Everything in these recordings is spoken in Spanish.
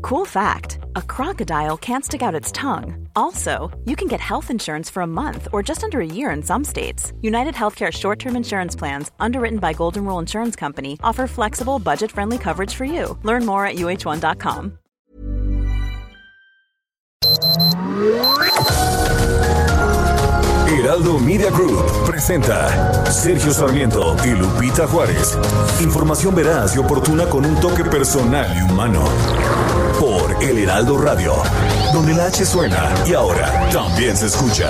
Cool fact, a crocodile can't stick out its tongue. Also, you can get health insurance for a month or just under a year in some states. United Healthcare short-term insurance plans, underwritten by Golden Rule Insurance Company, offer flexible, budget-friendly coverage for you. Learn more at uh1.com. Heraldo Media Group presenta Sergio Sarmiento y Lupita Juárez. Información veraz y oportuna con un toque personal y humano. Por El Heraldo Radio, donde la H suena y ahora también se escucha.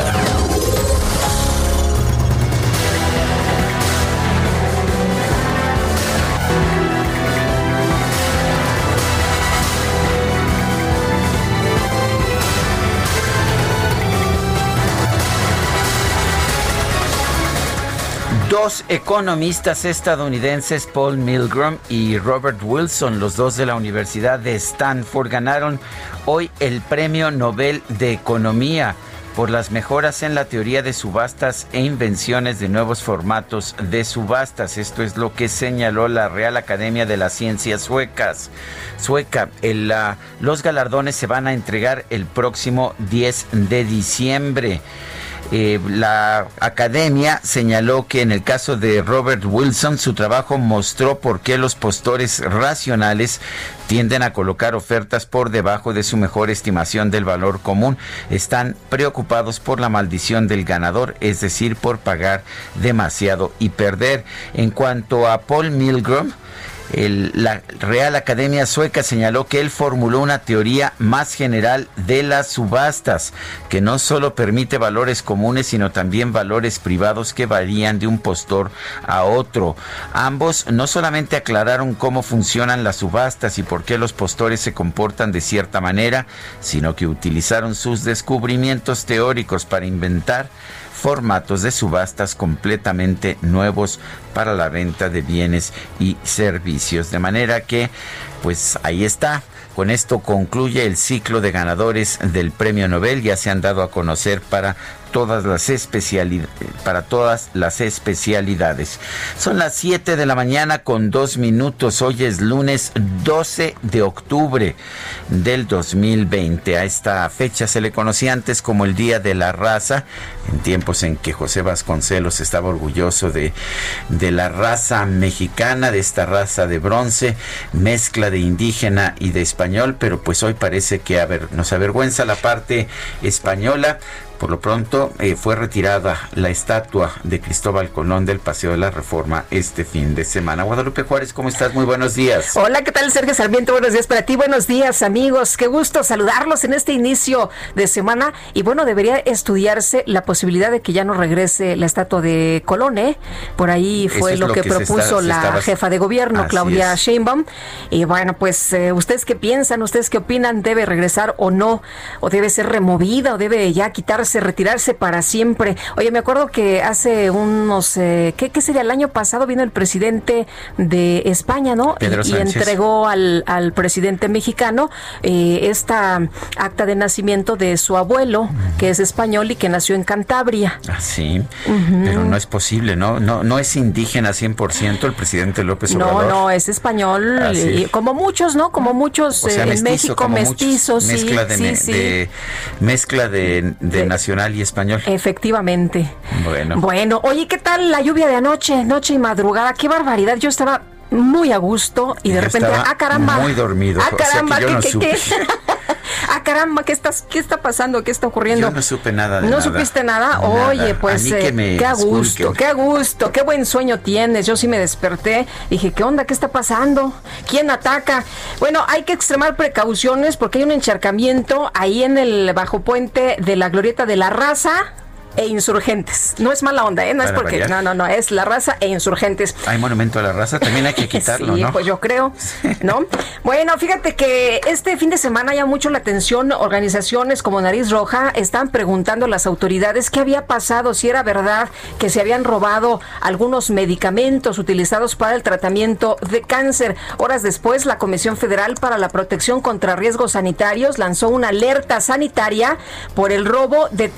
Dos economistas estadounidenses, Paul Milgrom y Robert Wilson, los dos de la Universidad de Stanford, ganaron hoy el Premio Nobel de Economía por las mejoras en la teoría de subastas e invenciones de nuevos formatos de subastas. Esto es lo que señaló la Real Academia de las Ciencias sueca. Los galardones se van a entregar el próximo 10 de diciembre. La academia señaló que en el caso de Robert Wilson, su trabajo mostró por qué los postores racionales tienden a colocar ofertas por debajo de su mejor estimación del valor común. Están preocupados por la maldición del ganador, es decir, por pagar demasiado y perder. En cuanto a Paul Milgrom, la Real Academia Sueca señaló que él formuló una teoría más general de las subastas, que no solo permite valores comunes, sino también valores privados que varían de un postor a otro. Ambos no solamente aclararon cómo funcionan las subastas y por qué los postores se comportan de cierta manera, sino que utilizaron sus descubrimientos teóricos para inventar formatos de subastas completamente nuevos para la venta de bienes y servicios. De manera que, pues ahí está. Con esto concluye el ciclo de ganadores del Premio Nobel. Ya se han dado a conocer para todas las especialidades. Son las 7 de la mañana con 2 minutos. Hoy es lunes 12 de octubre del 2020. A esta fecha se le conocía antes como el Día de la Raza, en tiempos en que José Vasconcelos estaba orgulloso de la raza mexicana, de esta raza de bronce, mezcla de indígena y de español, pero pues hoy parece que nos avergüenza la parte española. Por lo pronto fue retirada la estatua de Cristóbal Colón del Paseo de la Reforma este fin de semana. Guadalupe Juárez, ¿cómo estás? Muy buenos días. Hola, ¿qué tal, Sergio Sarmiento? Buenos días para ti, buenos días, amigos. Qué gusto saludarlos en este inicio de semana. Y bueno, debería estudiarse la posibilidad de que ya no regrese la estatua de Colón, ¿eh? Por ahí fue lo que propuso la jefa de gobierno, Claudia Sheinbaum. Y bueno, pues, ¿ustedes qué piensan? ¿Ustedes qué opinan? ¿Debe regresar o no? ¿O debe ser removida? ¿O debe ya retirarse para siempre? Oye, me acuerdo que hace unos, ¿qué sería? El año pasado vino el presidente de España, ¿no? Y entregó al presidente mexicano esta acta de nacimiento de su abuelo, que es español y que nació en Cantabria. Ah, sí, pero no es posible, ¿no? No es indígena 100% el presidente López Obrador. No, es español, como muchos, ¿no? Como muchos, o sea, en México, mestizos, sí. Mezcla de nacional y español. Efectivamente. Bueno, oye, ¿qué tal la lluvia de anoche y madrugada? ¡Qué barbaridad! Yo estaba muy a gusto y de repente, caramba. Muy dormido. Caramba, o sea, que yo no supe. Caramba, ¿qué está pasando? ¿Qué está ocurriendo? Yo no supe nada de ¿No nada. supiste nada? Oye, pues qué a gusto, qué buen sueño tienes. Yo sí me desperté, dije, ¿qué onda? ¿Qué está pasando? ¿Quién ataca? Bueno, hay que extremar precauciones porque hay un encharcamiento ahí en el bajo puente de la Glorieta de la Raza e Insurgentes. No es mala onda, no es porque no, es La Raza e Insurgentes. Hay monumento a la raza, también hay que quitarlo, sí, ¿no? Pues yo creo, ¿no? Bueno, fíjate que este fin de semana llama mucho la atención. Organizaciones como Nariz Roja están preguntando a las autoridades qué había pasado, si era verdad que se habían robado algunos medicamentos utilizados para el tratamiento de cáncer. Horas después, la Comisión Federal para la Protección contra Riesgos Sanitarios lanzó una alerta sanitaria por el robo de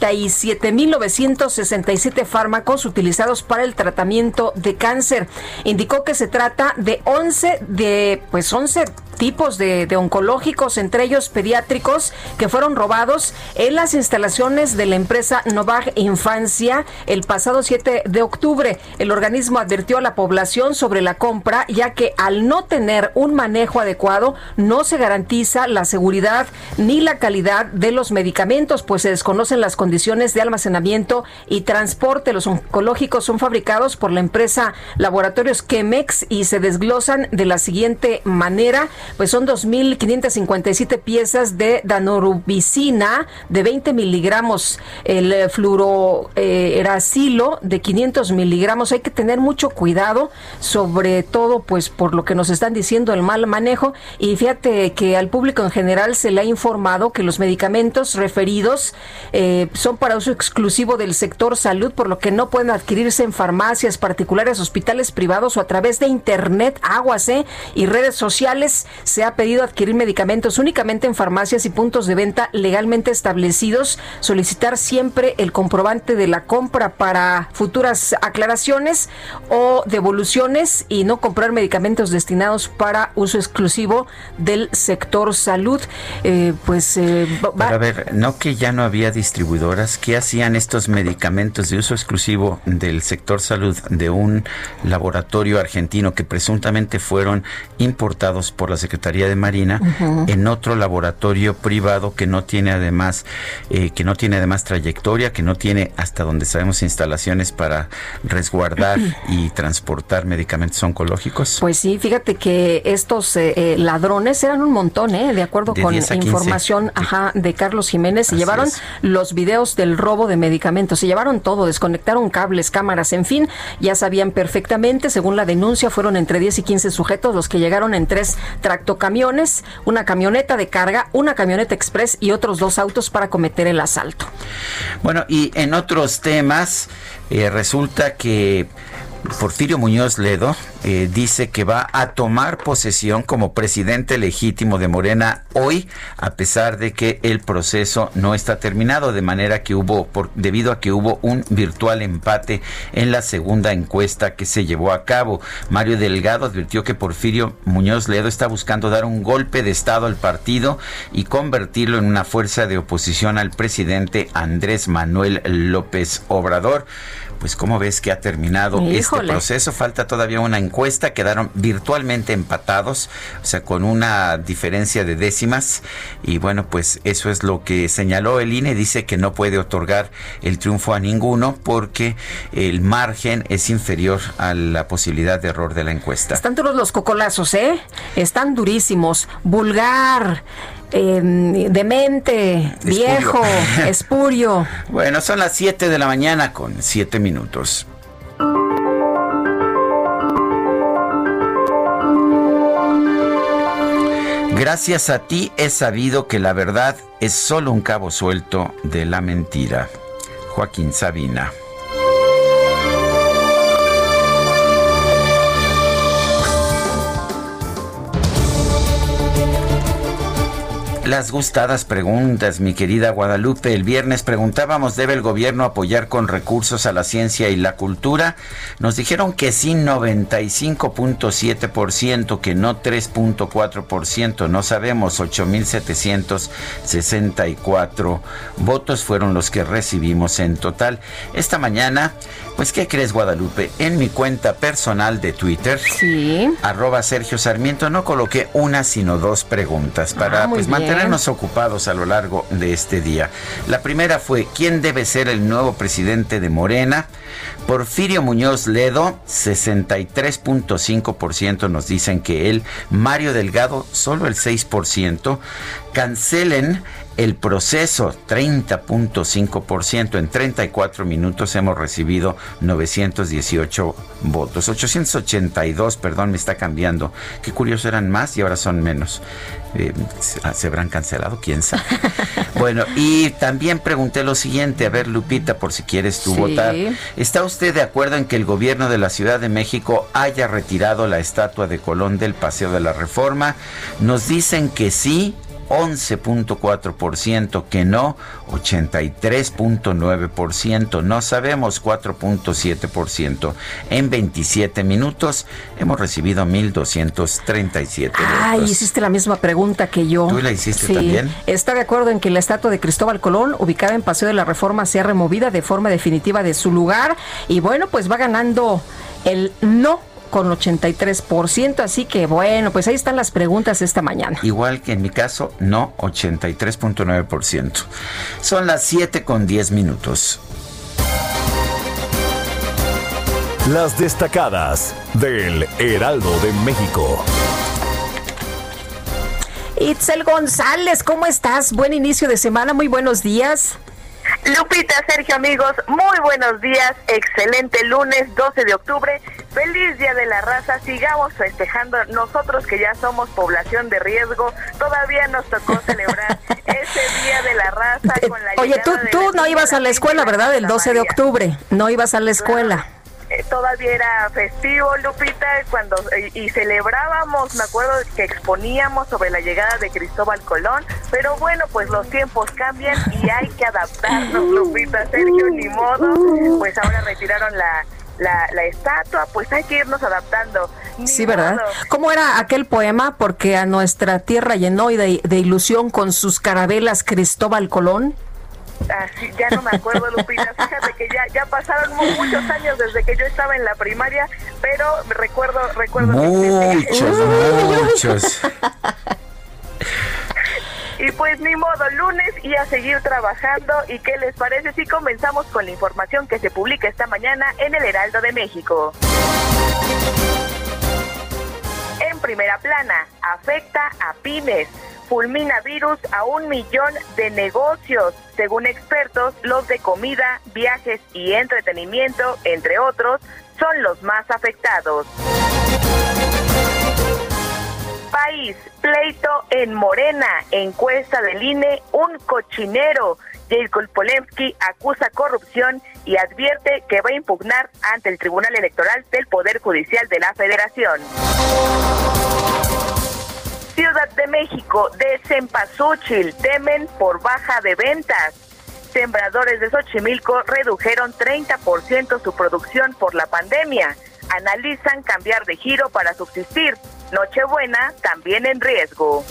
37,967 fármacos utilizados para el tratamiento de cáncer. Indicó que se trata de 11 tipos de oncológicos, entre ellos pediátricos, que fueron robados en las instalaciones de la empresa Novag Infancia el pasado 7 de octubre. El organismo advirtió a la población sobre la compra, ya que al no tener un manejo adecuado no se garantiza la seguridad ni la calidad de los medicamentos, pues se desconocen las condiciones de almacenamiento y transporte. Los oncológicos son fabricados por la empresa Laboratorios Chemex y se desglosan de la siguiente manera, pues son 2.557 piezas de danorubicina de 20 miligramos, el fluorouracilo de 500 miligramos. Hay que tener mucho cuidado, sobre todo pues por lo que nos están diciendo, el mal manejo. Y fíjate que al público en general se le ha informado que los medicamentos referidos son para uso exclusivo del sector salud, por lo que no pueden adquirirse en farmacias particulares, hospitales privados o a través de internet, aguas y redes sociales. Se ha pedido adquirir medicamentos únicamente en farmacias y puntos de venta legalmente establecidos. Solicitar siempre el comprobante de la compra para futuras aclaraciones o devoluciones, y no comprar medicamentos destinados para uso exclusivo del sector salud. Pero a ver, ¿no que ya no había distribuidoras? ¿Qué hacían estos medicamentos de uso exclusivo del sector salud de un laboratorio argentino que presuntamente fueron importados por la Secretaría de Marina en otro laboratorio privado que no tiene además trayectoria, que no tiene, hasta donde sabemos, instalaciones para resguardar y transportar medicamentos oncológicos? Pues sí, fíjate que estos ladrones eran un montón, de acuerdo con información de Carlos Jiménez. Se llevaron los videos del robo de medicamentos, se llevaron todo, desconectaron cables, cámaras, en fin, ya sabían perfectamente. Según la denuncia, fueron entre 10 y 15 sujetos los que llegaron en 3 tractocamiones, una camioneta de carga, una camioneta express y otros 2 autos para cometer el asalto. Bueno, y en otros temas, resulta que Porfirio Muñoz Ledo dice que va a tomar posesión como presidente legítimo de Morena hoy, a pesar de que el proceso no está terminado, de manera que debido a que hubo un virtual empate en la segunda encuesta que se llevó a cabo. Mario Delgado advirtió que Porfirio Muñoz Ledo está buscando dar un golpe de estado al partido y convertirlo en una fuerza de oposición al presidente Andrés Manuel López Obrador. Pues, ¿cómo ves que ha terminado este proceso? Falta todavía una encuesta, quedaron virtualmente empatados, o sea, con una diferencia de décimas, y bueno, pues eso es lo que señaló el INE. Dice que no puede otorgar el triunfo a ninguno porque el margen es inferior a la posibilidad de error de la encuesta. Están duros los cocolazos, están durísimos. Vulgar, demente, viejo, espurio. Bueno, son las 7 de la mañana con 7 minutos. Gracias a ti he sabido que la verdad es solo un cabo suelto de la mentira. Joaquín Sabina. Las gustadas preguntas, mi querida Guadalupe. El viernes preguntábamos, ¿debe el gobierno apoyar con recursos a la ciencia y la cultura? Nos dijeron que sí, 95.7%, que no 3.4%, no sabemos, 8.764 votos fueron los que recibimos en total. Esta mañana, pues, ¿qué crees, Guadalupe? En mi cuenta personal de Twitter, @Sergio Sarmiento, no coloqué una sino 2 preguntas para mantenernos ocupados a lo largo de este día. La primera fue, ¿quién debe ser el nuevo presidente de Morena? Porfirio Muñoz Ledo, 63.5% nos dicen que él. Mario Delgado, solo el 6%. Cancelen el proceso, 30.5%. En 34 minutos hemos recibido 918 votos. 882, perdón, me está cambiando. Qué curioso, eran más y ahora son menos. ¿Se habrán cancelado? ¿Quién sabe? Bueno, y también pregunté lo siguiente. A ver, Lupita, por si quieres tú votar. ¿Está usted de acuerdo en que el gobierno de la Ciudad de México haya retirado la estatua de Colón del Paseo de la Reforma? Nos dicen que sí, 11.4%, que no 83.9%, no sabemos 4.7%. En 27 minutos hemos recibido 1,237 votos. Ay, hiciste la misma pregunta que yo. ¿Tú la hiciste también? Está de acuerdo en que la estatua de Cristóbal Colón, ubicada en Paseo de la Reforma, sea removida de forma definitiva de su lugar. Y bueno, pues va ganando el no con 83%, así que bueno, pues ahí están las preguntas esta mañana. Igual que en mi caso, no, 83.9%. Son las 7:10. Las destacadas del Heraldo de México. Itzel González, ¿cómo estás? Buen inicio de semana, muy buenos días. Lupita, Sergio, amigos, muy buenos días, excelente lunes 12 de octubre, feliz Día de la Raza, sigamos festejando, nosotros que ya somos población de riesgo, todavía nos tocó celebrar ese Día de la Raza con la Oye, llegada tú no ibas a la escuela, ¿verdad? El 12 de octubre, no ibas a la escuela. Claro. Todavía era festivo, Lupita, y celebrábamos, me acuerdo que exponíamos sobre la llegada de Cristóbal Colón, pero bueno, pues los tiempos cambian y hay que adaptarnos, Lupita, Sergio, ni modo, pues ahora retiraron la estatua, pues hay que irnos adaptando. Sí, ¿verdad? ¿Cómo era aquel poema? Porque a nuestra tierra llenó de ilusión con sus carabelas Cristóbal Colón. Así, ya no me acuerdo, Lupita, fíjate que ya pasaron muchos años desde que yo estaba en la primaria, pero recuerdo muchos. Y pues ni modo, lunes y a seguir trabajando. ¿Y qué les parece si comenzamos con la información que se publica esta mañana en el Heraldo de México? En primera plana, afecta a pymes. Fulmina virus a 1 millón de negocios. Según expertos, los de comida, viajes y entretenimiento, entre otros, son los más afectados. País, pleito en Morena, encuesta del INE, un cochinero. Jacob Polensky acusa corrupción y advierte que va a impugnar ante el Tribunal Electoral del Poder Judicial de la Federación. Ciudad de México, de cempasúchil, temen por baja de ventas. Sembradores de Xochimilco redujeron 30% su producción por la pandemia. Analizan cambiar de giro para subsistir. Nochebuena también en riesgo.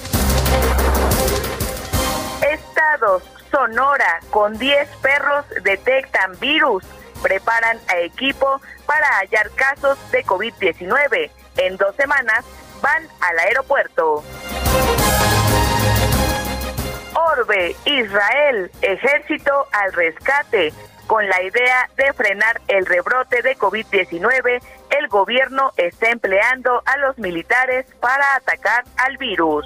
Estados, Sonora, con 10 perros detectan virus. Preparan a equipo para hallar casos de COVID-19. En 2 semanas van al aeropuerto. Orbe, Israel, ejército al rescate. Con la idea de frenar el rebrote de COVID-19, el gobierno está empleando a los militares para atacar al virus.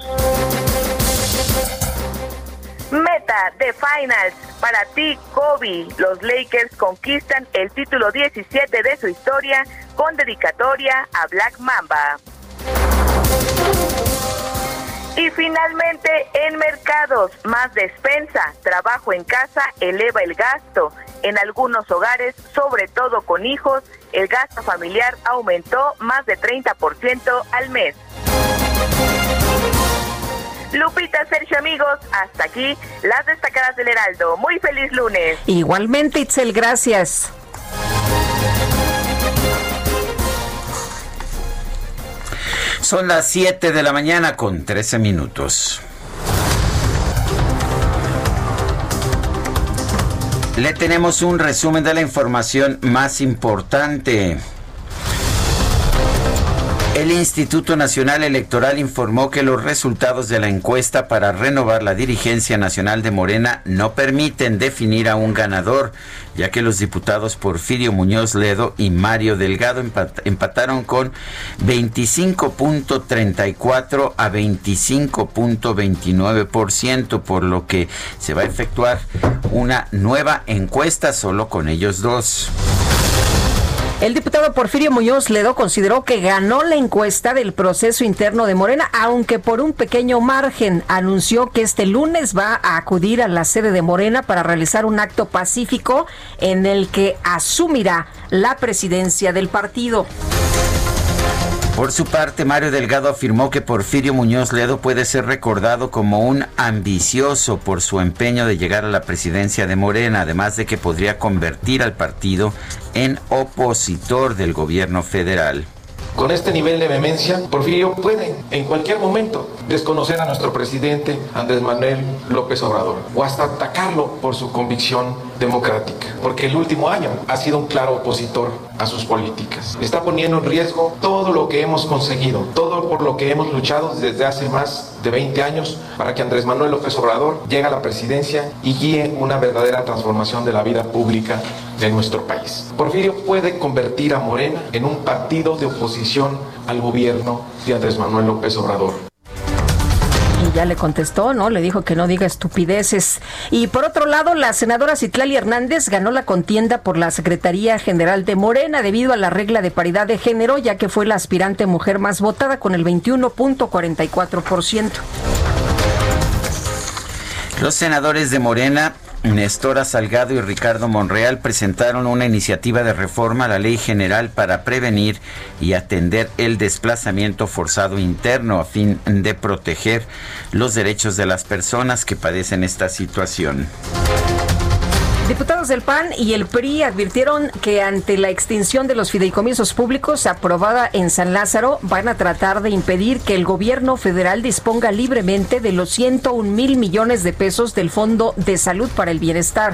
Meta de Finals, para ti, Kobe. Los Lakers conquistan el título 17 de su historia con dedicatoria a Black Mamba. Y finalmente, en mercados, más despensa, trabajo en casa eleva el gasto. En algunos hogares, sobre todo con hijos, el gasto familiar aumentó más de 30% al mes. Lupita, Sergio, amigos, hasta aquí las destacadas del Heraldo. Muy feliz lunes. Igualmente, Itzel, gracias. Son las 7:13 a.m. Le tenemos un resumen de la información más importante. El Instituto Nacional Electoral informó que los resultados de la encuesta para renovar la dirigencia nacional de Morena no permiten definir a un ganador, ya que los diputados Porfirio Muñoz Ledo y Mario Delgado empataron con 25.34 a 25.29%, por lo que se va a efectuar una nueva encuesta solo con ellos dos. El diputado Porfirio Muñoz Ledo consideró que ganó la encuesta del proceso interno de Morena, aunque por un pequeño margen. Anunció que este lunes va a acudir a la sede de Morena para realizar un acto pacífico en el que asumirá la presidencia del partido. Por su parte, Mario Delgado afirmó que Porfirio Muñoz Ledo puede ser recordado como un ambicioso por su empeño de llegar a la presidencia de Morena, además de que podría convertir al partido en opositor del gobierno federal. Con este nivel de vehemencia, Porfirio puede, en cualquier momento, desconocer a nuestro presidente Andrés Manuel López Obrador o hasta atacarlo por su convicción democrática, porque el último año ha sido un claro opositor a sus políticas. Está poniendo en riesgo todo lo que hemos conseguido, todo por lo que hemos luchado desde hace más de 20 años para que Andrés Manuel López Obrador llegue a la presidencia y guíe una verdadera transformación de la vida pública de nuestro país. Porfirio puede convertir a Morena en un partido de oposición al gobierno de Andrés Manuel López Obrador. Y ya le contestó, ¿no? Le dijo que no diga estupideces. Y por otro lado, la senadora Citlali Hernández ganó la contienda por la Secretaría General de Morena debido a la regla de paridad de género, ya que fue la aspirante mujer más votada con el 21.44%. Los senadores de Morena, Nestora Salgado y Ricardo Monreal, presentaron una iniciativa de reforma a la Ley General para prevenir y atender el desplazamiento forzado interno a fin de proteger los derechos de las personas que padecen esta situación. Diputados del PAN y el PRI advirtieron que ante la extinción de los fideicomisos públicos aprobada en San Lázaro, van a tratar de impedir que el gobierno federal disponga libremente de los 101,000 millones de pesos del Fondo de Salud para el Bienestar.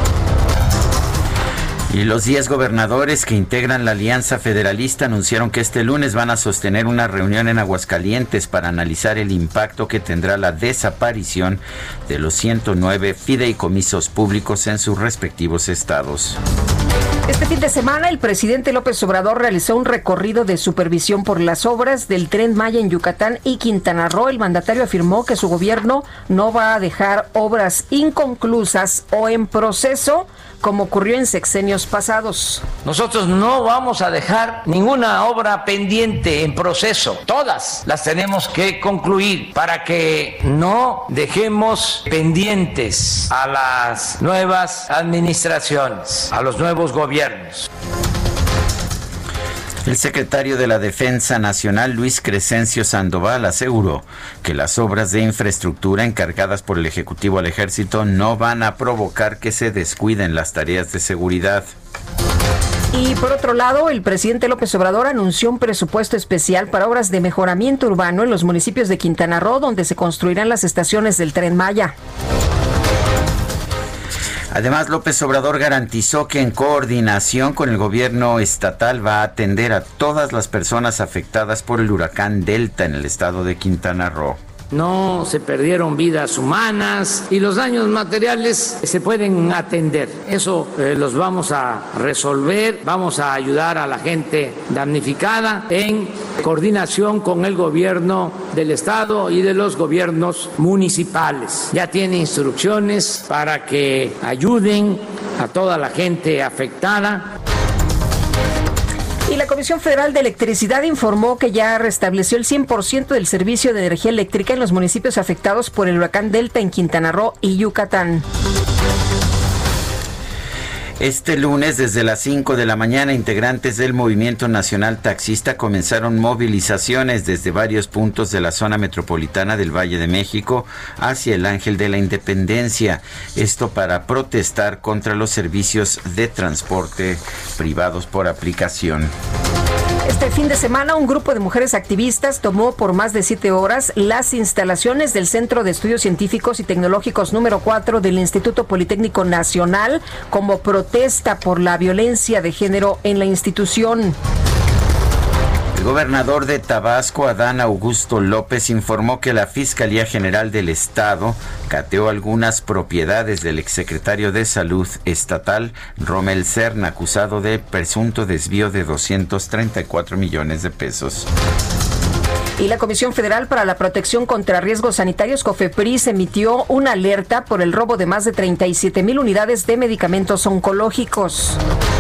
Y los 10 gobernadores que integran la Alianza Federalista anunciaron que este lunes van a sostener una reunión en Aguascalientes para analizar el impacto que tendrá la desaparición de los 109 fideicomisos públicos en sus respectivos estados. Este fin de semana, el presidente López Obrador realizó un recorrido de supervisión por las obras del Tren Maya en Yucatán y Quintana Roo. El mandatario afirmó que su gobierno no va a dejar obras inconclusas o en proceso, como ocurrió en sexenios pasados. Nosotros no vamos a dejar ninguna obra pendiente en proceso. Todas las tenemos que concluir para que no dejemos pendientes a las nuevas administraciones, a los nuevos gobiernos. El secretario de la Defensa Nacional, Luis Crescencio Sandoval, aseguró que las obras de infraestructura encargadas por el Ejecutivo al Ejército no van a provocar que se descuiden las tareas de seguridad. Y por otro lado, el presidente López Obrador anunció un presupuesto especial para obras de mejoramiento urbano en los municipios de Quintana Roo, donde se construirán las estaciones del Tren Maya. Además, López Obrador garantizó que en coordinación con el gobierno estatal va a atender a todas las personas afectadas por el huracán Delta en el estado de Quintana Roo. No se perdieron vidas humanas y los daños materiales se pueden atender. Eso los vamos a resolver, vamos a ayudar a la gente damnificada en coordinación con el gobierno del estado y de los gobiernos municipales. Ya tiene instrucciones para que ayuden a toda la gente afectada. Y la Comisión Federal de Electricidad informó que ya restableció el 100% del servicio de energía eléctrica en los municipios afectados por el huracán Delta en Quintana Roo y Yucatán. Este lunes, desde las 5 de la mañana, integrantes del Movimiento Nacional Taxista comenzaron movilizaciones desde varios puntos de la zona metropolitana del Valle de México hacia el Ángel de la Independencia. Esto para protestar contra los servicios de transporte privados por aplicación. Este fin de semana, un grupo de mujeres activistas tomó por más de 7 horas las instalaciones del Centro de Estudios Científicos y Tecnológicos número 4 del Instituto Politécnico Nacional como protesta por la violencia de género en la institución. El gobernador de Tabasco, Adán Augusto López, informó que la Fiscalía General del Estado cateó algunas propiedades del exsecretario de Salud Estatal, Romel Serna, acusado de presunto desvío de 234 millones de pesos. Y la Comisión Federal para la Protección contra Riesgos Sanitarios, COFEPRIS, emitió una alerta por el robo de más de 37,000 unidades de medicamentos oncológicos.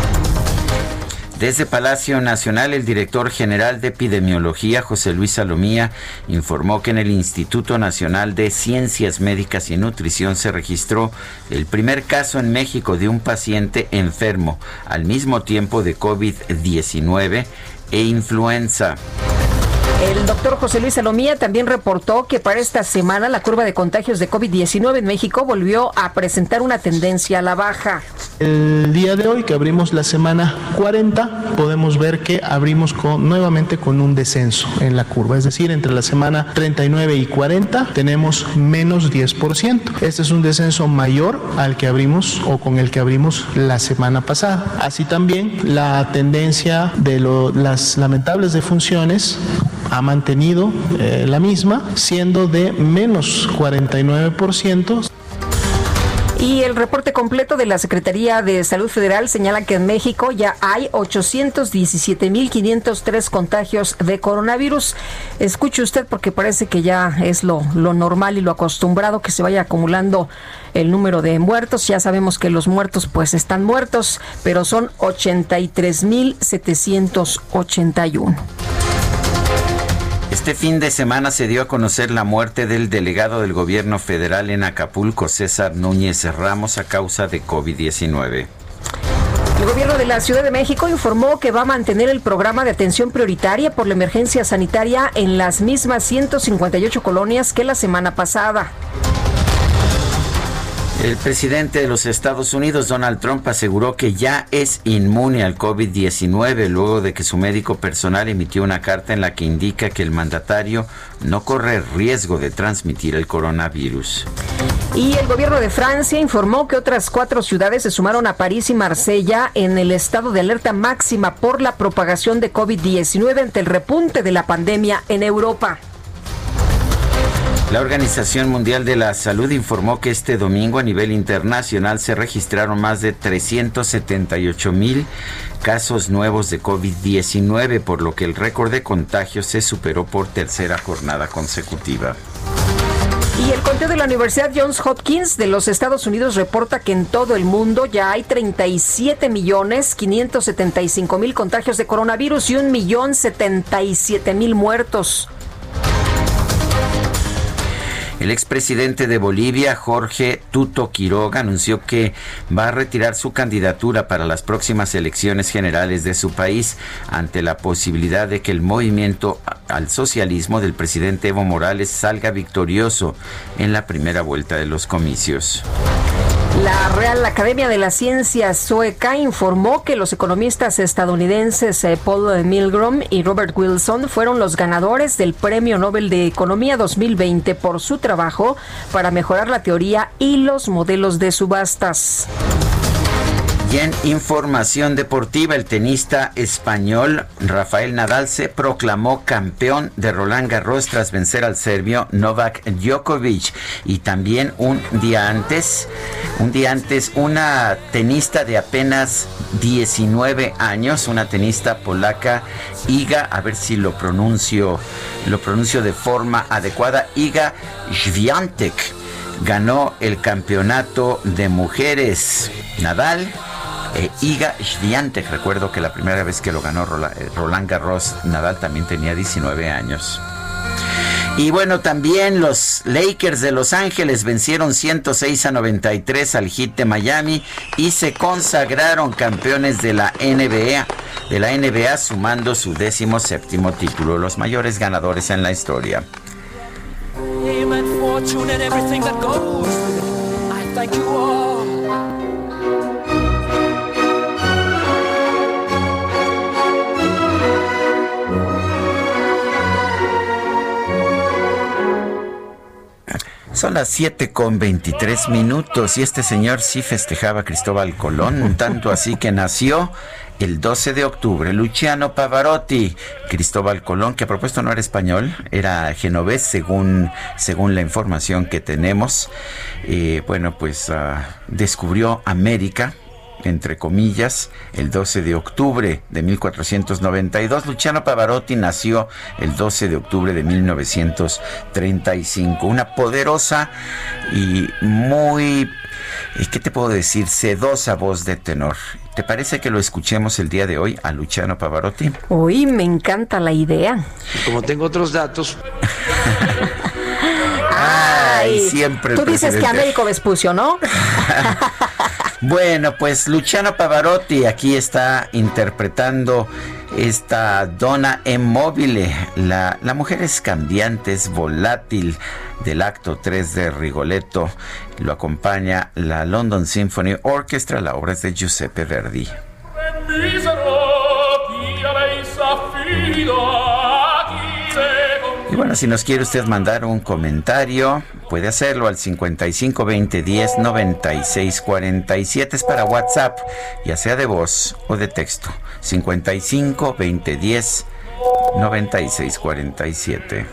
Desde Palacio Nacional, el director general de Epidemiología, José Luis Salomía, informó que en el Instituto Nacional de Ciencias Médicas y Nutrición se registró el primer caso en México de un paciente enfermo al mismo tiempo de COVID-19 e influenza. El doctor José Luis Salomía también reportó que para esta semana la curva de contagios de COVID-19 en México volvió a presentar una tendencia a la baja. El día de hoy, que abrimos la semana 40, podemos ver que abrimos nuevamente con un descenso en la curva. Es decir, entre la semana 39 y 40 tenemos menos 10%. Este es un descenso mayor al que abrimos o con el que abrimos la semana pasada. Así también la tendencia de las lamentables defunciones ha mantenido la misma, siendo de menos 49%. Y el reporte completo de la Secretaría de Salud Federal señala que en México ya hay 817,503 contagios de coronavirus. Escuche usted, porque parece que ya es lo normal y lo acostumbrado que se vaya acumulando el número de muertos. Ya sabemos que los muertos pues están muertos, pero son 83,781. Este fin de semana se dio a conocer la muerte del delegado del gobierno federal en Acapulco, César Núñez Ramos, a causa de COVID-19. El gobierno de la Ciudad de México informó que va a mantener el programa de atención prioritaria por la emergencia sanitaria en las mismas 158 colonias que la semana pasada. El presidente de los Estados Unidos, Donald Trump, aseguró que ya es inmune al COVID-19 luego de que su médico personal emitió una carta en la que indica que el mandatario no corre riesgo de transmitir el coronavirus. Y el gobierno de Francia informó que otras 4 ciudades se sumaron a París y Marsella en el estado de alerta máxima por la propagación de COVID-19 ante el repunte de la pandemia en Europa. La Organización Mundial de la Salud informó que este domingo a nivel internacional se registraron más de 378,000 casos nuevos de COVID-19, por lo que el récord de contagios se superó por tercera jornada consecutiva. Y el conteo de la Universidad Johns Hopkins de los Estados Unidos reporta que en todo el mundo ya hay 37,575,000 contagios de coronavirus y 1,077,000 muertos. El expresidente de Bolivia, Jorge Tuto Quiroga, anunció que va a retirar su candidatura para las próximas elecciones generales de su país ante la posibilidad de que el movimiento al socialismo del presidente Evo Morales salga victorioso en la primera vuelta de los comicios. La Real Academia de las Ciencias sueca informó que los economistas estadounidenses Paul Milgrom y Robert Wilson fueron los ganadores del Premio Nobel de Economía 2020 por su trabajo para mejorar la teoría y los modelos de subastas. Y en información deportiva, el tenista español Rafael Nadal se proclamó campeón de Roland Garros tras vencer al serbio Novak Djokovic. Y también un día antes, una tenista de apenas 19 años, una tenista polaca, Iga, a ver si lo pronuncio de forma adecuada, Iga Świątek, ganó el campeonato de mujeres. Nadal, Iga Świątek, recuerdo que la primera vez que lo ganó Roland Garros, Nadal también tenía 19 años. Y bueno, también los Lakers de Los Ángeles vencieron 106-93 al Heat de Miami y se consagraron campeones de la NBA, sumando su 17º título, los mayores ganadores en la historia. Son las 7:23 y este señor sí festejaba a Cristóbal Colón, tanto así que nació el 12 de octubre. Luciano Pavarotti, Cristóbal Colón, que a propósito no era español, era genovés según la información que tenemos. Descubrió América, entre comillas, el 12 de octubre de 1492. Luciano Pavarotti nació el 12 de octubre de 1935. Una poderosa y muy, ¿qué te puedo decir?, sedosa voz de tenor. ¿Te parece que lo escuchemos el día de hoy a Luciano Pavarotti? Uy, me encanta la idea. Como tengo otros datos... Ay, siempre tú dices que Américo Vespucio, ¿no? Bueno, pues Luciano Pavarotti aquí está interpretando Esta Donna Immobile, la mujer es cambiante, es volátil, del acto 3 de Rigoletto. Lo acompaña la London Symphony Orchestra, la obra es de Giuseppe Verdi. Y bueno, si nos quiere usted mandar un comentario, puede hacerlo al 55 20 10 96 47. Es para WhatsApp, ya sea de voz o de texto. 55 20 10 96 47.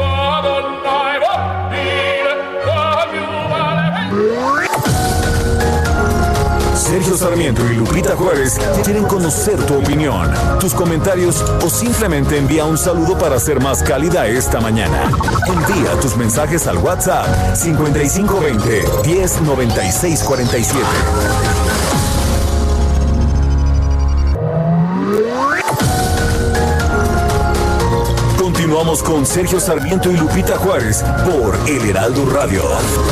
Sergio Sarmiento y Lupita Juárez quieren conocer tu opinión, tus comentarios o simplemente envía un saludo para ser más cálida esta mañana. Envía tus mensajes al WhatsApp 5520 1096 47. Continuamos con Sergio Sarmiento y Lupita Juárez por El Heraldo Radio.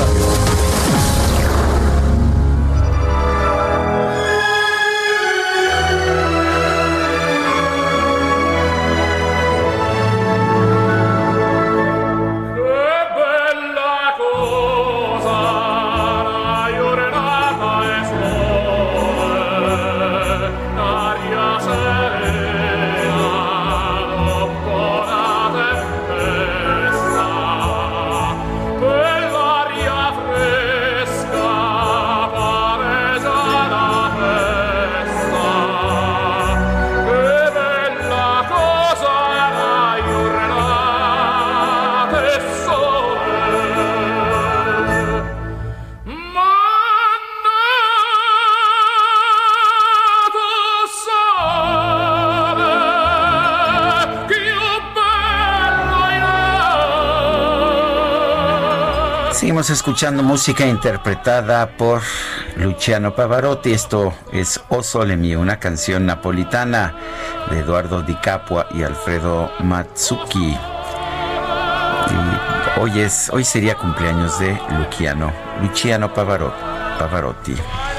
Seguimos escuchando música interpretada por Luciano Pavarotti. Esto es O Sole Mio, una canción napolitana de Eduardo Di Capua y Alfredo Mazzucchi. Y hoy sería cumpleaños de Luciano Pavarotti.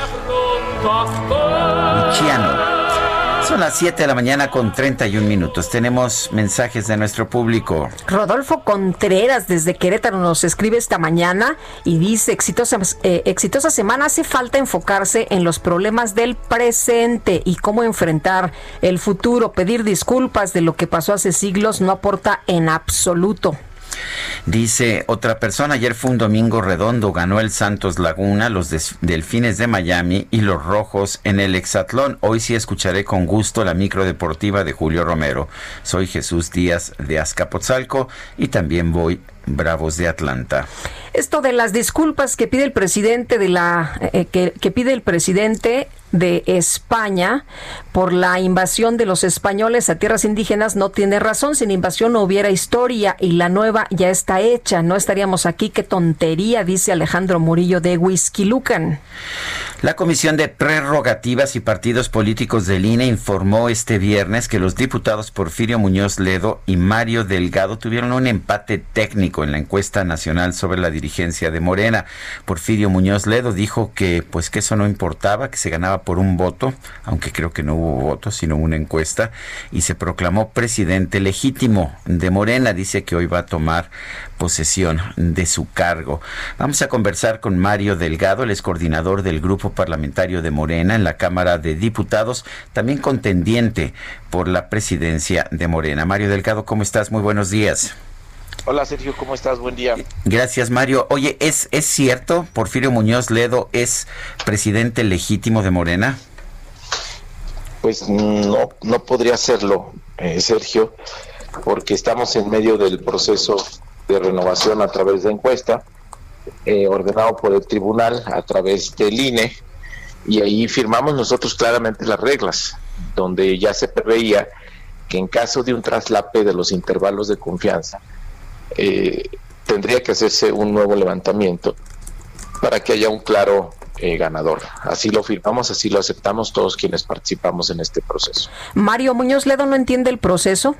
Luciano. Son las 7 de la mañana con 31 minutos. Tenemos mensajes de nuestro público. Rodolfo Contreras desde Querétaro nos escribe esta mañana y dice: exitosa semana, hace falta enfocarse en los problemas del presente y cómo enfrentar el futuro. Pedir disculpas de lo que pasó hace siglos no aporta en absoluto. Dice otra persona: ayer fue un domingo redondo, ganó el Santos Laguna, los Delfines de Miami y los Rojos en el hexatlón. Hoy sí escucharé con gusto la micro deportiva de Julio Romero. Soy Jesús Díaz de Azcapotzalco y también voy Bravos de Atlanta. Esto de las disculpas que pide el presidente que pide el presidente de España por la invasión de los españoles a tierras indígenas no tiene razón. Sin invasión no hubiera historia y la nueva ya está hecha. No estaríamos aquí. Qué tontería, dice Alejandro Murillo de Huixquilucan. La Comisión de Prerrogativas y Partidos Políticos del INE informó este viernes que los diputados Porfirio Muñoz Ledo y Mario Delgado tuvieron un empate técnico en la encuesta nacional sobre la dirigencia de Morena. Porfirio Muñoz Ledo dijo que eso no importaba, que se ganaba por un voto, aunque creo que no hubo votos, sino una encuesta, y se proclamó presidente legítimo de Morena. Dice que hoy va a tomar posesión de su cargo. Vamos a conversar con Mario Delgado, el coordinador del Grupo Parlamentario de Morena en la Cámara de Diputados, también contendiente por la presidencia de Morena. Mario Delgado, ¿cómo estás? Muy buenos días. Hola Sergio, ¿cómo estás? Buen día. Gracias, Mario. Oye, ¿es cierto? ¿Porfirio Muñoz Ledo es presidente legítimo de Morena? Pues no podría serlo, Sergio, porque estamos en medio del proceso de renovación a través de encuesta, ordenado por el tribunal a través del INE, y ahí firmamos nosotros claramente las reglas, donde ya se preveía que en caso de un traslape de los intervalos de confianza, tendría que hacerse un nuevo levantamiento para que haya un claro ganador. Así lo firmamos, así lo aceptamos todos quienes participamos en este proceso. Mario Muñoz Ledo no entiende el proceso.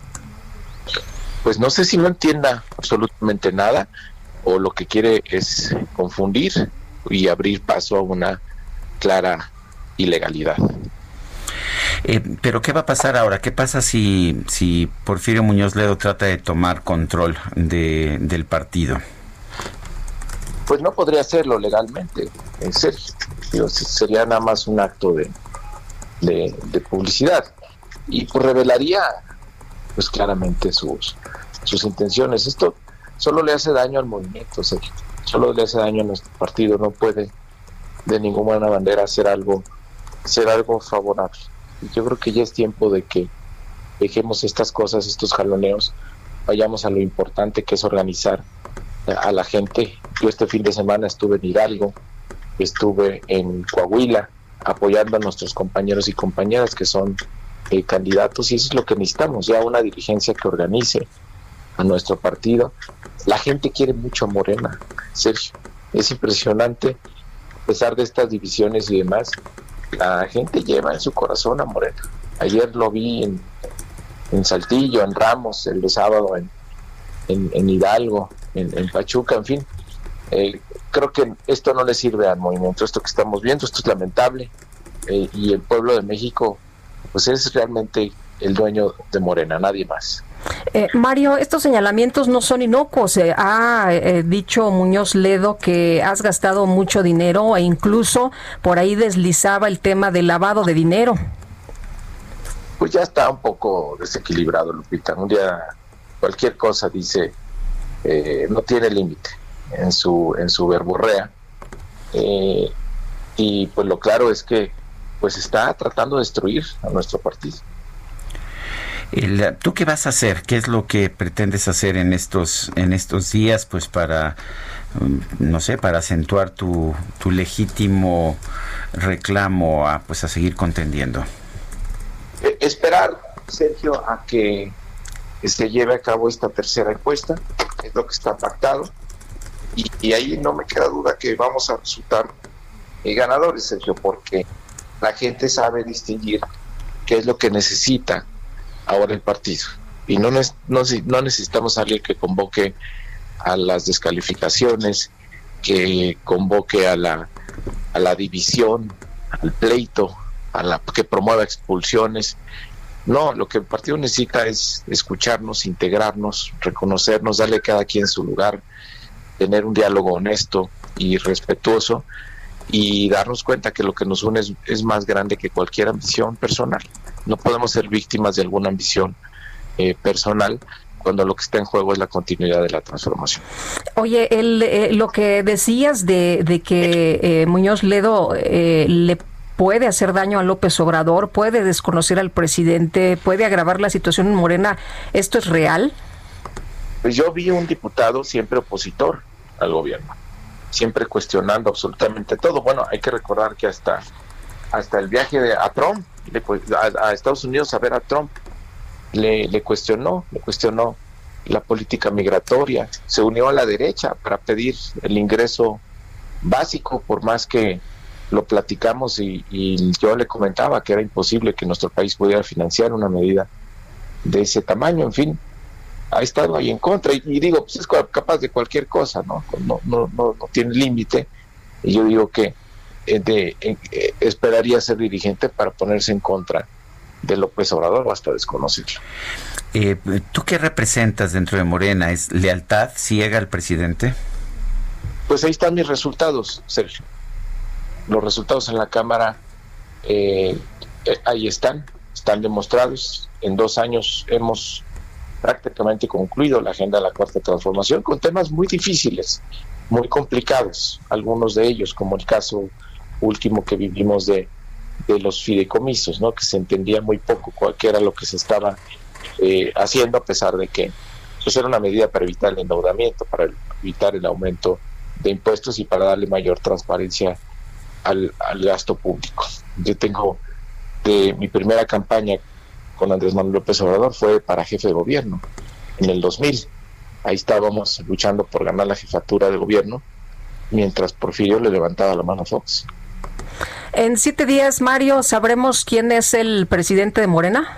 Pues no sé si no entienda absolutamente nada o lo que quiere es confundir y abrir paso a una clara ilegalidad. Pero ¿qué va a pasar ahora? ¿Qué pasa si Porfirio Muñoz Ledo trata de tomar control del partido? Pues no podría hacerlo legalmente, en serio. Sería nada más un acto de publicidad. Y pues revelaría pues claramente sus intenciones. Esto solo le hace daño al movimiento, Sergio. Solo le hace daño a nuestro partido. No puede de ninguna manera hacer algo favorable. Y yo creo que ya es tiempo de que dejemos estas cosas, estos jaloneos, vayamos a lo importante, que es organizar a la gente. Yo este fin de semana estuve en Hidalgo, estuve en Coahuila, apoyando a nuestros compañeros y compañeras que son candidatos, y eso es lo que necesitamos, ya una dirigencia que organice a nuestro partido. La gente quiere mucho a Morena, Sergio, es impresionante, a pesar de estas divisiones y demás, la gente lleva en su corazón a Morena. Ayer lo vi en Saltillo, en Ramos, el de sábado en Hidalgo, en Pachuca, en fin. Creo que esto no le sirve al movimiento, esto que estamos viendo, esto es lamentable, y el pueblo de México pues es realmente el dueño de Morena, nadie más. Mario, estos señalamientos no son inocuos. Ha dicho Muñoz Ledo que has gastado mucho dinero e incluso por ahí deslizaba el tema del lavado de dinero. Pues ya está un poco desequilibrado, Lupita. Un día cualquier cosa dice, no tiene límite en su verborrea, y pues lo claro es que pues está tratando de destruir a nuestro partido. ¿Tú qué vas a hacer? ¿Qué es lo que pretendes hacer en estos días, pues para, no sé, para acentuar tu legítimo reclamo a seguir contendiendo? Esperar, Sergio, a que se lleve a cabo esta tercera encuesta, es lo que está pactado, y ahí no me queda duda que vamos a resultar ganadores, Sergio, porque la gente sabe distinguir qué es lo que necesita ahora el partido, y no necesitamos a alguien que convoque a las descalificaciones, que convoque a la división, al pleito, que promueva expulsiones. No, lo que el partido necesita es escucharnos, integrarnos, reconocernos, darle a cada quien su lugar, tener un diálogo honesto y respetuoso, y darnos cuenta que lo que nos une es más grande que cualquier ambición personal. No podemos ser víctimas de alguna ambición personal cuando lo que está en juego es la continuidad de la transformación. Oye, lo que decías de que Muñoz Ledo le puede hacer daño a López Obrador, puede desconocer al presidente, puede agravar la situación en Morena, ¿esto es real? Pues yo vi un diputado siempre opositor al gobierno, siempre cuestionando absolutamente todo. Bueno, hay que recordar que hasta el viaje a Trump, a Estados Unidos a ver a Trump, le cuestionó la política migratoria, se unió a la derecha para pedir el ingreso básico, por más que lo platicamos y yo le comentaba que era imposible que nuestro país pudiera financiar una medida de ese tamaño. En fin, ha estado ahí en contra, y digo, pues es capaz de cualquier cosa, ¿no? No tiene límite, y yo digo que esperaría ser dirigente para ponerse en contra de López Obrador o hasta desconocerlo. ¿Tú qué representas dentro de Morena? ¿Es lealtad ciega al presidente? Pues ahí están mis resultados, Sergio. Los resultados en la Cámara ahí están demostrados. En 2 años hemos prácticamente concluido la agenda de la Cuarta Transformación, con temas muy difíciles, muy complicados, algunos de ellos, como el caso último que vivimos de los fideicomisos, ¿no? Que se entendía muy poco qué era lo que se estaba haciendo, a pesar de que pues era una medida para evitar el endeudamiento, para evitar el aumento de impuestos y para darle mayor transparencia al gasto público. Yo tengo mi primera campaña con Andrés Manuel López Obrador fue para jefe de gobierno en el 2000. Ahí estábamos luchando por ganar la jefatura de gobierno, mientras Porfirio le levantaba la mano a Fox. En 7 días, Mario, ¿sabremos quién es el presidente de Morena?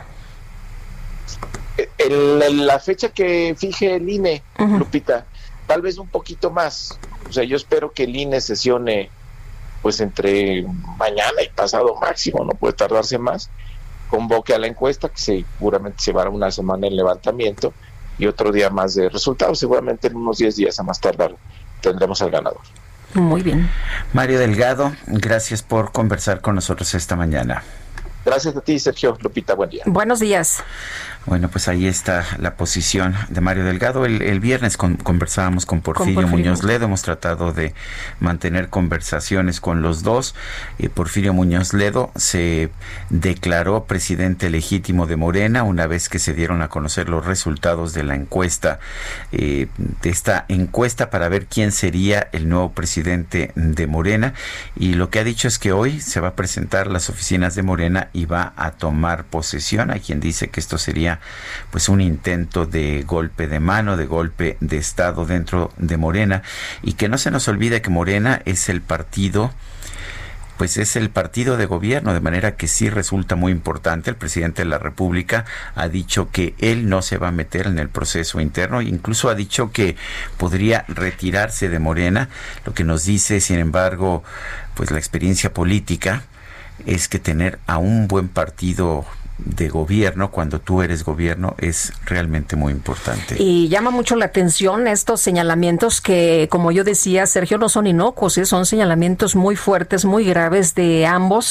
La fecha que fije el INE, Lupita, tal vez un poquito más. O sea, yo espero que el INE sesione pues entre mañana y pasado máximo, no puede tardarse más, convoque a la encuesta, que seguramente se llevará una semana en levantamiento y otro día más de resultados. Seguramente en unos 10 días a más tardar tendremos al ganador. Muy bien. Mario Delgado, gracias por conversar con nosotros esta mañana. Gracias a ti, Sergio. Lupita, buen día. Buenos días. Bueno, pues ahí está la posición de Mario Delgado. El viernes conversábamos con Porfirio Muñoz Ledo. Hemos tratado de mantener conversaciones con los dos. Porfirio Muñoz Ledo se declaró presidente legítimo de Morena una vez que se dieron a conocer los resultados de la encuesta, de esta encuesta para ver quién sería el nuevo presidente de Morena. Y lo que ha dicho es que hoy se va a presentar a las oficinas de Morena y va a tomar posesión. Hay quien dice que esto sería pues un intento de golpe de mano, de golpe de Estado dentro de Morena, y que no se nos olvide que Morena es el partido, pues es el partido de gobierno, de manera que sí resulta muy importante. El presidente de la República ha dicho que él no se va a meter en el proceso interno, incluso ha dicho que podría retirarse de Morena. Lo que nos dice, sin embargo, pues la experiencia política es que tener a un buen partido de gobierno cuando tú eres gobierno es realmente muy importante. Y llama mucho la atención estos señalamientos que, como yo decía, Sergio, no son inocuos, son señalamientos muy fuertes, muy graves de ambos.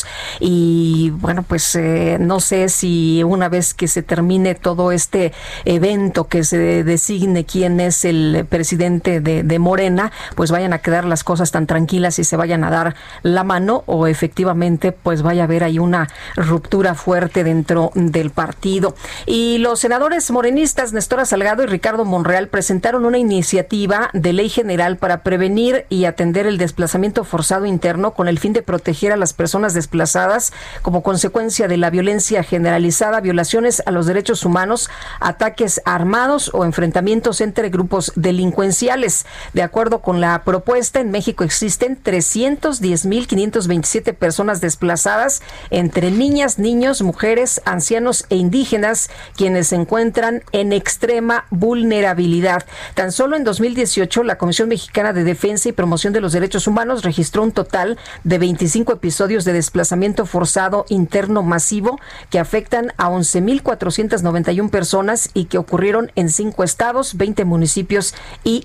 Y bueno, pues no sé si una vez que se termine todo este evento, que se designe quién es el presidente de Morena, pues vayan a quedar las cosas tan tranquilas y se vayan a dar la mano, o efectivamente pues vaya a haber ahí una ruptura fuerte dentro del partido. Y los senadores morenistas Nestora Salgado y Ricardo Monreal presentaron una iniciativa de ley general para prevenir y atender el desplazamiento forzado interno con el fin de proteger a las personas desplazadas como consecuencia de la violencia generalizada, violaciones a los derechos humanos, ataques armados o enfrentamientos entre grupos delincuenciales. De acuerdo con la propuesta, en México existen 310,527 personas desplazadas, entre niñas, niños, mujeres, ancianos e indígenas, quienes se encuentran en extrema vulnerabilidad. Tan solo en 2018, la Comisión Mexicana de Defensa y Promoción de los Derechos Humanos registró un total de 25 episodios de desplazamiento forzado interno masivo que afectan a 11,491 personas y que ocurrieron en 5 estados, 20 municipios y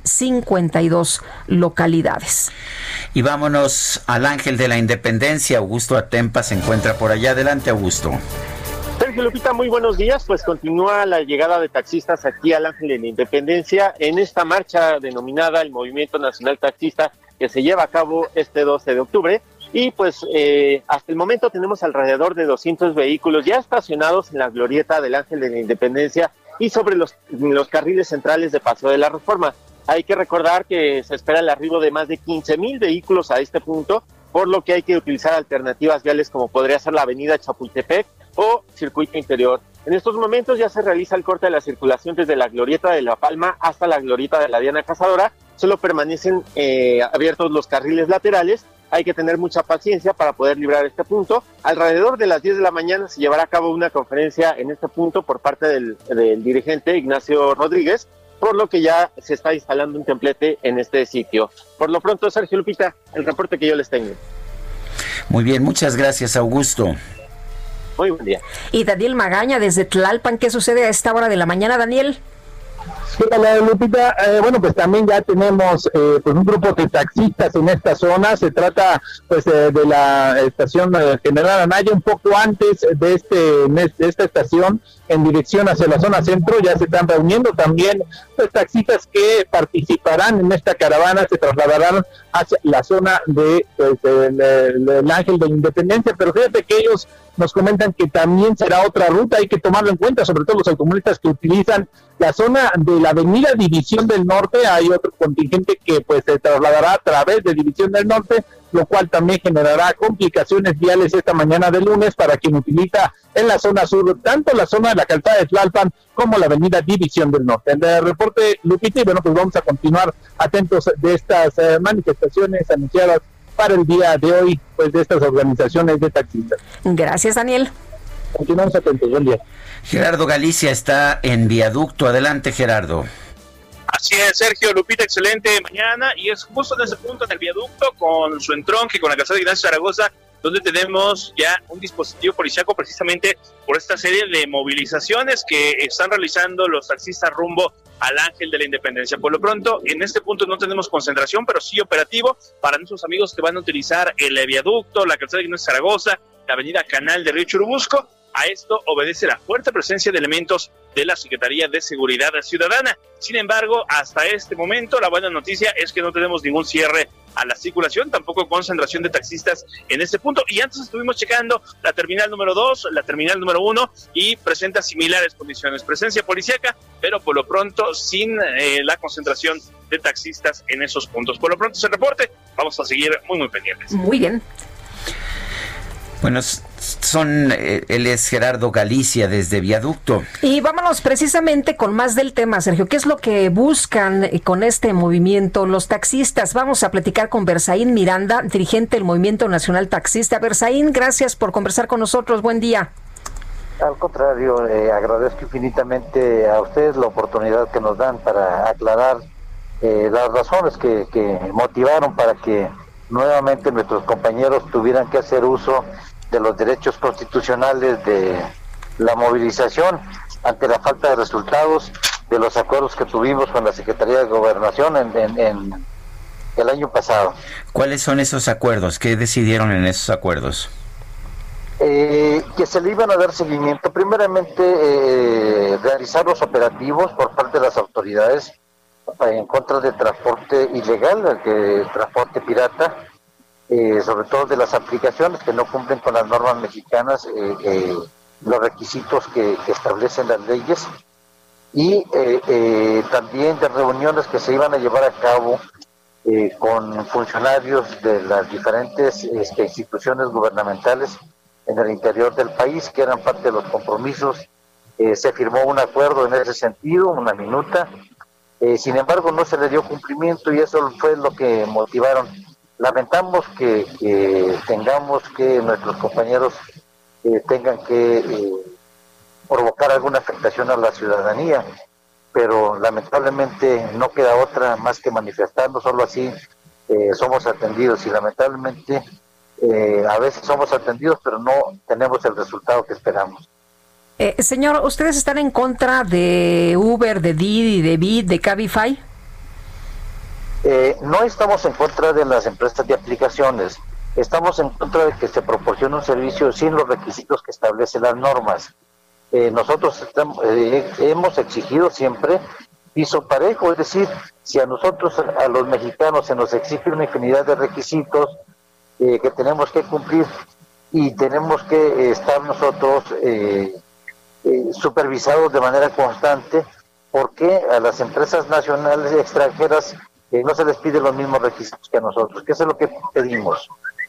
52 localidades. Y vámonos al Ángel de la Independencia. Augusto Atempa se encuentra por allá. Adelante, Augusto. Sergio, Lupita, muy buenos días. Pues continúa la llegada de taxistas aquí al Ángel de la Independencia en esta marcha denominada el Movimiento Nacional Taxista, que se lleva a cabo este 12 de octubre. Y pues hasta el momento tenemos alrededor de 200 vehículos ya estacionados en la glorieta del Ángel de la Independencia y sobre los carriles centrales de Paseo de la Reforma. Hay que recordar que se espera el arribo de más de 15,000 vehículos a este punto, por lo que hay que utilizar alternativas viales como podría ser la avenida Chapultepec o circuito interior. En estos momentos ya se realiza el corte de la circulación desde la glorieta de La Palma hasta la glorieta de la Diana Cazadora. Solo permanecen abiertos los carriles laterales. Hay que tener mucha paciencia para poder librar este punto. Alrededor de las 10 de la mañana se llevará a cabo una conferencia en este punto por parte del dirigente Ignacio Rodríguez, por lo que ya se está instalando un templete en este sitio. Por lo pronto, Sergio, Lupita, el reporte que yo les tengo. Muy bien, muchas gracias, Augusto. Muy buen día. Y Daniel Magaña desde Tlalpan, ¿qué sucede a esta hora de la mañana, Daniel? ¿Qué tal, Lupita? Bueno, pues también ya tenemos pues un grupo de taxistas en esta zona. Se trata pues de la estación General Anaya, un poco antes de esta estación, en dirección hacia la zona centro. Ya se están reuniendo también pues taxistas que participarán en esta caravana, se trasladarán hacia la zona de del Ángel de Independencia, pero fíjate que ellos nos comentan que también será otra ruta, hay que tomarlo en cuenta, sobre todo los automovilistas que utilizan la zona de la avenida División del Norte. Hay otro contingente que pues se trasladará a través de División del Norte, lo cual también generará complicaciones viales esta mañana de lunes para quien utiliza en la zona sur, tanto la zona de la calzada de Tlalpan como la avenida División del Norte. En el reporte, Lupita, y bueno, pues vamos a continuar atentos de estas manifestaciones anunciadas para el día de hoy, pues de estas organizaciones de taxistas. Gracias, Daniel. Continuamos atentos, buen día. Gerardo Galicia está en Viaducto. Adelante, Gerardo. Así es, Sergio, Lupita, excelente mañana, y es justo en ese punto, en el viaducto, con su entronque con la calzada de Ignacio Zaragoza, donde tenemos ya un dispositivo policíaco precisamente por esta serie de movilizaciones que están realizando los taxistas rumbo al Ángel de la Independencia. Por lo pronto, en este punto no tenemos concentración, pero sí operativo para nuestros amigos que van a utilizar el viaducto, la calzada de Ignacio Zaragoza, la avenida Canal de Río Churubusco. A esto obedece la fuerte presencia de elementos de la Secretaría de Seguridad Ciudadana. Sin embargo, hasta este momento, la buena noticia es que no tenemos ningún cierre a la circulación, tampoco concentración de taxistas en este punto. Y antes estuvimos checando la terminal número 2, la terminal número 1, y presenta similares condiciones. Presencia policíaca, pero por lo pronto sin la concentración de taxistas en esos puntos. Por lo pronto ese reporte, vamos a seguir muy pendientes. Muy bien. Bueno, él es Gerardo Galicia desde Viaducto. Y vámonos precisamente con más del tema, Sergio. ¿Qué es lo que buscan con este movimiento los taxistas? Vamos a platicar con Berzaín Miranda, dirigente del Movimiento Nacional Taxista. Berzaín, gracias por conversar con nosotros. Buen día. Al contrario, agradezco infinitamente a ustedes la oportunidad que nos dan para aclarar las razones que motivaron para que nuevamente nuestros compañeros tuvieran que hacer uso de los derechos constitucionales de la movilización ante la falta de resultados de los acuerdos que tuvimos con la Secretaría de Gobernación en el año pasado. ¿Cuáles son esos acuerdos? ¿Qué decidieron en esos acuerdos? Que se le iban a dar seguimiento. Primeramente, realizar los operativos por parte de las autoridades en contra del transporte ilegal, el transporte pirata, sobre todo de las aplicaciones que no cumplen con las normas mexicanas, los requisitos que establecen las leyes, y también de reuniones que se iban a llevar a cabo con funcionarios de las diferentes instituciones gubernamentales en el interior del país, que eran parte de los compromisos. Se firmó un acuerdo en ese sentido, una minuta. Sin embargo, no se le dio cumplimiento y eso fue lo que motivaron. Lamentamos que tengamos que nuestros compañeros tengan que provocar alguna afectación a la ciudadanía, pero lamentablemente no queda otra más que manifestarnos. Solo así somos atendidos, y lamentablemente a veces somos atendidos, pero no tenemos el resultado que esperamos. Señor, ¿ustedes están en contra de Uber, de Didi, de Bit, de Cabify? No estamos en contra de las empresas de aplicaciones. Estamos en contra de que se proporcione un servicio sin los requisitos que establecen las normas. Nosotros hemos exigido siempre piso parejo, es decir, si a nosotros, a los mexicanos, se nos exige una infinidad de requisitos que tenemos que cumplir, y tenemos que estar nosotros supervisados de manera constante, porque a las empresas nacionales y extranjeras no se les pide los mismos requisitos que a nosotros, que eso es lo que pedimos.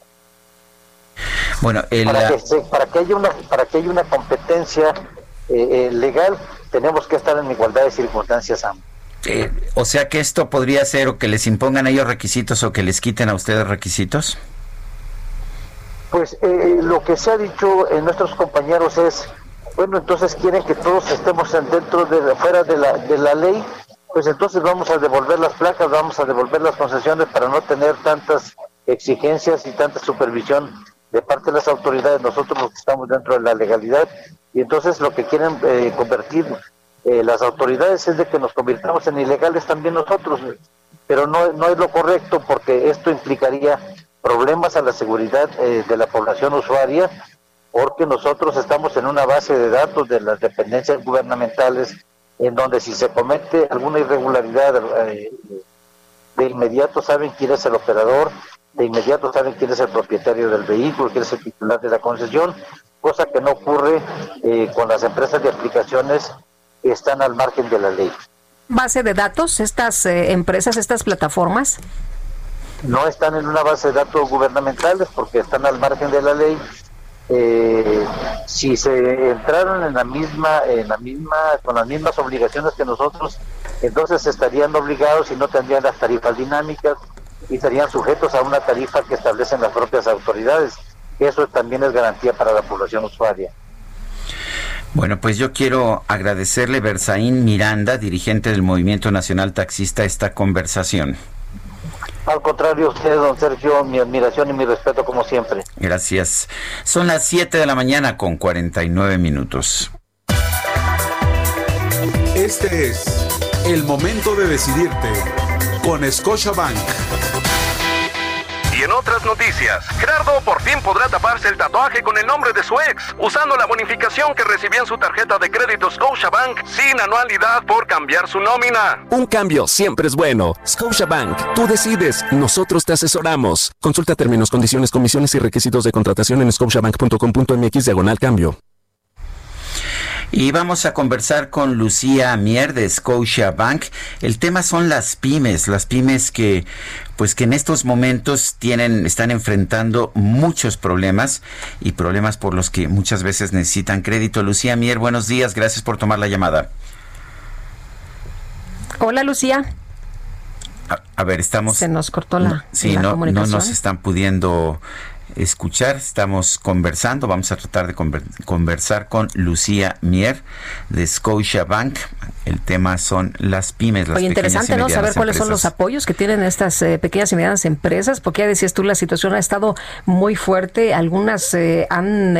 Bueno, para que haya una competencia legal, tenemos que estar en igualdad de circunstancias ambos. O sea que esto podría ser o que les impongan a ellos requisitos o que les quiten a ustedes requisitos. Pues lo que se ha dicho en nuestros compañeros es, bueno, entonces quieren que todos estemos fuera de la ley, pues entonces vamos a devolver las placas, vamos a devolver las concesiones para no tener tantas exigencias y tanta supervisión de parte de las autoridades, nosotros los que estamos dentro de la legalidad. Y entonces lo que quieren convertir las autoridades es de que nos convirtamos en ilegales también nosotros, pero no es lo correcto, porque esto implicaría problemas a la seguridad de la población usuaria, porque nosotros estamos en una base de datos de las dependencias gubernamentales, en donde si se comete alguna irregularidad, de inmediato saben quién es el operador, de inmediato saben quién es el propietario del vehículo, quién es el titular de la concesión, cosa que no ocurre con las empresas de aplicaciones que están al margen de la ley. ¿Base de datos estas empresas, estas plataformas? No están en una base de datos gubernamentales porque están al margen de la ley. Si se entraron con las mismas obligaciones que nosotros, entonces estarían obligados y no tendrían las tarifas dinámicas y estarían sujetos a una tarifa que establecen las propias autoridades. Eso también es garantía para la población usuaria. Bueno, pues yo quiero agradecerle, Berzaín Miranda, dirigente del Movimiento Nacional Taxista, esta conversación. Al contrario, usted, don Sergio, mi admiración y mi respeto como siempre. Gracias. Son las 7 de la mañana con 49 minutos. Este es el momento de decidirte con Scotiabank. Y en otras noticias, Gerardo por fin podrá taparse el tatuaje con el nombre de su ex, usando la bonificación que recibía en su tarjeta de crédito Scotiabank sin anualidad por cambiar su nómina. Un cambio siempre es bueno. Scotiabank, tú decides, nosotros te asesoramos. Consulta términos, condiciones, comisiones y requisitos de contratación en scotiabank.com.mx/cambio. Y vamos a conversar con Lucía Mier de Scotiabank. El tema son las pymes que en estos momentos están enfrentando muchos problemas y problemas por los que muchas veces necesitan crédito. Lucía Mier, buenos días, gracias por tomar la llamada. Hola, Lucía. A ver, se nos cortó la comunicación. No nos están pudiendo escuchar, estamos conversando, vamos a tratar de conversar con Lucía Mier de Scotiabank. El tema son las pymes, las pequeñas interesante, y medianas saber cuáles empresas. son los apoyos que tienen estas pequeñas y medianas empresas, porque ya decías tú, la situación ha estado muy fuerte, algunas han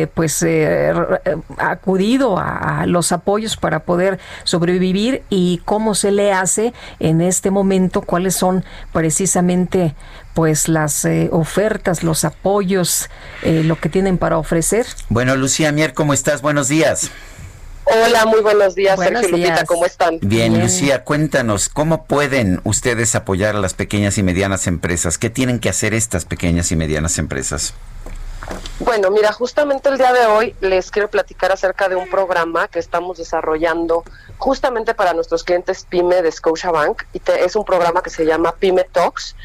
acudido a los apoyos para poder sobrevivir, y cómo se le hace en este momento, cuáles son precisamente las ofertas, los apoyos, lo que tienen para ofrecer. Bueno, Lucía Mier, ¿cómo estás? Buenos días. Hola, muy buenos días, Buenos Sergio, días. Lupita, ¿cómo están? Bien, Lucía, cuéntanos, ¿cómo pueden ustedes apoyar a las pequeñas y medianas empresas? ¿Qué tienen que hacer estas pequeñas y medianas empresas? Bueno, mira, justamente el día de hoy les quiero platicar acerca de un programa que estamos desarrollando justamente para nuestros clientes PYME de Scotiabank, y es un programa que se llama PYME Talks.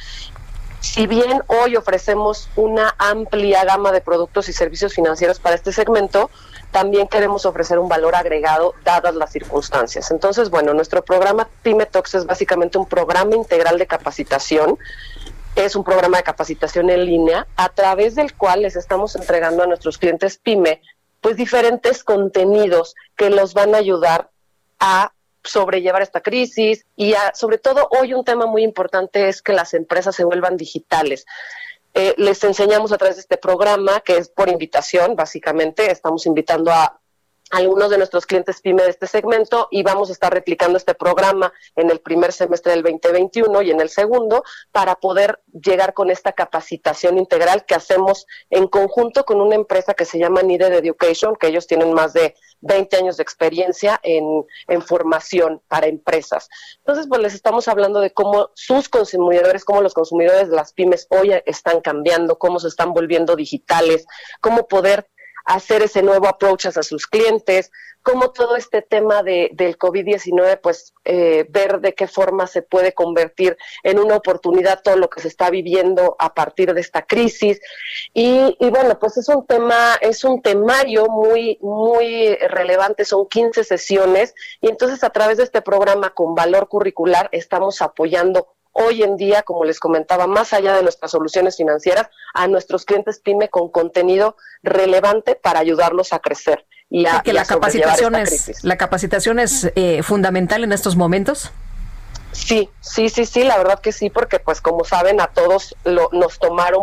Si bien hoy ofrecemos una amplia gama de productos y servicios financieros para este segmento, también queremos ofrecer un valor agregado dadas las circunstancias. Entonces, bueno, nuestro programa PYME Talks es básicamente un programa integral de capacitación. Es un programa de capacitación en línea a través del cual les estamos entregando a nuestros clientes PYME diferentes contenidos que los van a ayudar a sobrellevar esta crisis, y sobre todo hoy un tema muy importante es que las empresas se vuelvan digitales. Les enseñamos a través de este programa, que es por invitación, básicamente estamos invitando a algunos de nuestros clientes PYME de este segmento, y vamos a estar replicando este programa en el primer semestre del 2021 y en el segundo, para poder llegar con esta capacitación integral que hacemos en conjunto con una empresa que se llama Needed Education, que ellos tienen más de 20 años de experiencia en formación para empresas. Entonces, les estamos hablando de cómo sus consumidores, cómo los consumidores de las pymes hoy están cambiando, cómo se están volviendo digitales, cómo poder hacer ese nuevo approach a sus clientes, cómo todo este tema del COVID-19, ver de qué forma se puede convertir en una oportunidad todo lo que se está viviendo a partir de esta crisis. Y bueno, es un temario muy, muy relevante, son 15 sesiones, y entonces a través de este programa con valor curricular estamos apoyando hoy en día, como les comentaba, más allá de nuestras soluciones financieras, a nuestros clientes PYME con contenido relevante para ayudarlos a crecer y a capacitación es fundamental en estos momentos. Sí, la verdad que sí, porque como saben, a todos nos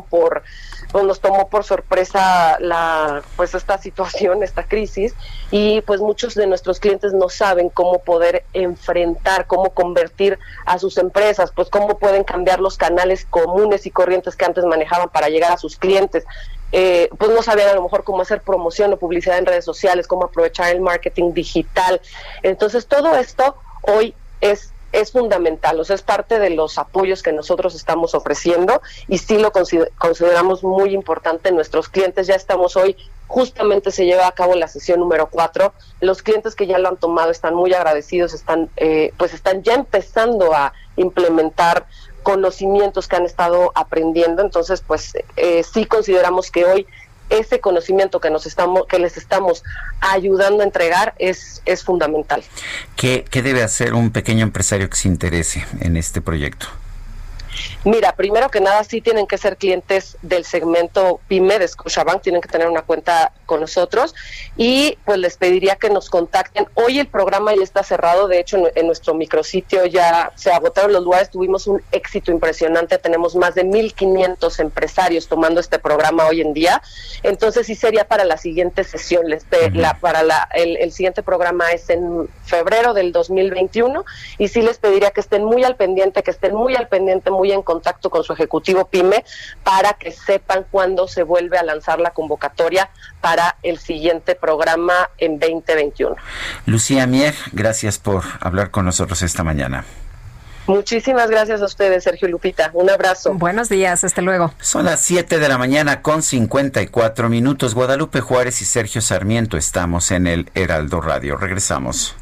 tomó por sorpresa esta situación, esta crisis, y muchos de nuestros clientes no saben cómo poder enfrentar, cómo convertir a sus empresas, cómo pueden cambiar los canales comunes y corrientes que antes manejaban para llegar a sus clientes. No sabían a lo mejor cómo hacer promoción o publicidad en redes sociales, cómo aprovechar el marketing digital. Entonces, todo esto hoy es fundamental, es parte de los apoyos que nosotros estamos ofreciendo, y sí lo consideramos muy importante. Nuestros clientes ya estamos hoy, justamente se lleva a cabo la sesión número 4, los clientes que ya lo han tomado están muy agradecidos, están ya empezando a implementar conocimientos que han estado aprendiendo. Entonces, sí consideramos que hoy ese conocimiento que les estamos ayudando a entregar es fundamental. ¿Qué debe hacer un pequeño empresario que se interese en este proyecto? Mira, primero que nada, sí tienen que ser clientes del segmento PYME de Scotiabank, tienen que tener una cuenta con nosotros y pues les pediría que nos contacten. Hoy el programa ya está cerrado, de hecho en nuestro micrositio ya se agotaron los lugares, tuvimos un éxito impresionante, tenemos más de 1,500 empresarios tomando este programa hoy en día, entonces sí sería para la siguiente sesión, el siguiente programa es en febrero del 2021 y sí les pediría que estén muy al pendiente, muy en contacto con su ejecutivo PYME para que sepan cuándo se vuelve a lanzar la convocatoria para el siguiente programa en 2021. Lucía Mier, gracias por hablar con nosotros esta mañana. Muchísimas gracias a ustedes, Sergio, Lupita. Un abrazo. Buenos días, hasta luego. Son las 7 de la mañana con 54 minutos. Guadalupe Juárez y Sergio Sarmiento estamos en el Heraldo Radio. Regresamos.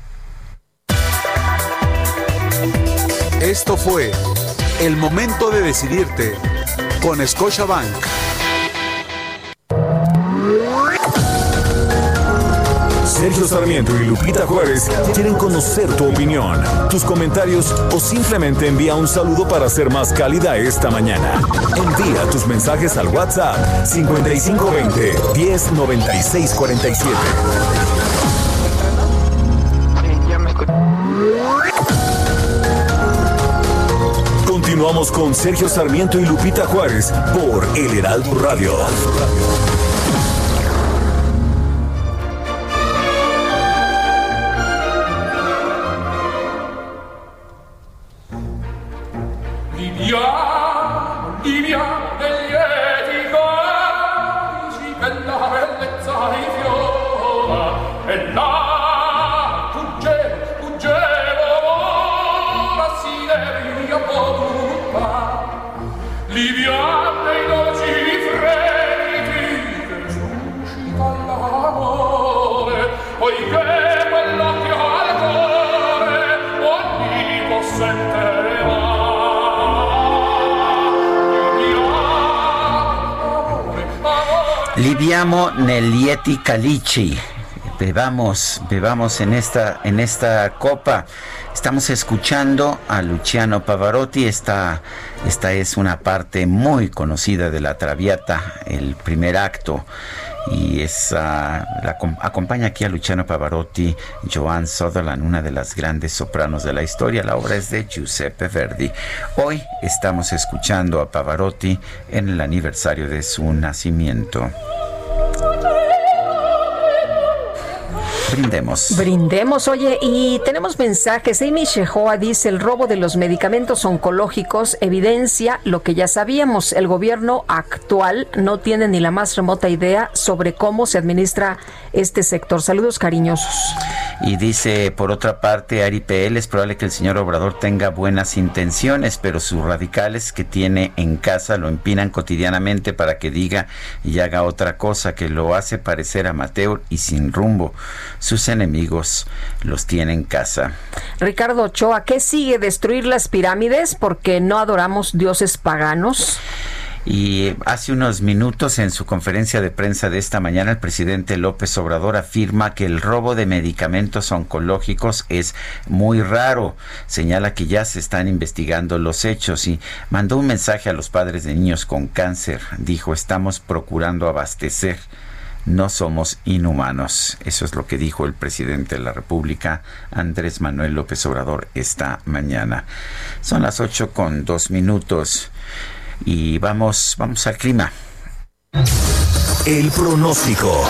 Esto fue El Momento de Decidirte con Scotiabank. Sergio Sarmiento y Lupita Juárez quieren conocer tu opinión, tus comentarios o simplemente envía un saludo para ser más cálida esta mañana. Envía tus mensajes al WhatsApp 5520 109647. Continuamos con Sergio Sarmiento y Lupita Juárez por El Heraldo Radio. Liviamo Nelieti Calici. Bebamos en esta copa. Estamos escuchando a Luciano Pavarotti. Esta es una parte muy conocida de la Traviata, el primer acto. Y acompaña aquí a Luciano Pavarotti, Joan Sutherland, una de las grandes sopranos de la historia. La obra es de Giuseppe Verdi. Hoy estamos escuchando a Pavarotti en el aniversario de su nacimiento. Brindemos, oye, y tenemos mensajes. Amy Shehoa dice: el robo de los medicamentos oncológicos evidencia lo que ya sabíamos. El gobierno actual no tiene ni la más remota idea sobre cómo se administra este sector. Saludos cariñosos. Y dice, por otra parte, Ari PL, es probable que el señor Obrador tenga buenas intenciones, pero sus radicales que tiene en casa lo empinan cotidianamente para que diga y haga otra cosa que lo hace parecer amateur y sin rumbo. Sus enemigos los tiene en casa. Ricardo Ochoa, ¿qué sigue? ¿Destruir las pirámides porque no adoramos dioses paganos? Y hace unos minutos, en su conferencia de prensa de esta mañana, el presidente López Obrador afirma que el robo de medicamentos oncológicos es muy raro. Señala que ya se están investigando los hechos y mandó un mensaje a los padres de niños con cáncer. Dijo: estamos procurando abastecer. No somos inhumanos. Eso es lo que dijo el presidente de la República, Andrés Manuel López Obrador, esta mañana. Son las 8:02. Y vamos al clima. El pronóstico.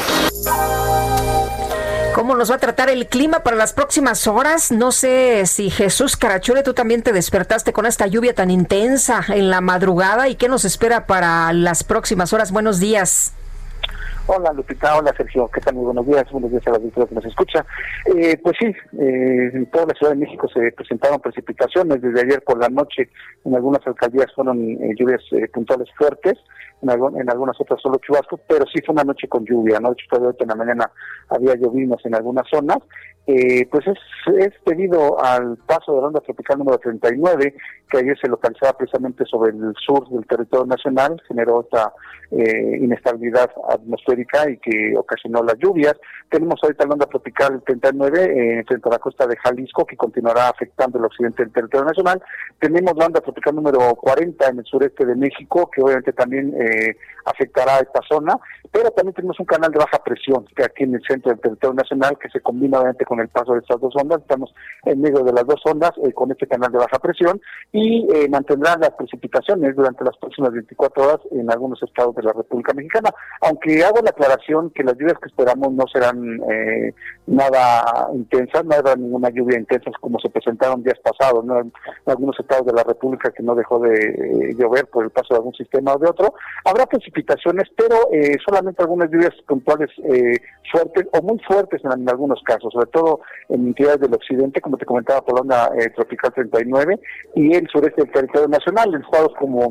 ¿Cómo nos va a tratar el clima para las próximas horas? No sé si Jesús Carachure, tú también te despertaste con esta lluvia tan intensa en la madrugada. ¿Y qué nos espera para las próximas horas? Buenos días. Hola Lupita, hola Sergio, ¿qué tal? Muy buenos días a la audiencia que nos escucha. Pues sí, en toda la Ciudad de México se presentaron precipitaciones desde ayer por la noche. En algunas alcaldías fueron lluvias puntuales fuertes. en algunas otras solo chubascos, pero sí fue una noche con lluvia, ¿no? De hecho, todavía en la mañana había llovinos en algunas zonas. Pues es debido al paso de la onda tropical número 39, que ayer se localizaba precisamente sobre el sur del territorio nacional, generó esta inestabilidad atmosférica y que ocasionó las lluvias. Tenemos ahorita la onda tropical 39 frente a la costa de Jalisco, que continuará afectando el occidente del territorio nacional. Tenemos la onda tropical número 40 en el sureste de México, que obviamente también afectará a esta zona, pero también tenemos un canal de baja presión que aquí en el centro del territorio nacional, que se combina obviamente con el paso de estas dos ondas. Estamos en medio de las dos ondas con este canal de baja presión y mantendrán las precipitaciones durante las próximas 24 horas en algunos estados de la República Mexicana, aunque hago la aclaración que las lluvias que esperamos no serán nada intensas, no habrá ninguna lluvia intensa como se presentaron días pasados, ¿no? En algunos estados de la República que no dejó de llover por el paso de algún sistema o de otro. Habrá precipitaciones, pero solamente algunas lluvias puntuales fuertes o muy fuertes en algunos casos, sobre todo en entidades del occidente, como te comentaba, por la onda tropical 39, y el sureste del territorio nacional, en estados como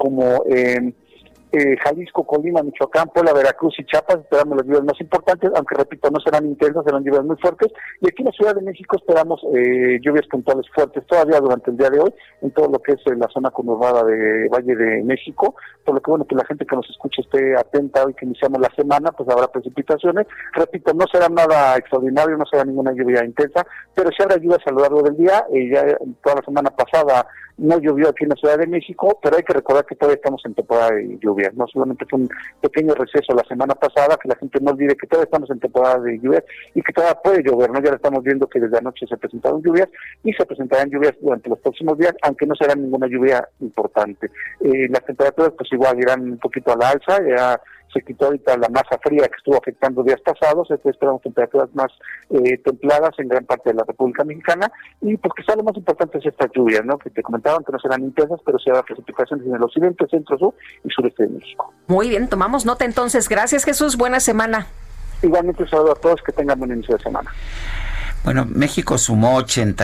Jalisco, Colima, Michoacán, Puebla, Veracruz y Chiapas. Esperamos las lluvias más importantes, aunque repito, no serán intensas, serán lluvias muy fuertes. Y aquí en la Ciudad de México esperamos lluvias puntuales fuertes todavía durante el día de hoy, en todo lo que es la zona conurbada de Valle de México, por lo que bueno, que la gente que nos escuche esté atenta hoy que iniciamos la semana, pues habrá precipitaciones. Repito, no será nada extraordinario, no será ninguna lluvia intensa, pero sí habrá lluvias a lo largo del día. Ya toda la semana pasada no llovió aquí en la Ciudad de México, pero hay que recordar que todavía estamos en temporada de lluvia. No solamente fue un pequeño receso la semana pasada, que la gente no olvide que todavía estamos en temporada de lluvias y que todavía puede llover, ¿no? Ya lo estamos viendo que desde anoche se presentaron lluvias y se presentarán lluvias durante los próximos días, aunque no será ninguna lluvia importante. Las temperaturas pues igual irán un poquito a la alza, ya se quitó ahorita la masa fría que estuvo afectando días pasados, esperamos temperaturas más templadas en gran parte de la República Mexicana, y pues quizá lo más importante es estas lluvias, ¿no? Que te comentaban que no serán intensas, pero sí habrá precipitaciones en el occidente, centro, sur y sureste de México. Muy bien, tomamos nota entonces. Gracias, Jesús, buena semana. Igualmente un saludo a todos, que tengan buen inicio de semana. Bueno, México sumó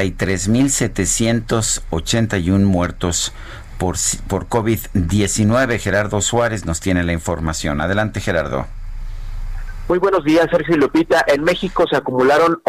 83,781 muertos por COVID-19. Gerardo Suárez nos tiene la información. Adelante, Gerardo. Muy buenos días, Sergio y Lupita. En México se acumularon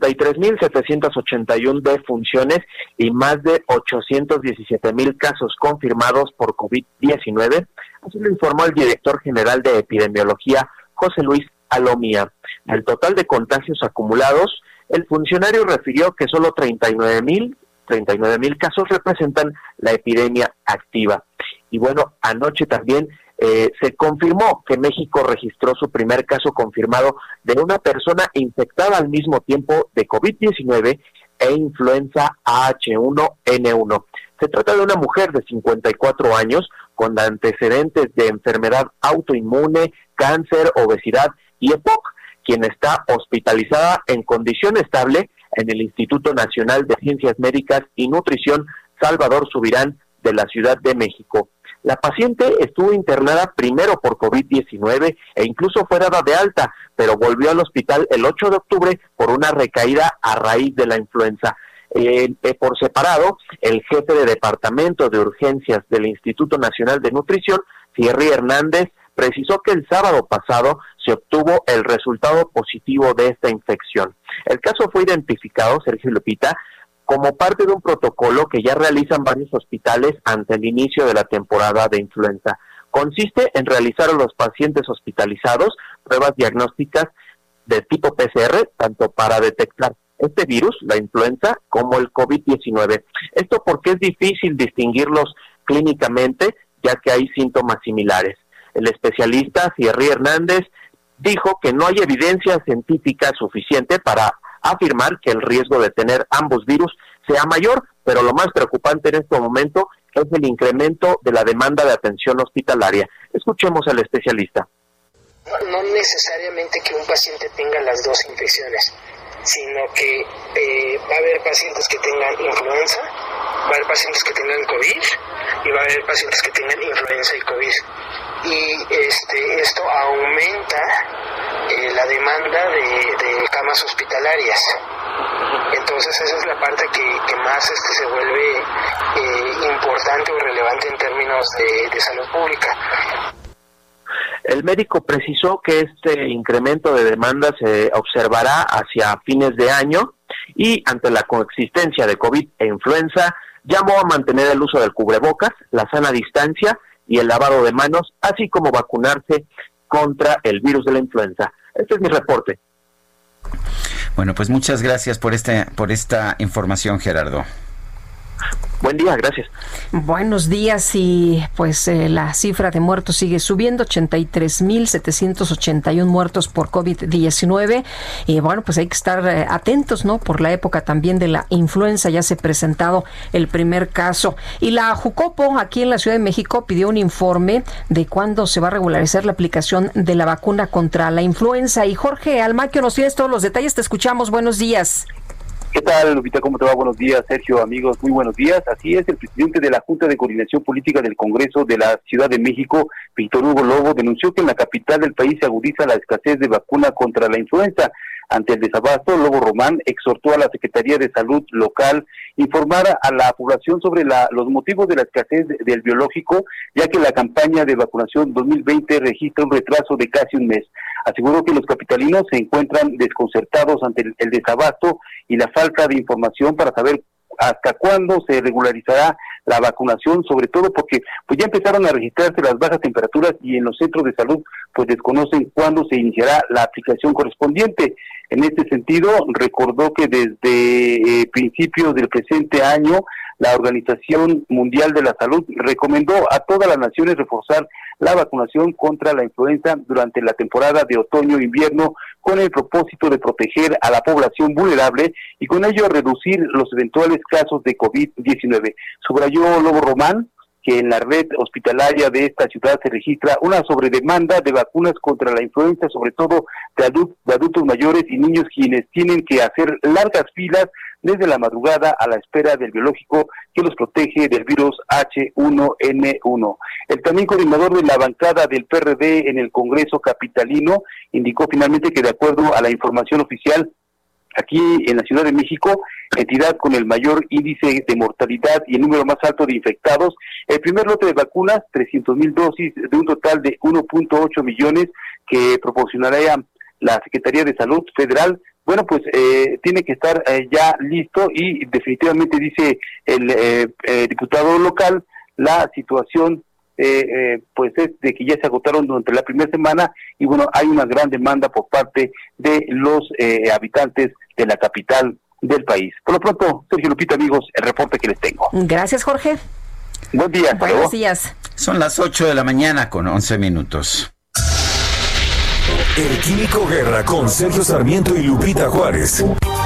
83,781 defunciones y más de 817,000 casos confirmados por COVID-19. Así lo informó el director general de epidemiología, José Luis Alomía. Al total de contagios acumulados, el funcionario refirió que solo 39,000 casos representan la epidemia activa. Y bueno, anoche también se confirmó que México registró su primer caso confirmado de una persona infectada al mismo tiempo de COVID-19 e influenza H1N1. Se trata de una mujer de 54 años con antecedentes de enfermedad autoinmune, cáncer, obesidad y EPOC, quien está hospitalizada en condición estable en el Instituto Nacional de Ciencias Médicas y Nutrición Salvador Subirán de la Ciudad de México. La paciente estuvo internada primero por COVID-19 e incluso fue dada de alta, pero volvió al hospital el 8 de octubre por una recaída a raíz de la influenza. Por separado, el jefe de Departamento de Urgencias del Instituto Nacional de Nutrición, Thierry Hernández, precisó que el sábado pasado se obtuvo el resultado positivo de esta infección. El caso fue identificado, Sergio y Lupita, como parte de un protocolo que ya realizan varios hospitales ante el inicio de la temporada de influenza. Consiste en realizar a los pacientes hospitalizados pruebas diagnósticas de tipo PCR, tanto para detectar este virus, la influenza, como el COVID-19. Esto porque es difícil distinguirlos clínicamente, ya que hay síntomas similares. El especialista Thierry Hernández dijo que no hay evidencia científica suficiente para afirmar que el riesgo de tener ambos virus sea mayor, pero lo más preocupante en este momento es el incremento de la demanda de atención hospitalaria. Escuchemos al especialista. No necesariamente que un paciente tenga las dos infecciones, sino que va a haber pacientes que tengan influenza, va a haber pacientes que tengan COVID y va a haber pacientes que tengan influenza y COVID. Y esto aumenta la demanda de camas hospitalarias. Entonces esa es la parte que más se vuelve importante o relevante en términos de salud pública. El médico precisó que este incremento de demanda se observará hacia fines de año y ante la coexistencia de COVID e influenza, llamó a mantener el uso del cubrebocas, la sana distancia y el lavado de manos, así como vacunarse contra el virus de la influenza. Este es mi reporte. Bueno, pues muchas gracias por esta información, Gerardo. Buen día, gracias. Buenos días, y pues la cifra de muertos sigue subiendo, 83,781 muertos por COVID-19. Y bueno, pues hay que estar atentos, ¿no? Por la época también de la influenza, ya se ha presentado el primer caso. Y la Jucopo, aquí en la Ciudad de México, pidió un informe de cuándo se va a regularizar la aplicación de la vacuna contra la influenza. Y Jorge Almaquio, nos tienes todos los detalles, te escuchamos, buenos días. ¿Qué tal, Lupita? ¿Cómo te va? Buenos días, Sergio, amigos, muy buenos días. Así es, el presidente de la Junta de Coordinación Política del Congreso de la Ciudad de México, Víctor Hugo Lobo, denunció que en la capital del país se agudiza la escasez de vacuna contra la influenza. Ante el desabasto, Lobo Román exhortó a la Secretaría de Salud local informar a la población sobre los motivos de la escasez del biológico, ya que la campaña de vacunación 2020 registra un retraso de casi un mes. Aseguró que los capitalinos se encuentran desconcertados ante el desabasto y la falta de información para saber hasta cuándo se regularizará la vacunación, sobre todo porque pues ya empezaron a registrarse las bajas temperaturas y en los centros de salud pues desconocen cuándo se iniciará la aplicación correspondiente. En este sentido, recordó que desde principios del presente año, la Organización Mundial de la Salud recomendó a todas las naciones reforzar la vacunación contra la influenza durante la temporada de otoño-invierno con el propósito de proteger a la población vulnerable y con ello reducir los eventuales casos de COVID-19. Subrayó Lobo Román que en la red hospitalaria de esta ciudad se registra una sobredemanda de vacunas contra la influenza, sobre todo de adultos mayores y niños, quienes tienen que hacer largas filas desde la madrugada a la espera del biológico que los protege del virus H1N1. El también coordinador de la bancada del PRD en el Congreso capitalino indicó finalmente que de acuerdo a la información oficial, aquí en la Ciudad de México, entidad con el mayor índice de mortalidad y el número más alto de infectados, el primer lote de vacunas, 300,000 dosis de un total de 1.8 millones que proporcionará la Secretaría de Salud Federal, bueno, pues tiene que estar ya listo y definitivamente dice el diputado local, la situación pues es de que ya se agotaron durante la primera semana y bueno, hay una gran demanda por parte de los habitantes de la capital del país. Por lo pronto, Sergio, Lupita, amigos, el reporte que les tengo. Gracias, Jorge. Buen día. Buenos días. Son las 8 de la mañana con 11 minutos. El Químico Guerra con Sergio Sarmiento y Lupita Juárez.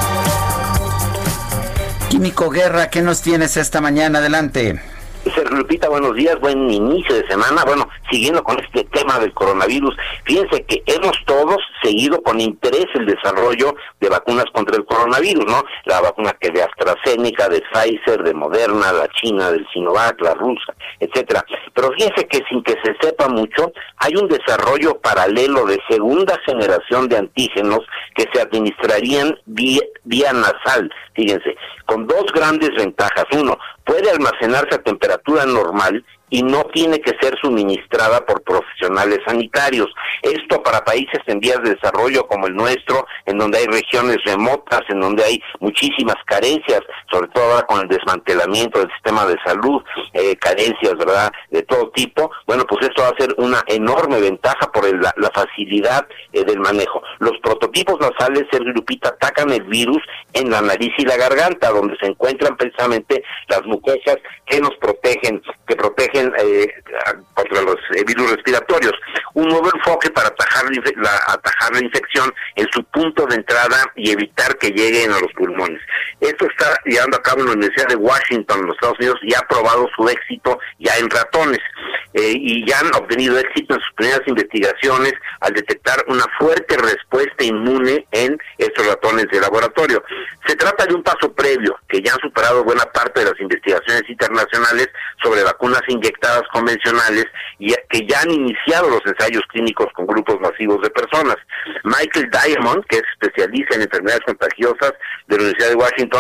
Químico Guerra, ¿qué nos tienes esta mañana? Adelante. Sergio, Lupita, buenos días, buen inicio de semana. Bueno, siguiendo con este tema del coronavirus, fíjense que hemos todos seguido con interés el desarrollo de vacunas contra el coronavirus, ¿no? La vacuna que de AstraZeneca, de Pfizer, de Moderna, la China, del Sinovac, la rusa, etcétera. Pero fíjense que sin que se sepa mucho, hay un desarrollo paralelo de segunda generación de antígenos que se administrarían vía nasal, fíjense, con dos grandes ventajas. Uno, puede almacenarse a temperatura normal y no tiene que ser suministrada por profesionales sanitarios. Esto para países en vías de desarrollo como el nuestro, en donde hay regiones remotas, en donde hay muchísimas carencias, sobre todo ahora con el desmantelamiento del sistema de salud, carencias, ¿verdad?, de todo tipo. Bueno, pues esto va a ser una enorme ventaja por la facilidad del manejo. Los prototipos nasales, Sergio, Lupita, atacan el virus en la nariz y la garganta, donde se encuentran precisamente las mucosas que nos protegen, contra los virus respiratorios. Un nuevo enfoque para atajar la infección en su punto de entrada y evitar que lleguen a los pulmones. Esto está llevando a cabo en la Universidad de Washington, en los Estados Unidos, y ha probado su éxito ya en ratones. Y ya han obtenido éxito en sus primeras investigaciones al detectar una fuerte respuesta inmune en estos ratones de laboratorio. Se trata de un paso previo, que ya han superado buena parte de las investigaciones internacionales sobre vacunas inyectadas convencionales y que ya han iniciado los ensayos clínicos con grupos masivos de personas. Michael Diamond, que es especialista en enfermedades contagiosas de la Universidad de Washington,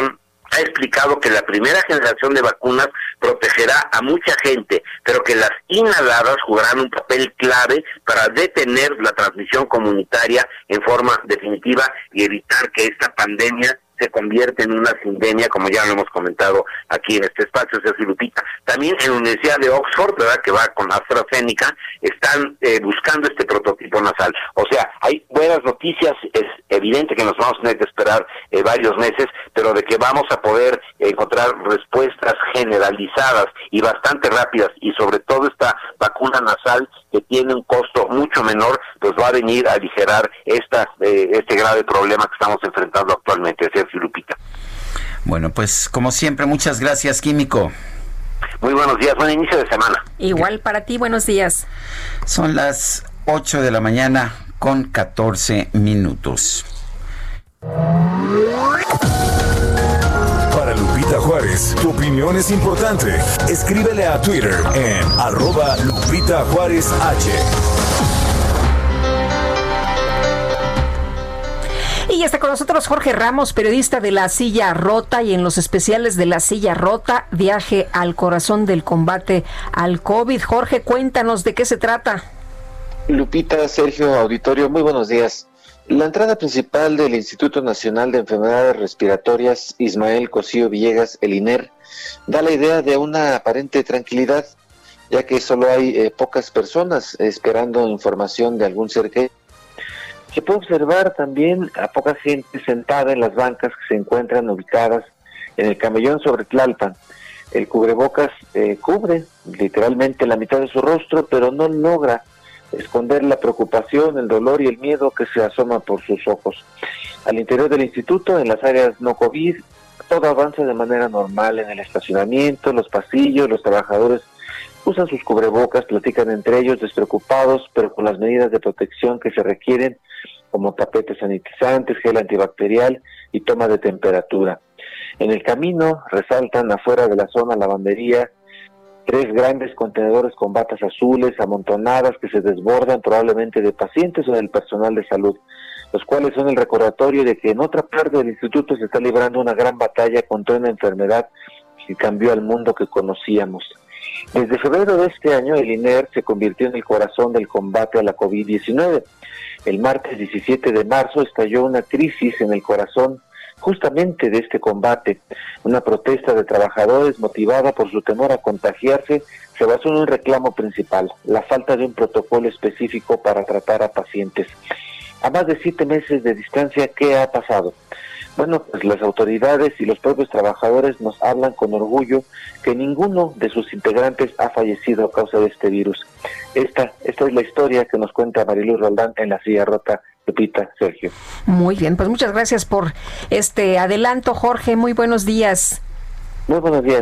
ha explicado que la primera generación de vacunas protegerá a mucha gente, pero que las inhaladas jugarán un papel clave para detener la transmisión comunitaria en forma definitiva y evitar que esta pandemia se convierte en una sindemia, como ya lo hemos comentado aquí en este espacio, Sergio Lupita. También en la Universidad de Oxford, ¿verdad?, que va con AstraZeneca, están buscando este prototipo nasal. O sea, hay buenas noticias, es evidente que nos vamos a tener que esperar varios meses, pero de que vamos a poder encontrar respuestas generalizadas y bastante rápidas, y sobre todo esta vacuna nasal que tiene un costo mucho menor, pues va a venir a aligerar este grave problema que estamos enfrentando actualmente, Sergio Lupita. Bueno, pues como siempre, muchas gracias, Químico. Muy buenos días, buen inicio de semana. Igual para ti, buenos días. Son las 8 de la mañana con 14 minutos. Para Lupita Juárez, tu opinión es importante. Escríbele a Twitter en @LupitaJuárezH. Y está con nosotros Jorge Ramos, periodista de La Silla Rota, y en los especiales de La Silla Rota, Viaje al Corazón del Combate al COVID. Jorge, cuéntanos de qué se trata. Lupita, Sergio, auditorio, muy buenos días. La entrada principal del Instituto Nacional de Enfermedades Respiratorias, Ismael Cosío Villegas, el INER, da la idea de una aparente tranquilidad, ya que solo hay pocas personas esperando información de algún ser que se puede observar también a poca gente sentada en las bancas que se encuentran ubicadas en el camellón sobre Tlalpan. El cubrebocas cubre literalmente la mitad de su rostro, pero no logra esconder la preocupación, el dolor y el miedo que se asoma por sus ojos. Al interior del instituto, en las áreas no COVID, todo avanza de manera normal en el estacionamiento, los pasillos, los trabajadores usan sus cubrebocas, platican entre ellos despreocupados, pero con las medidas de protección que se requieren, como tapetes sanitizantes, gel antibacterial y toma de temperatura. En el camino resaltan afuera de la zona lavandería 3 grandes contenedores con batas azules amontonadas que se desbordan probablemente de pacientes o del personal de salud, los cuales son el recordatorio de que en otra parte del instituto se está librando una gran batalla contra una enfermedad que cambió al mundo que conocíamos. Desde febrero de este año, el INER se convirtió en el corazón del combate a la COVID-19. El martes 17 de marzo estalló una crisis en el corazón justamente de este combate. Una protesta de trabajadores motivada por su temor a contagiarse se basó en un reclamo principal: la falta de un protocolo específico para tratar a pacientes. A más de 7 meses de distancia, ¿qué ha pasado? Bueno, pues las autoridades y los propios trabajadores nos hablan con orgullo que ninguno de sus integrantes ha fallecido a causa de este virus. Esta es la historia que nos cuenta Mariluz Roldán en La Silla Rota. Lupita, Sergio. Muy bien, pues muchas gracias por este adelanto, Jorge. Muy buenos días. Muy buenos días.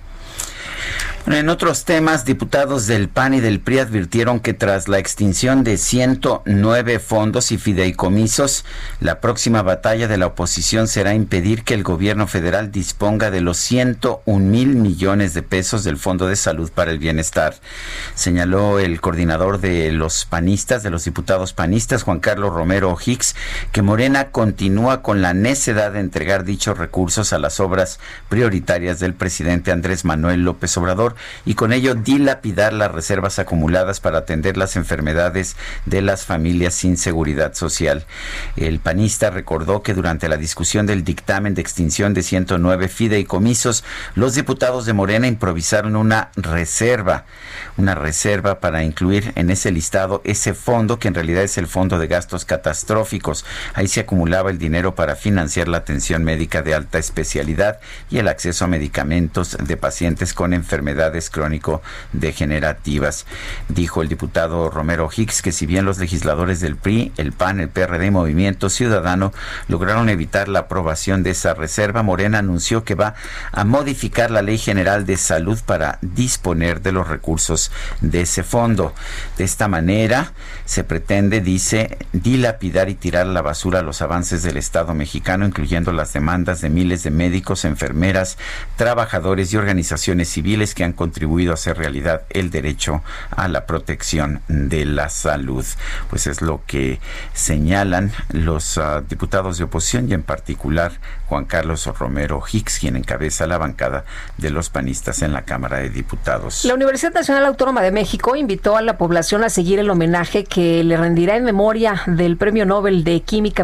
En otros temas, diputados del PAN y del PRI advirtieron que tras la extinción de 109 fondos y fideicomisos, la próxima batalla de la oposición será impedir que el gobierno federal disponga de los 101,000 millones de pesos del Fondo de Salud para el Bienestar. Señaló el coordinador de los panistas, de los diputados panistas, Juan Carlos Romero Hicks, que Morena continúa con la necedad de entregar dichos recursos a las obras prioritarias del presidente Andrés Manuel López Obrador, y con ello dilapidar las reservas acumuladas para atender las enfermedades de las familias sin seguridad social. El panista recordó que durante la discusión del dictamen de extinción de 109 fideicomisos, los diputados de Morena improvisaron una reserva para incluir en ese listado ese fondo, que en realidad es el Fondo de Gastos Catastróficos. Ahí se acumulaba el dinero para financiar la atención médica de alta especialidad y el acceso a medicamentos de pacientes con enfermedades crónico-degenerativas. Dijo el diputado Romero Hicks que si bien los legisladores del PRI, el PAN, el PRD y Movimiento Ciudadano lograron evitar la aprobación de esa reserva, Morena anunció que va a modificar la Ley General de Salud para disponer de los recursos de ese fondo. De esta manera se pretende, dice, dilapidar y tirar a la basura los avances del Estado mexicano, incluyendo las demandas de miles de médicos, enfermeras, trabajadores y organizaciones civiles que han contribuido a hacer realidad el derecho a la protección de la salud. Pues es lo que señalan los diputados de oposición y en particular Juan Carlos Romero Hicks, quien encabeza la bancada de los panistas en la Cámara de Diputados. La Universidad Nacional Autónoma de México invitó a la población a seguir el homenaje que le rendirá en memoria del Premio Nobel de Química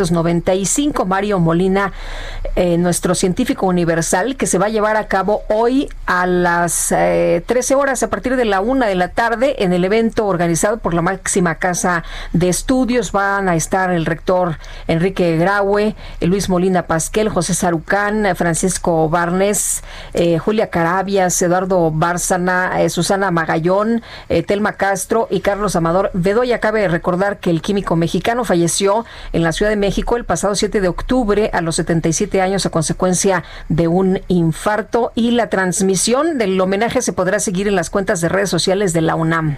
1995, Mario Molina, nuestro científico universal, que se va a llevar a cabo hoy a las 13 horas a partir de la 1 de la tarde en el evento organizado por la máxima casa de estudios. Van a estar el rector Enrique Graue, Luis Molina Pasquel, José Sarucán, Francisco Barnes, Julia Carabias, Eduardo Bárcena, Susana Magallón, Telma Castro y Carlos Amador Bedoya. Cabe recordar que el químico mexicano falleció en la Ciudad de México el pasado 7 de octubre a los 77 años a consecuencia de un infarto, y la transmisión del homenaje se podrá seguir en las cuentas de redes sociales de la UNAM.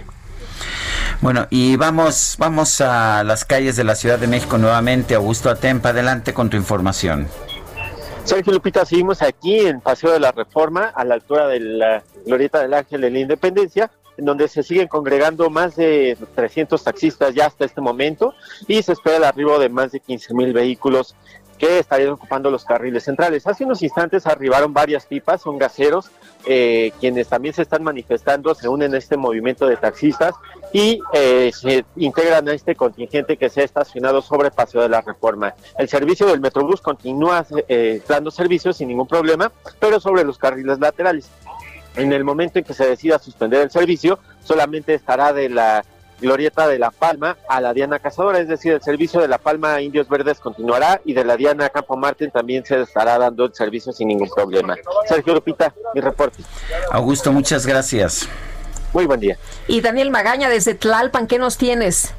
Bueno, y vamos a las calles de la Ciudad de México nuevamente. Augusto Atempa, adelante con tu información. Sergio, Lupita, seguimos aquí en Paseo de la Reforma, a la altura de la Glorieta del Ángel de la Independencia, en donde se siguen congregando más de 300 taxistas ya hasta este momento, y se espera el arribo de más de 15,000 vehículos que estarían ocupando los carriles centrales. Hace unos instantes arribaron varias pipas, son gaseros, quienes también se están manifestando, se unen a este movimiento de taxistas y se integran a este contingente que se ha estacionado sobre Paseo de la Reforma. El servicio del Metrobús continúa dando servicio sin ningún problema, pero sobre los carriles laterales. En el momento en que se decida suspender el servicio, solamente estará de la Glorieta de La Palma a la Diana Cazadora, es decir, el servicio de La Palma a Indios Verdes continuará, y de la Diana a Campo Marte también se estará dando el servicio sin ningún problema. Sergio, Lupita, mi reporte. Augusto, muchas gracias. Muy buen día. Y Daniel Magaña, desde Tlalpan, ¿qué nos tienes?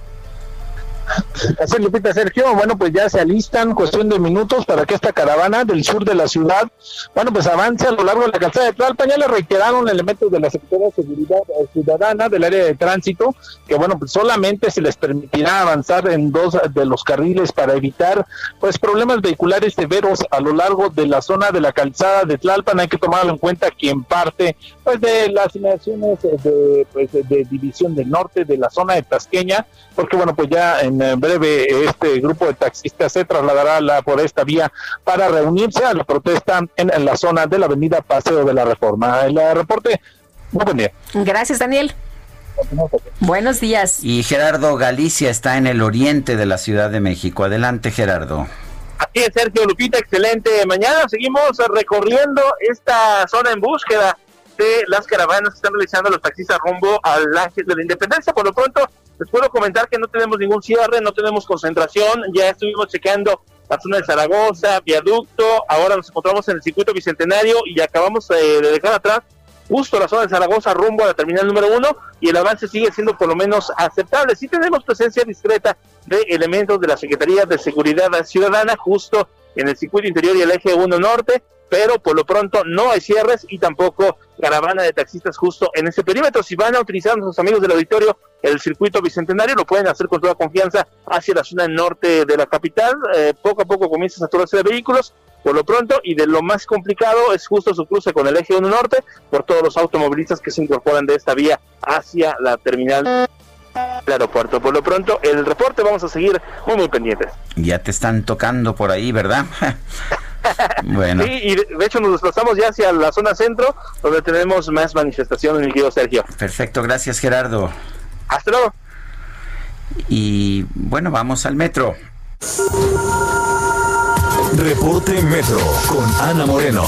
Así, Lupita, Sergio, bueno, pues ya se alistan, cuestión de minutos, para que esta caravana del sur de la ciudad, bueno, pues avance a lo largo de la calzada de Tlalpan. Ya le reiteraron elementos de la Secretaría de Seguridad Ciudadana del área de tránsito, que bueno, pues solamente se les permitirá avanzar en 2 de los carriles para evitar, pues, problemas vehiculares severos a lo largo de la zona de la calzada de Tlalpan. Hay que tomarlo en cuenta que en parte, pues, de las inmediaciones de División del Norte, de la zona de Tasqueña, porque bueno, pues ya en breve este grupo de taxistas se trasladará por esta vía para reunirse a la protesta en la zona de la avenida Paseo de la Reforma. El reporte, muy buen día. Gracias, Daniel. Buenos días. Y Gerardo Galicia está en el oriente de la Ciudad de México. Adelante, Gerardo. Así es, Sergio, Lupita, excelente mañana. Seguimos recorriendo esta zona en búsqueda de las caravanas que están realizando los taxistas rumbo al Ángel de la Independencia. Por lo pronto, les puedo comentar que no tenemos ningún cierre, no tenemos concentración. Ya estuvimos checando la zona de Zaragoza, Viaducto, ahora nos encontramos en el circuito Bicentenario y acabamos de dejar atrás justo la zona de Zaragoza rumbo a la terminal número 1, y el avance sigue siendo por lo menos aceptable. Sí tenemos presencia discreta de elementos de la Secretaría de Seguridad Ciudadana justo en el circuito interior y el eje 1 norte, pero por lo pronto no hay cierres y tampoco caravana de taxistas justo en ese perímetro. Si van a utilizar nuestros amigos del auditorio el circuito Bicentenario, lo pueden hacer con toda confianza hacia la zona norte de la capital. Poco a poco comienza a saturarse de vehículos, por lo pronto, y de lo más complicado es justo su cruce con el eje 1 norte, por todos los automovilistas que se incorporan de esta vía hacia la terminal del aeropuerto. Por lo pronto, el reporte, vamos a seguir muy pendientes. Ya te están tocando por ahí, ¿verdad? Bueno. Sí, y de hecho nos desplazamos ya hacia la zona centro, donde tenemos más manifestaciones, mi querido Sergio. Perfecto, gracias, Gerardo. Hasta luego. Y bueno, vamos al metro. Reporte Metro con Ana Moreno.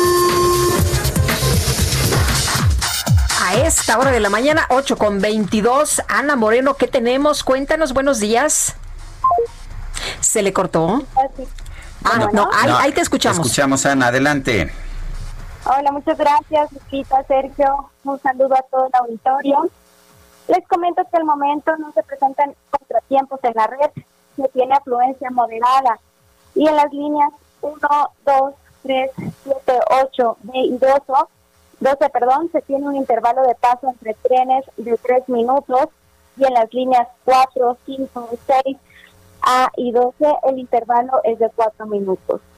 A esta hora de la mañana, 8:22. Ana Moreno, ¿qué tenemos? Cuéntanos, buenos días. ¿Se le cortó? Ahí te escuchamos. Te escuchamos, Ana, adelante. Hola, muchas gracias, Lupita, Sergio. Un saludo a todo el auditorio. Les comento que al momento no se presentan contratiempos en la red, se tiene afluencia moderada. Y en las líneas 1, 2, 3, 7, 8, B y 12, se tiene un intervalo de paso entre trenes de 3 minutos, y en las líneas 4, 5, 6, A y 12 el intervalo es de 4 minutos.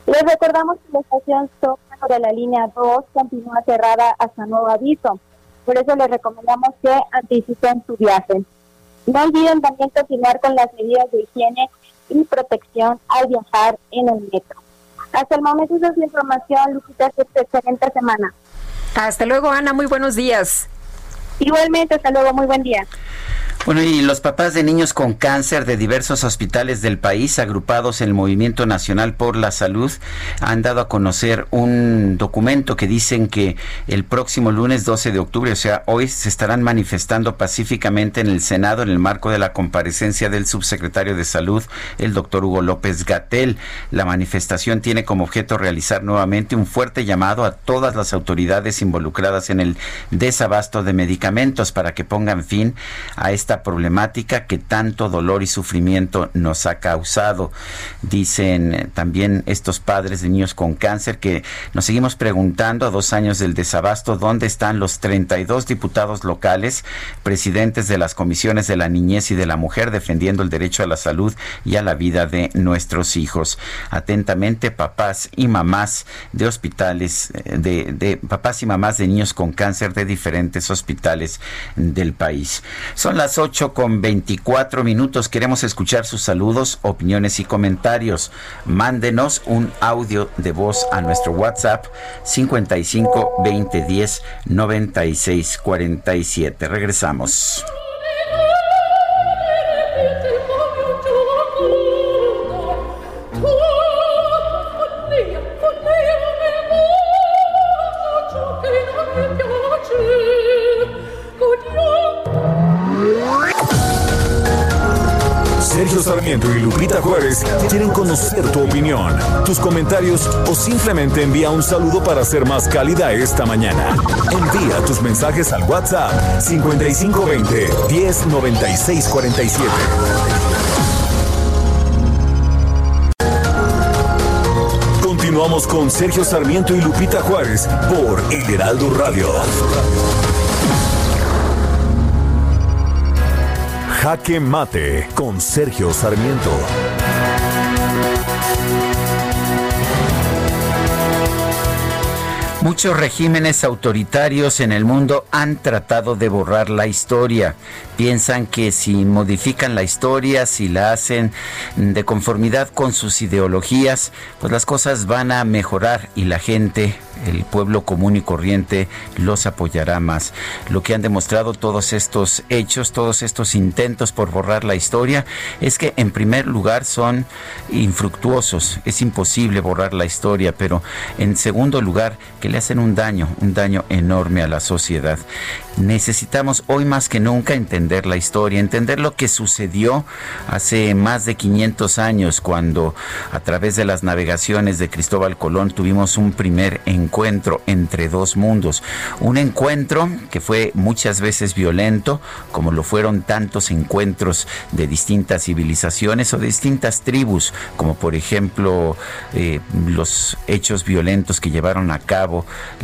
Les recordamos que la estación Zócalo de la línea 2 continúa cerrada hasta nuevo aviso. Por eso les recomendamos que anticipen su viaje. No olviden también continuar con las medidas de higiene y protección al viajar en el metro. Hasta el momento esa es la información, Lupita. Excelente semana. Hasta luego, Ana. Muy buenos días. Igualmente, hasta luego. Muy buen día. Bueno, y los papás de niños con cáncer de diversos hospitales del país, agrupados en el Movimiento Nacional por la Salud, han dado a conocer un documento que dicen que el próximo lunes 12 de octubre, o sea, hoy, se estarán manifestando pacíficamente en el Senado en el marco de la comparecencia del subsecretario de Salud, el doctor Hugo López-Gatell. La manifestación tiene como objeto realizar nuevamente un fuerte llamado a todas las autoridades involucradas en el desabasto de medicamentos para que pongan fin a esta problemática que tanto dolor y sufrimiento nos ha causado. Dicen también estos padres de niños con cáncer que nos seguimos preguntando a 2 años del desabasto dónde están los 32 diputados locales, presidentes de las comisiones de la niñez y de la mujer defendiendo el derecho a la salud y a la vida de nuestros hijos. Atentamente, papás y mamás de hospitales, de papás y mamás de niños con cáncer de diferentes hospitales del país. Son las 8:24. Queremos escuchar sus saludos, opiniones y comentarios. Mándenos un audio de voz a nuestro WhatsApp 55 20 10 96 47. Regresamos. Sergio Sarmiento y Lupita Juárez quieren conocer tu opinión, tus comentarios o simplemente envía un saludo para ser más cálida esta mañana. Envía tus mensajes al WhatsApp 5520 1096 47. Continuamos con Sergio Sarmiento y Lupita Juárez por El Heraldo Radio. Jaque Mate con Sergio Sarmiento. Muchos regímenes autoritarios en el mundo han tratado de borrar la historia. Piensan que si modifican la historia, si la hacen de conformidad con sus ideologías, pues las cosas van a mejorar y la gente, el pueblo común y corriente, los apoyará más. Lo que han demostrado todos estos hechos, todos estos intentos por borrar la historia, es que en primer lugar son infructuosos. Es imposible borrar la historia, pero en segundo lugar, que le hacen un daño enorme a la sociedad. Necesitamos hoy más que nunca entender la historia, entender lo que sucedió hace más de 500 años, cuando a través de las navegaciones de Cristóbal Colón tuvimos un primer encuentro entre dos mundos. Un encuentro que fue muchas veces violento, como lo fueron tantos encuentros de distintas civilizaciones o de distintas tribus, como por ejemplo los hechos violentos que llevaron a cabo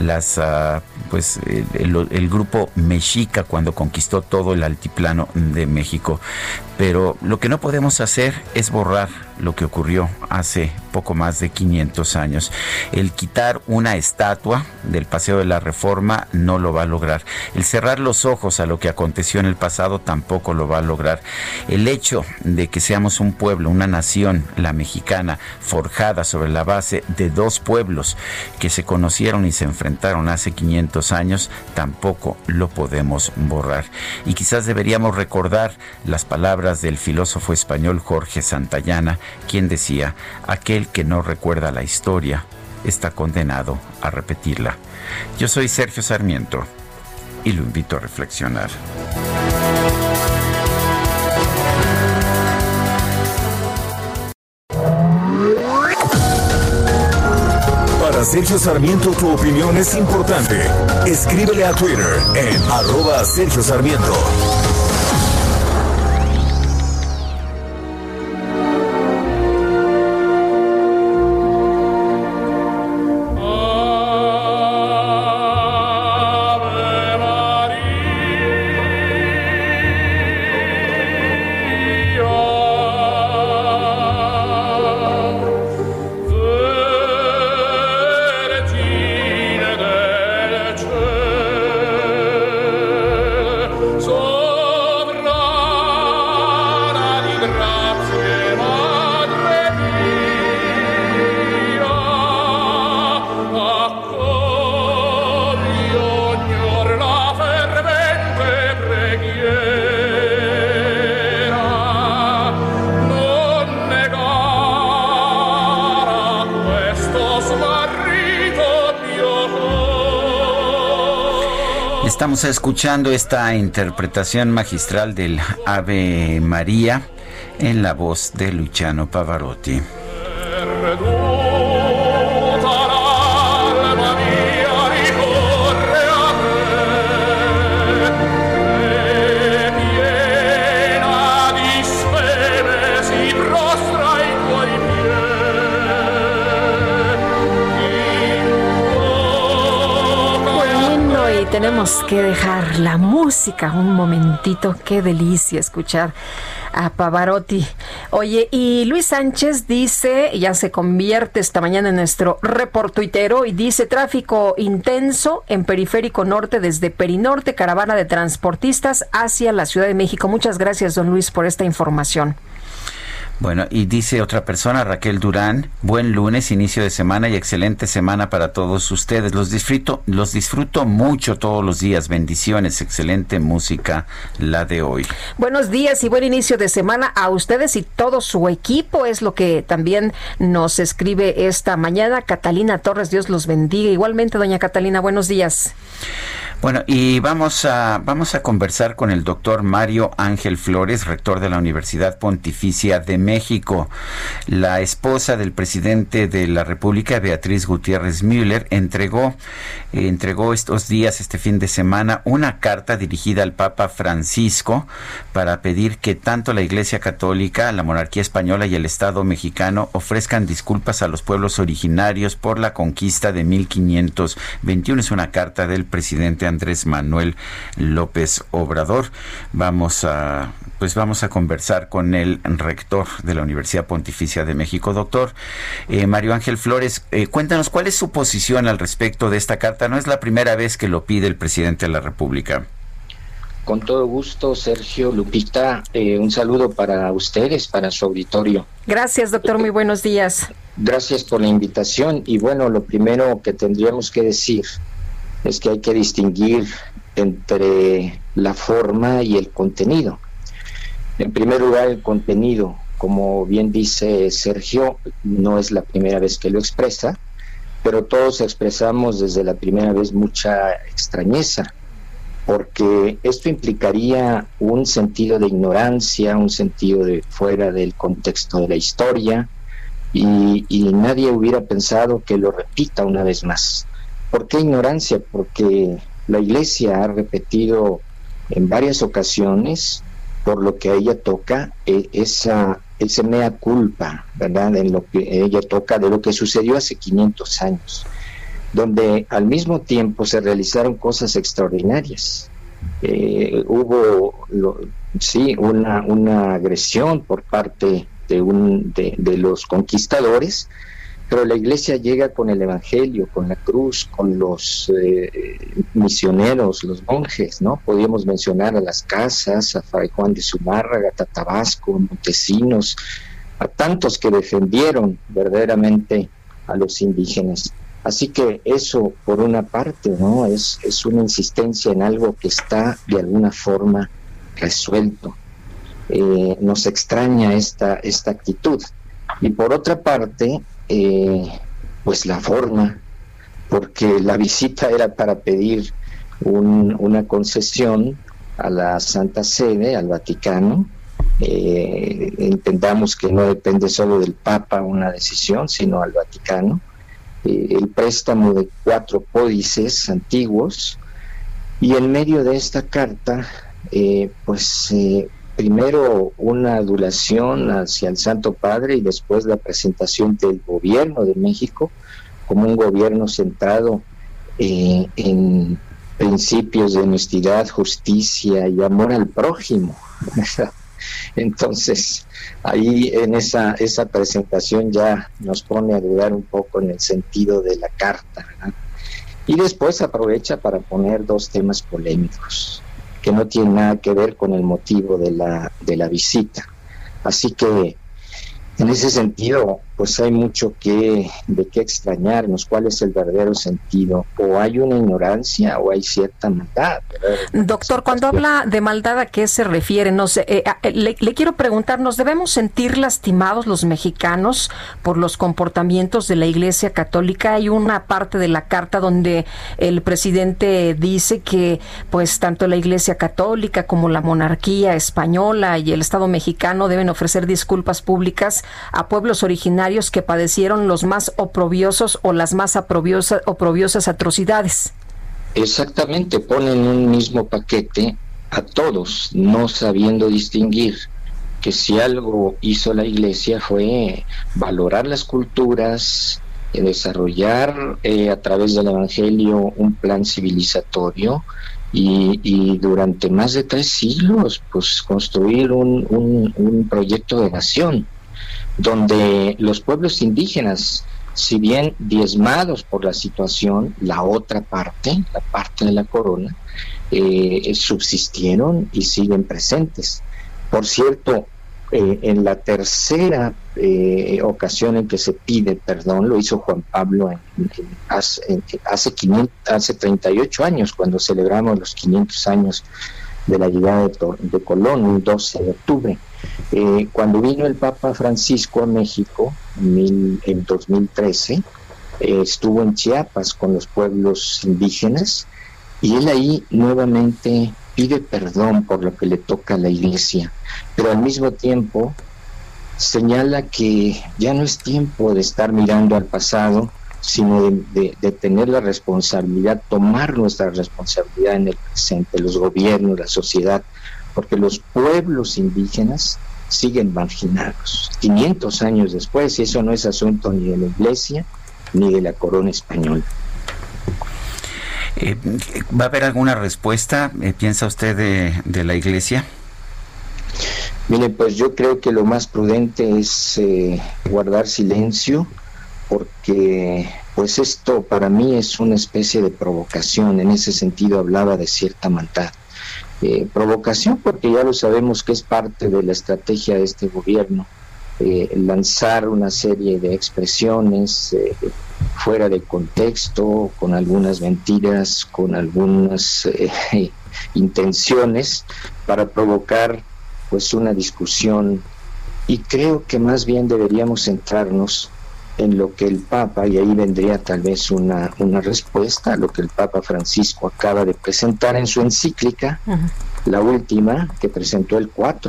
el grupo mexica cuando conquistó todo el altiplano de México. Pero lo que no podemos hacer es borrar lo que ocurrió hace poco más de 500 años. El quitar una estatua del Paseo de la Reforma no lo va a lograr. El cerrar los ojos a lo que aconteció en el pasado tampoco lo va a lograr. El hecho de que seamos un pueblo, una nación, la mexicana, forjada sobre la base de dos pueblos que se conocieron y se enfrentaron hace 500 años, tampoco lo podemos borrar. Y quizás deberíamos recordar las palabras del filósofo español Jorge Santayana, quien decía: aquel que no recuerda la historia está condenado a repetirla. Yo soy Sergio Sarmiento y lo invito a reflexionar. Para Sergio Sarmiento, tu opinión es importante. Escríbele a Twitter en @Sergio Sarmiento. Estamos escuchando esta interpretación magistral del Ave María en la voz de Luciano Pavarotti. Tenemos que dejar la música un momentito. Qué delicia escuchar a Pavarotti. Oye, y Luis Sánchez dice, ya se convierte esta mañana en nuestro reportuitero, y dice: tráfico intenso en Periférico Norte desde Perinorte, caravana de transportistas hacia la Ciudad de México. Muchas gracias, don Luis, por esta información. Bueno, y dice otra persona, Raquel Durán: buen lunes, inicio de semana y excelente semana para todos ustedes. Los disfruto mucho todos los días. Bendiciones, excelente música la de hoy. Buenos días y buen inicio de semana a ustedes y todo su equipo, es lo que también nos escribe esta mañana Catalina Torres. Dios los bendiga. Igualmente, doña Catalina, buenos días. Bueno, y vamos a conversar con el doctor Mario Ángel Flores, rector de la Universidad Pontificia de México. La esposa del presidente de la República, Beatriz Gutiérrez Müller, entregó estos días, este fin de semana, una carta dirigida al Papa Francisco para pedir que tanto la Iglesia Católica, la monarquía española y el Estado mexicano ofrezcan disculpas a los pueblos originarios por la conquista de 1521. Es una carta del presidente Andrés Manuel López Obrador. Vamos a conversar con el rector de la Universidad Pontificia de México. Doctor Mario Ángel Flores, cuéntanos cuál es su posición al respecto de esta carta. No es la primera vez que lo pide el presidente de la República. Con todo gusto, Sergio, Lupita, un saludo para ustedes, para su auditorio. Gracias, doctor, muy buenos días. Gracias por la invitación. Y bueno, lo primero que tendríamos que decir es que hay que distinguir entre la forma y el contenido. En primer lugar, el contenido, como bien dice Sergio, no es la primera vez que lo expresa, pero todos expresamos desde la primera vez mucha extrañeza, porque esto implicaría un sentido de ignorancia, un sentido de fuera del contexto de la historia, y nadie hubiera pensado que lo repita una vez más. ¿Por qué ignorancia? Porque la Iglesia ha repetido en varias ocasiones, por lo que a ella toca, ese mea culpa, ¿verdad? En lo que ella toca de lo que sucedió hace 500 años, donde al mismo tiempo se realizaron cosas extraordinarias. Hubo una agresión por parte de los conquistadores, pero la Iglesia llega con el Evangelio, con la cruz, con los misioneros, los monjes, ¿no? Podríamos mencionar a Las Casas, a Fray Juan de Zumárraga, a Tabasco, a Montesinos, a tantos que defendieron verdaderamente a los indígenas. Así que eso, por una parte, ¿no? Es una insistencia en algo que está de alguna forma resuelto. Nos extraña esta actitud. Y por otra parte, pues la forma, porque la visita era para pedir una concesión a la Santa Sede, al Vaticano. Entendamos que no depende solo del Papa una decisión, sino al Vaticano. El préstamo de 4 códices antiguos, y en medio de esta carta, primero una adulación hacia el Santo Padre y después la presentación del gobierno de México como un gobierno centrado en principios de honestidad, justicia y amor al prójimo. Entonces, ahí en esa presentación ya nos pone a dudar un poco en el sentido de la carta, ¿verdad? Y después aprovecha para poner 2 temas polémicos que no tienen nada que ver con el motivo de la visita. Así que en ese sentido, pues hay mucho de qué extrañarnos, cuál es el verdadero sentido, o hay una ignorancia o hay cierta maldad, ¿verdad? Doctor, cuando habla de maldad, ¿a qué se refiere? No sé, le quiero preguntar, ¿nos debemos sentir lastimados los mexicanos por los comportamientos de la Iglesia Católica? Hay una parte de la carta donde el presidente dice que pues tanto la Iglesia Católica como la monarquía española y el Estado mexicano deben ofrecer disculpas públicas a pueblos originarios que padecieron los más oprobiosos o las más oprobiosas atrocidades. Exactamente, ponen un mismo paquete a todos, no sabiendo distinguir que si algo hizo la Iglesia fue valorar las culturas, desarrollar a través del Evangelio un plan civilizatorio y durante más de 3 siglos pues construir un proyecto de nación donde los pueblos indígenas, si bien diezmados por la situación, la otra parte, la parte de la corona, subsistieron y siguen presentes. Por cierto, en la tercera ocasión en que se pide perdón, lo hizo Juan Pablo hace 38 años, cuando celebramos los 500 años de la llegada de Colón, un 12 de octubre. Cuando vino el Papa Francisco a México en 2013, estuvo en Chiapas con los pueblos indígenas y él ahí nuevamente pide perdón por lo que le toca a la Iglesia, pero al mismo tiempo señala que ya no es tiempo de estar mirando al pasado, sino de tener la responsabilidad, tomar nuestra responsabilidad en el presente, los gobiernos, la sociedad, porque los pueblos indígenas siguen marginados 500 años después, y eso no es asunto ni de la Iglesia ni de la corona española. ¿Va a haber alguna respuesta, piensa usted, de la Iglesia? Mire, pues yo creo que lo más prudente es guardar silencio, porque pues esto para mí es una especie de provocación. En ese sentido hablaba de cierta maldad. Provocación porque ya lo sabemos que es parte de la estrategia de este gobierno, lanzar una serie de expresiones fuera de contexto, con algunas mentiras, con algunas intenciones para provocar pues una discusión, y creo que más bien deberíamos centrarnos en lo que el Papa, y ahí vendría tal vez una respuesta a lo que el Papa Francisco acaba de presentar en su encíclica, la última, que presentó el 4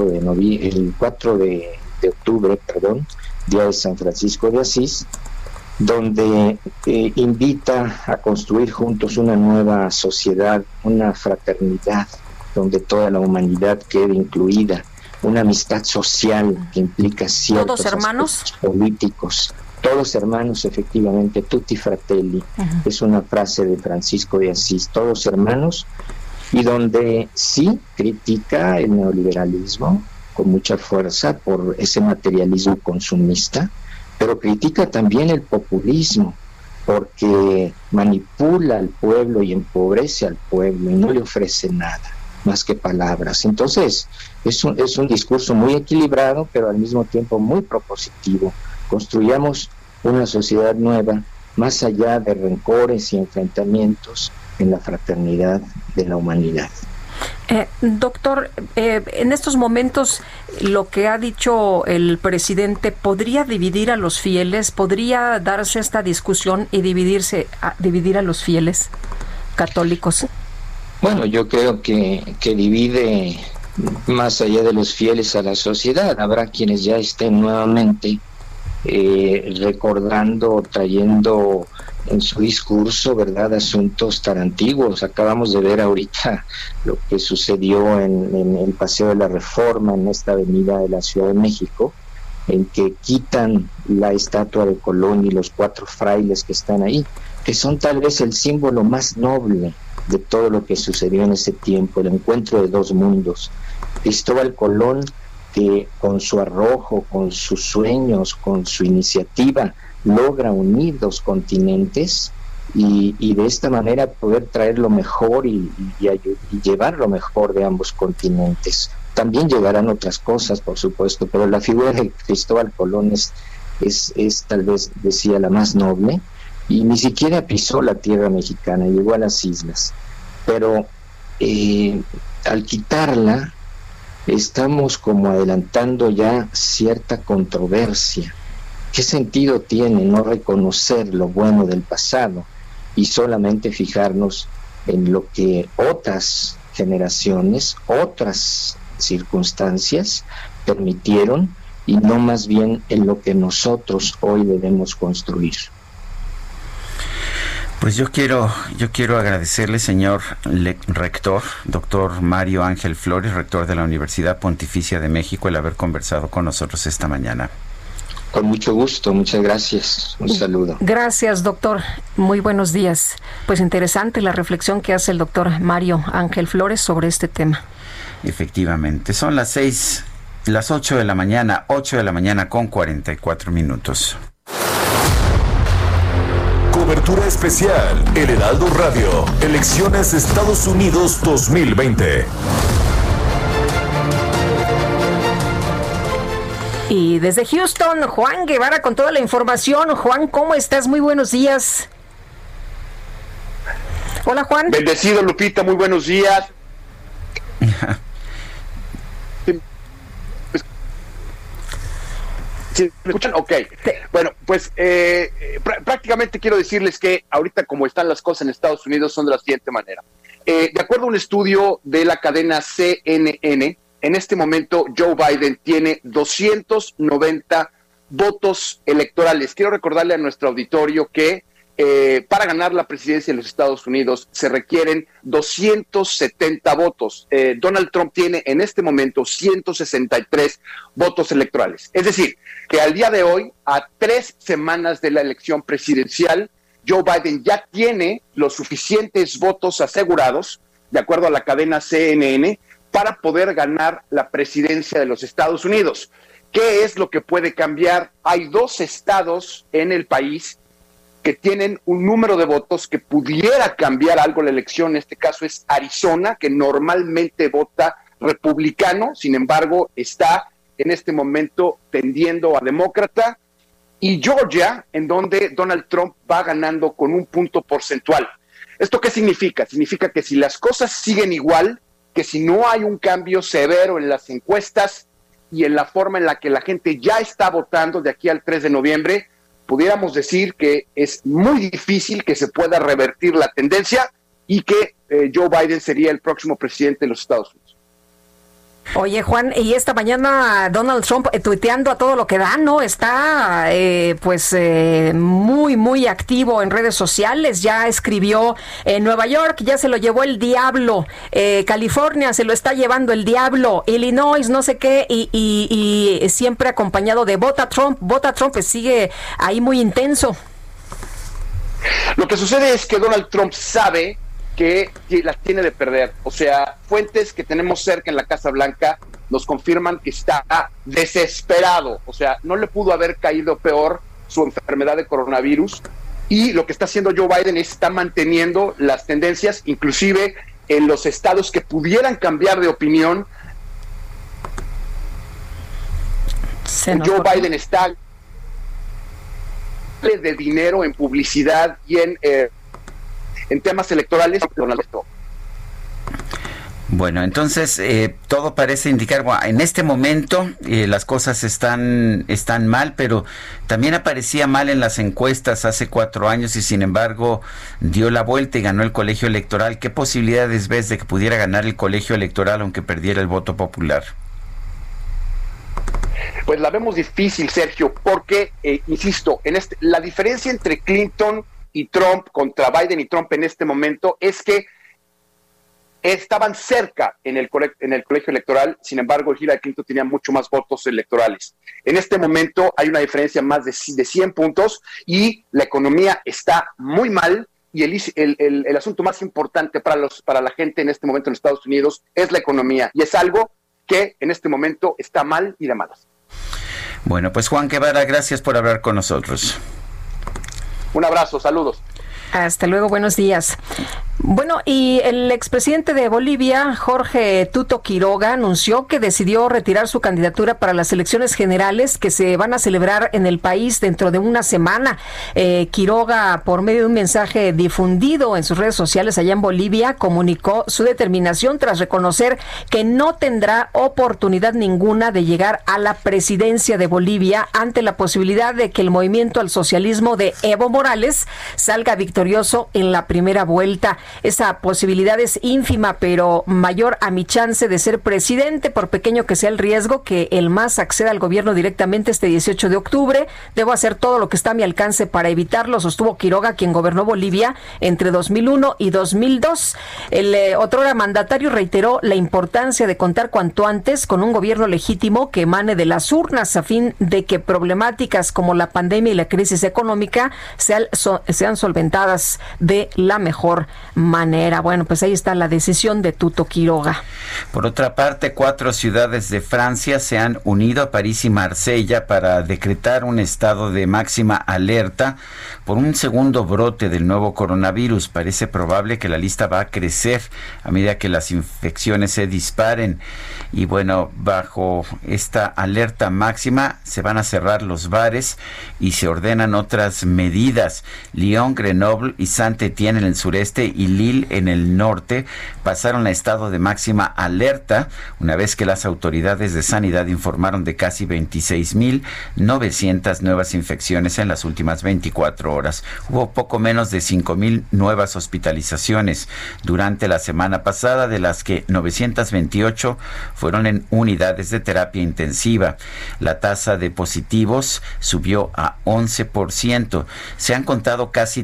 de octubre, Día de San Francisco de Asís, donde invita a construir juntos una nueva sociedad, una fraternidad, donde toda la humanidad quede incluida, una amistad social que implica ciertos aspectos políticos. Todos hermanos, efectivamente, tutti fratelli, es una frase de Francisco de Asís, todos hermanos, y donde sí critica el neoliberalismo con mucha fuerza por ese materialismo consumista, pero critica también el populismo, porque manipula al pueblo y empobrece al pueblo y no le ofrece nada más que palabras. Entonces es un discurso muy equilibrado, pero al mismo tiempo muy propositivo. Construyamos una sociedad nueva, más allá de rencores y enfrentamientos, en la fraternidad de la humanidad. Doctor, en estos momentos lo que ha dicho el presidente, ¿podría dividir a los fieles? ¿Podría darse esta discusión y dividir a los fieles católicos? Bueno, yo creo que divide más allá de los fieles a la sociedad. Habrá quienes ya estén nuevamente recordando, trayendo en su discurso, ¿verdad?, asuntos tan antiguos. Acabamos de ver ahorita lo que sucedió en el Paseo de la Reforma, en esta avenida de la Ciudad de México, en que quitan la estatua de Colón y los 4 frailes que están ahí, que son tal vez el símbolo más noble de todo lo que sucedió en ese tiempo, el encuentro de 2 mundos. Cristóbal Colón, que con su arrojo, con sus sueños, con su iniciativa, logra unir 2 continentes y de esta manera poder traer lo mejor y llevar lo mejor de ambos continentes. También llegarán otras cosas, por supuesto, pero la figura de Cristóbal Colón es tal vez, decía, la más noble, y ni siquiera pisó la tierra mexicana, llegó a las islas. Pero al quitarla, estamos como adelantando ya cierta controversia. ¿Qué sentido tiene no reconocer lo bueno del pasado y solamente fijarnos en lo que otras generaciones, otras circunstancias permitieron, y no más bien en lo que nosotros hoy debemos construir? Pues yo quiero agradecerle, señor rector, doctor Mario Ángel Flores, rector de la Universidad Pontificia de México, el haber conversado con nosotros esta mañana. Con mucho gusto, muchas gracias. Un saludo. Gracias, doctor. Muy buenos días. Pues interesante la reflexión que hace el doctor Mario Ángel Flores sobre este tema. Efectivamente, son las 8 de la mañana, 8 de la mañana con 44 minutos. Cobertura especial, El Heraldo Radio, Elecciones Estados Unidos 2020. Y desde Houston, Juan Guevara con toda la información. Juan, ¿cómo estás? Muy buenos días. Hola, Juan. Bendecido, Lupita, muy buenos días. ¿Sí me escuchan? Ok. Bueno, pues prácticamente quiero decirles que ahorita como están las cosas en Estados Unidos son de la siguiente manera. De acuerdo a un estudio de la cadena CNN, en este momento Joe Biden tiene 290 votos electorales. Quiero recordarle a nuestro auditorio que para ganar la presidencia de los Estados Unidos se requieren 270 votos. Donald Trump tiene en este momento 163 votos electorales. Es decir, que al día de hoy, a 3 semanas de la elección presidencial, Joe Biden ya tiene los suficientes votos asegurados, de acuerdo a la cadena CNN, para poder ganar la presidencia de los Estados Unidos. ¿Qué es lo que puede cambiar? Hay 2 estados en el país que tienen un número de votos que pudiera cambiar algo la elección. En este caso es Arizona, que normalmente vota republicano, sin embargo está en este momento tendiendo a demócrata, y Georgia, en donde Donald Trump va ganando con un punto porcentual. ¿Esto qué significa? Significa que si las cosas siguen igual, que si no hay un cambio severo en las encuestas y en la forma en la que la gente ya está votando de aquí al 3 de noviembre, pudiéramos decir que es muy difícil que se pueda revertir la tendencia y que Joe Biden sería el próximo presidente de los Estados Unidos. Oye, Juan, y esta mañana Donald Trump tuiteando a todo lo que da, ¿no? Está muy, muy activo en redes sociales. Ya escribió en Nueva York, ya se lo llevó el diablo. California se lo está llevando el diablo. Illinois, no sé qué. Y siempre acompañado de vota Trump, sigue ahí muy intenso. Lo que sucede es que Donald Trump sabe que las tiene de perder. O sea, fuentes que tenemos cerca en la Casa Blanca nos confirman que está desesperado. O sea, no le pudo haber caído peor su enfermedad de coronavirus, y lo que está haciendo Joe Biden está manteniendo las tendencias, inclusive en los estados que pudieran cambiar de opinión. Joe Biden está de dinero en publicidad y en temas electorales. Bueno, entonces todo parece indicar, bueno, en este momento las cosas están mal, pero también aparecía mal en las encuestas hace 4 años y sin embargo dio la vuelta y ganó el colegio electoral. ¿Qué posibilidades ves de que pudiera ganar el colegio electoral aunque perdiera el voto popular? Pues la vemos difícil, Sergio, porque, insisto, la diferencia entre Clinton y Trump contra Biden y Trump en este momento es que estaban cerca en el colegio electoral. Sin embargo, Hillary Clinton tenía mucho más votos electorales. En este momento hay una diferencia más de 100 puntos y la economía está muy mal, y el asunto más importante para la gente en este momento en Estados Unidos es la economía, y es algo que en este momento está mal y de malas. Bueno, pues Juan Guevara, gracias por hablar con nosotros. Un abrazo, saludos. Hasta luego, buenos días. Bueno, y el expresidente de Bolivia, Jorge Tuto Quiroga, anunció que decidió retirar su candidatura para las elecciones generales que se van a celebrar en el país dentro de una semana. Quiroga, por medio de un mensaje difundido en sus redes sociales allá en Bolivia, comunicó su determinación tras reconocer que no tendrá oportunidad ninguna de llegar a la presidencia de Bolivia ante la posibilidad de que el movimiento al socialismo de Evo Morales salga victorioso en la primera vuelta. Esa posibilidad es ínfima, pero mayor a mi chance de ser presidente, por pequeño que sea el riesgo que el MAS acceda al gobierno directamente este 18 de octubre. Debo hacer todo lo que está a mi alcance para evitarlo, sostuvo Quiroga, quien gobernó Bolivia entre 2001 y 2002. El otrora mandatario reiteró la importancia de contar cuanto antes con un gobierno legítimo que emane de las urnas a fin de que problemáticas como la pandemia y la crisis económica sean solventadas de la mejor manera. Bueno, pues ahí está la decisión de Tuto Quiroga. Por otra parte, 4 ciudades de Francia se han unido a París y Marsella para decretar un estado de máxima alerta por un segundo brote del nuevo coronavirus. Parece probable que la lista va a crecer a medida que las infecciones se disparen. Y bueno, bajo esta alerta máxima se van a cerrar los bares y se ordenan otras medidas. Lyon, Grenoble y Saint-Étienne en el sureste y Lille en el norte pasaron a estado de máxima alerta una vez que las autoridades de sanidad informaron de casi 26,900 nuevas infecciones en las últimas 24 horas. Hubo poco menos de 5,000 nuevas hospitalizaciones durante la semana pasada, de las que 928 fueron en unidades de terapia intensiva. La tasa de positivos subió a 11%. Se han contado casi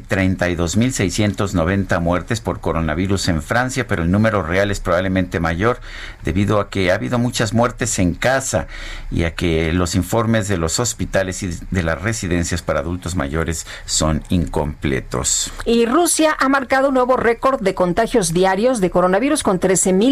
32,690 muertes por coronavirus en Francia, pero el número real es probablemente mayor debido a que ha habido muchas muertes en casa y a que los informes de los hospitales y de las residencias para adultos mayores son incompletos. Y Rusia ha marcado un nuevo récord de contagios diarios de coronavirus con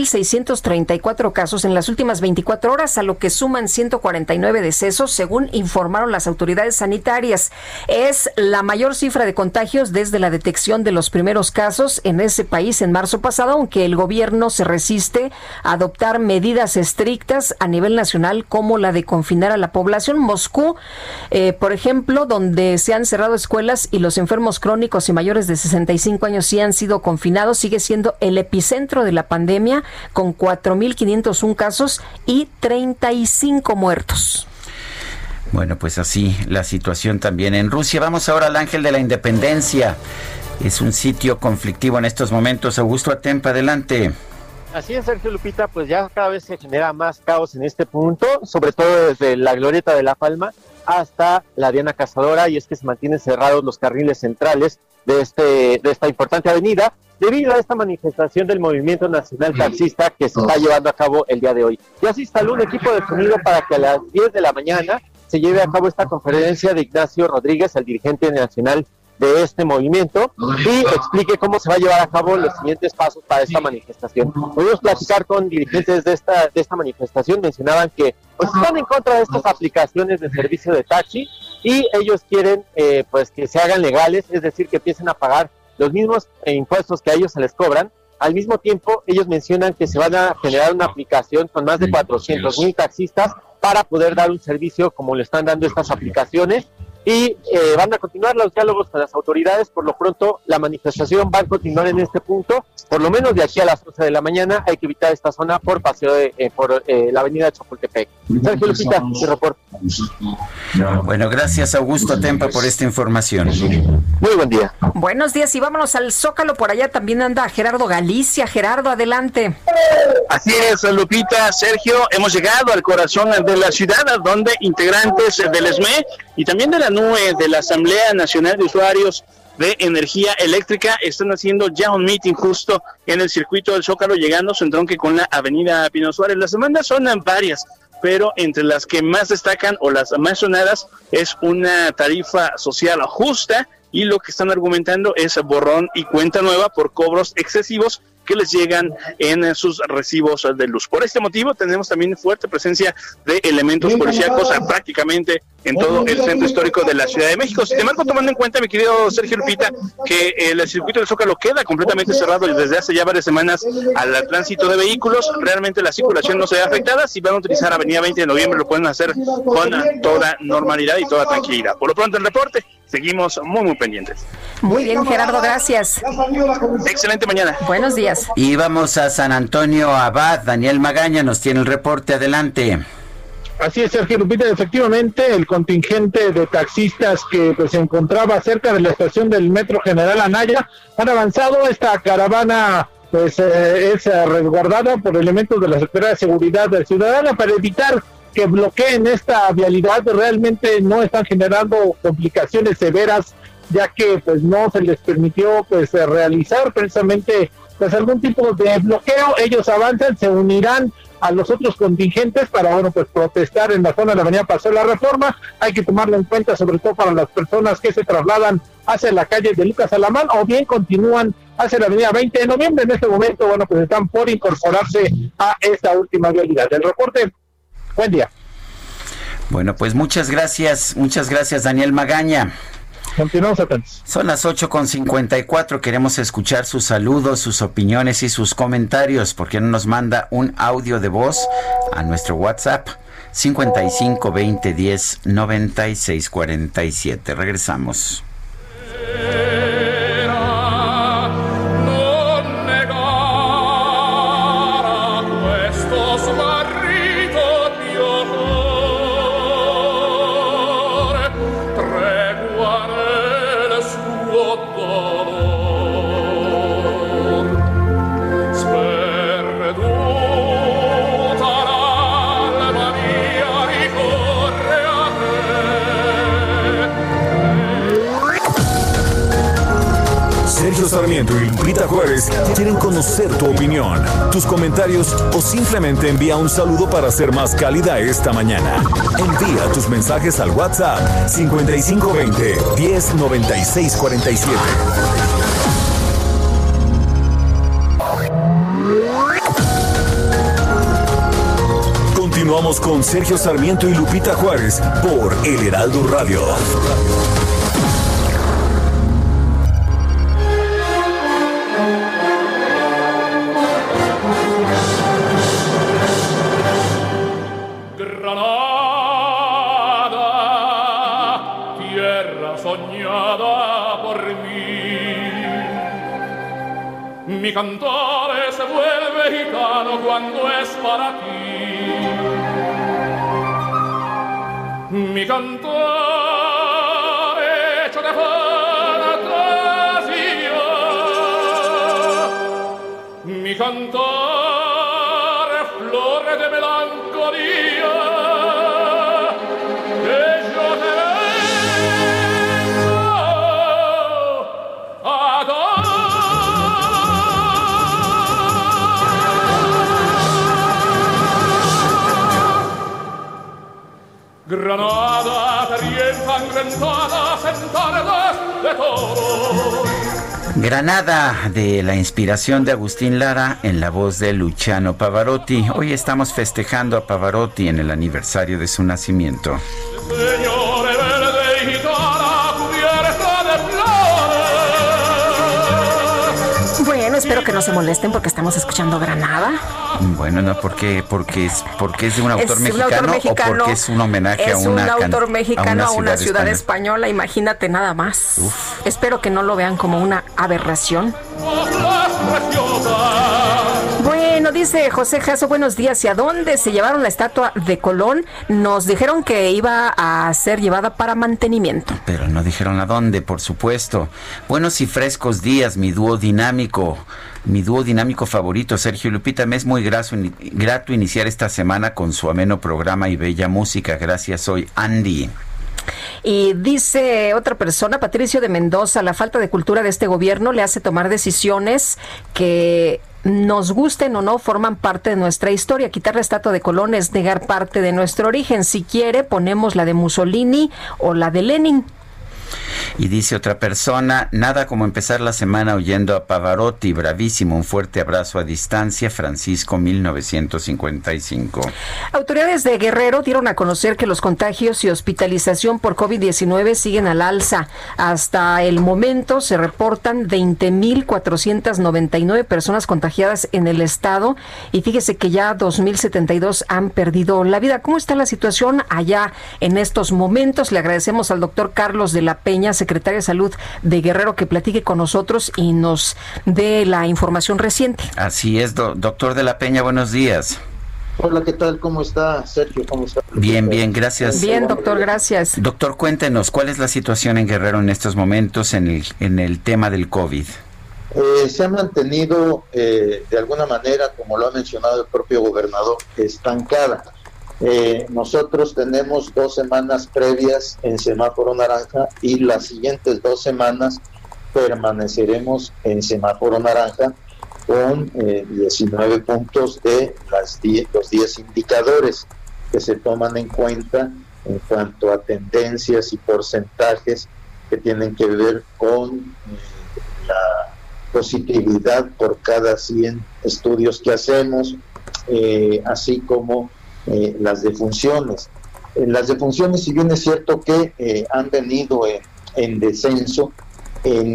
13,634 casos en las últimas 24 horas, a lo que suman 149 decesos, según informaron las autoridades sanitarias. Es la mayor cifra de contagios desde la detección de los primeros casos en ese país en marzo pasado, aunque el gobierno se resiste a adoptar medidas estrictas a nivel nacional como la de confinar a la población. Moscú, por ejemplo, donde se han cerrado escuelas y los enfermos crónicos y mayores de 65 años sí han sido confinados, sigue siendo el epicentro de la pandemia con 4,501 casos y 35 muertos. Bueno, pues así la situación también en Rusia. Vamos ahora al Ángel de la Independencia. Es un sitio conflictivo en estos momentos. Augusto Atempa, adelante. Así es, Sergio, Lupita, pues ya cada vez se genera más caos en este punto, sobre todo desde la Glorieta de La Palma hasta la Diana Cazadora, y es que se mantienen cerrados los carriles centrales de esta importante avenida debido a esta manifestación del Movimiento Nacional Taxista que se está llevando a cabo el día de hoy. Ya se instaló un equipo de sonido para que a las 10 de la mañana se lleve a cabo esta conferencia de Ignacio Rodríguez, el dirigente nacional de este movimiento, y explique cómo se va a llevar a cabo los siguientes pasos para esta manifestación. Pudimos platicar con dirigentes de esta manifestación. Mencionaban que pues están en contra de estas aplicaciones de servicio de taxi y ellos quieren pues que se hagan legales, es decir, que empiecen a pagar los mismos impuestos que a ellos se les cobran. Al mismo tiempo, ellos mencionan que se van a generar una aplicación con más de 400,000 taxistas para poder dar un servicio como le están dando estas aplicaciones, y van a continuar los diálogos con las autoridades. Por lo pronto, la manifestación va a continuar en este punto, por lo menos de aquí a las 11 de la mañana. Hay que evitar esta zona por paseo por la avenida Chapultepec. Sergio, Lupita, mi reporte. Bueno, gracias Augusto Atempa por esta información. Muy buen día. Buenos días, y vámonos al Zócalo. Por allá también anda Gerardo Galicia. Gerardo, adelante. Así es, Lupita, Sergio, hemos llegado al corazón de la ciudad, donde integrantes del SME y también de la NUE, de la Asamblea Nacional de Usuarios de Energía Eléctrica, están haciendo ya un meeting justo en el circuito del Zócalo, llegando a su entronque con la avenida Pino Suárez. Las demandas son varias, pero entre las que más destacan o las más sonadas es una tarifa social justa, y lo que están argumentando es borrón y cuenta nueva por cobros excesivos que les llegan en sus recibos de luz. Por este motivo tenemos también fuerte presencia de elementos policíacos prácticamente en todo el centro histórico de la Ciudad de México. Sin embargo, tomando en cuenta, mi querido Sergio Lupita, que el circuito del Zócalo queda completamente cerrado desde hace ya varias semanas al tránsito de vehículos, realmente la circulación no se ve afectada. Si van a utilizar Avenida 20 de Noviembre, lo pueden hacer con toda normalidad y toda tranquilidad. Por lo pronto, el reporte, seguimos muy pendientes. Muy bien, Gerardo, gracias. Excelente mañana. Buenos días. Y vamos a San Antonio Abad. Daniel Magaña nos tiene el reporte. Adelante. Así es, Sergio Lupita, efectivamente el contingente de taxistas que se encontraba cerca de la estación del Metro General Anaya han avanzado. Esta caravana es resguardada por elementos de la Secretaría de Seguridad Ciudadana para evitar que bloqueen esta vialidad. Realmente no están generando complicaciones severas, ya que no se les permitió realizar precisamente algún tipo de bloqueo. Ellos avanzan, se unirán a los otros contingentes para protestar en la zona de la avenida Paseo de la Reforma. Hay que tomarlo en cuenta, sobre todo para las personas que se trasladan hacia la calle de Lucas Alamán o bien continúan hacia la avenida 20 de Noviembre. En este momento, están por incorporarse a esta última vialidad. El reporte, buen día. Bueno, pues muchas gracias Daniel Magaña. Continuamos atentos. Son las 8:54. Queremos escuchar sus saludos, sus opiniones y sus comentarios. ¿Por qué no nos manda un audio de voz a nuestro WhatsApp? 55 20 10 96 47. Regresamos. Sergio Sarmiento y Lupita Juárez quieren conocer tu opinión, tus comentarios o simplemente envía un saludo para ser más cálida esta mañana. Envía tus mensajes al WhatsApp 5520 1096 47. Continuamos con Sergio Sarmiento y Lupita Juárez por El Heraldo Radio. Mi cantare se vuelve gitano cuando es para ti. Mi cantare hecho de fantasía. Mi cantare flore de melancolía. Que yo te vengo a dar. Granada, ensangrentada, sentardas de todo. Granada, de la inspiración de Agustín Lara en la voz de Luciano Pavarotti. Hoy estamos festejando a Pavarotti en el aniversario de su nacimiento. Señore verde y gitana cubierta de flores. Bueno, espero que no se molesten porque estamos escuchando Granada. Bueno, no, porque es de un autor mexicano o porque es un homenaje a un autor mexicano a una ciudad española. Imagínate nada más. Uf. Espero que no lo vean como una aberración. Bueno, dice José Jasso, buenos días. ¿Y a dónde se llevaron la estatua de Colón? Nos dijeron que iba a ser llevada para mantenimiento. Pero no dijeron a dónde, por supuesto. Buenos y frescos días, mi dúo dinámico favorito, Sergio y Lupita. Me es muy grato iniciar esta semana con su ameno programa y bella música. Gracias, soy Andy. Y dice otra persona, Patricio de Mendoza, la falta de cultura de este gobierno le hace tomar decisiones que, nos gusten o no, forman parte de nuestra historia. Quitar la estatua de Colón es negar parte de nuestro origen. Si quiere, ponemos la de Mussolini o la de Lenin. Y dice otra persona, nada como empezar la semana oyendo a Pavarotti, bravísimo, un fuerte abrazo a distancia, Francisco 1955. Autoridades de Guerrero dieron a conocer que los contagios y hospitalización por COVID-19 siguen al alza. Hasta el momento se reportan 20,499 personas contagiadas en el estado y fíjese que ya 2,072 han perdido la vida. ¿Cómo está la situación allá en estos momentos? Le agradecemos al doctor Carlos de la Peña, secretario de Salud de Guerrero, que platique con nosotros y nos dé la información reciente. Así es, doctor de la Peña, buenos días. Hola, ¿qué tal? ¿Cómo está, Sergio? ¿Cómo está? Bien, gracias. Bien, doctor, gracias. Doctor, cuéntenos, ¿cuál es la situación en Guerrero en estos momentos en el tema del COVID? Se ha mantenido, de alguna manera, como lo ha mencionado el propio gobernador, estancada. Nosotros tenemos 2 semanas previas en semáforo naranja y las siguientes 2 semanas permaneceremos en semáforo naranja con 19 puntos de los 10 indicadores que se toman en cuenta en cuanto a tendencias y porcentajes que tienen que ver con la positividad por cada 100 estudios que hacemos, así como las defunciones. Las defunciones, si bien es cierto que han venido en descenso, en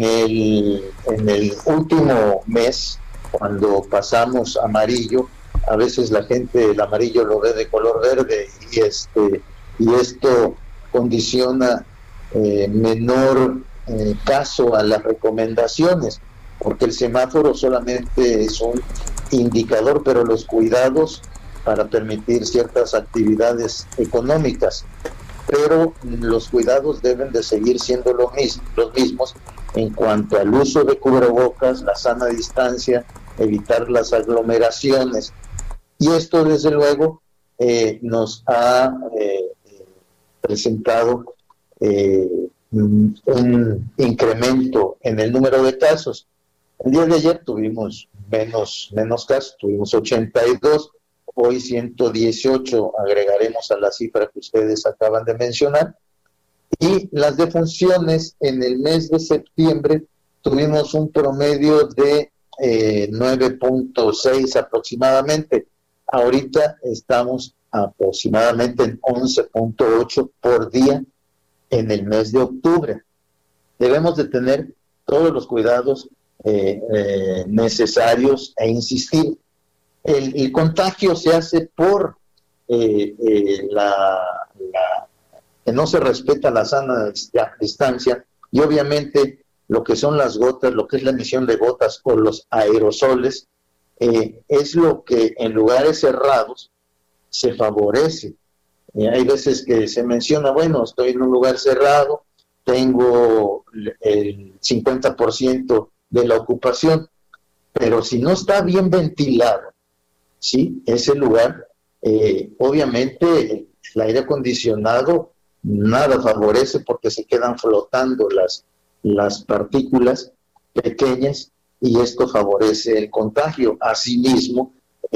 el último mes, cuando pasamos amarillo, a veces la gente el amarillo lo ve de color verde y esto condiciona menor caso a las recomendaciones, porque el semáforo solamente es un indicador, pero los cuidados para permitir ciertas actividades económicas, pero los cuidados deben de seguir siendo los mismos en cuanto al uso de cubrebocas, la sana distancia, evitar las aglomeraciones. Y esto, desde luego, nos ha presentado un incremento en el número de casos. El día de ayer tuvimos menos casos, tuvimos 82, hoy 118 agregaremos a la cifra que ustedes acaban de mencionar. Y las defunciones en el mes de septiembre tuvimos un promedio de 9.6 aproximadamente. Ahorita estamos aproximadamente en 11.8 por día en el mes de octubre. Debemos de tener todos los cuidados necesarios e insistir. El contagio se hace por que no se respeta la sana distancia y obviamente lo que son las gotas, lo que es la emisión de gotas o los aerosoles, es lo que en lugares cerrados se favorece. Hay veces que se menciona, bueno, estoy en un lugar cerrado, tengo el 50% de la ocupación, pero si no está bien ventilado, ¿sí? Ese lugar, obviamente el aire acondicionado nada favorece porque se quedan flotando las partículas pequeñas y esto favorece el contagio. Asimismo,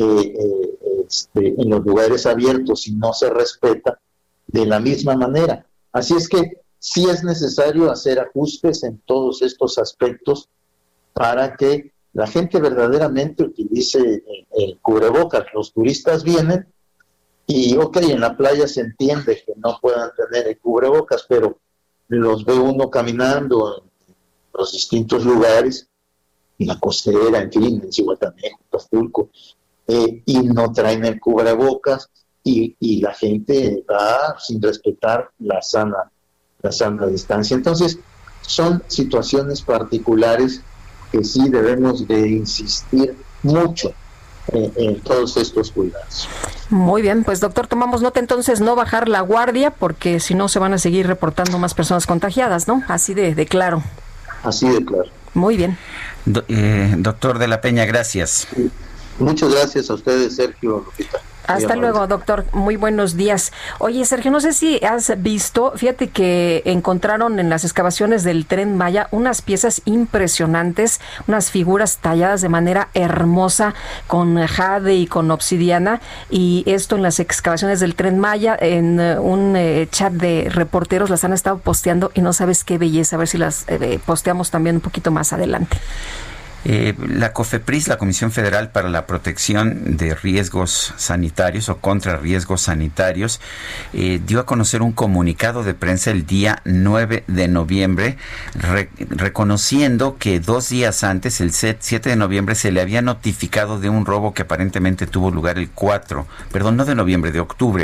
en los lugares abiertos, si no se respeta, de la misma manera. Así es que sí es necesario hacer ajustes en todos estos aspectos para que la gente verdaderamente utilice el cubrebocas. Los turistas vienen y, en la playa se entiende que no puedan tener el cubrebocas, pero los ve uno caminando en los distintos lugares, en la costera, en fin, en Zihuatanejo, Acapulco, y no traen el cubrebocas y la gente va sin respetar la sana distancia. Entonces, son situaciones particulares que sí debemos de insistir mucho en todos estos cuidados. Muy bien, pues doctor, tomamos nota entonces, no bajar la guardia, porque si no se van a seguir reportando más personas contagiadas, ¿no? Así de claro. Así de claro. Muy bien. Doctor de la Peña, gracias. Muchas gracias a ustedes, Sergio, Lupita. Hasta luego, doctor. Muy buenos días. Oye, Sergio, no sé si has visto, fíjate que encontraron en las excavaciones del Tren Maya unas piezas impresionantes, unas figuras talladas de manera hermosa con jade y con obsidiana, y esto en las excavaciones del Tren Maya, en un chat de reporteros las han estado posteando y no sabes qué belleza, a ver si las posteamos también un poquito más adelante. La COFEPRIS, la Comisión Federal para la Protección de Riesgos Sanitarios o contra Riesgos Sanitarios, dio a conocer un comunicado de prensa el día 9 de noviembre, reconociendo que 2 días antes, el 7 de noviembre, se le había notificado de un robo que aparentemente tuvo lugar el 4 de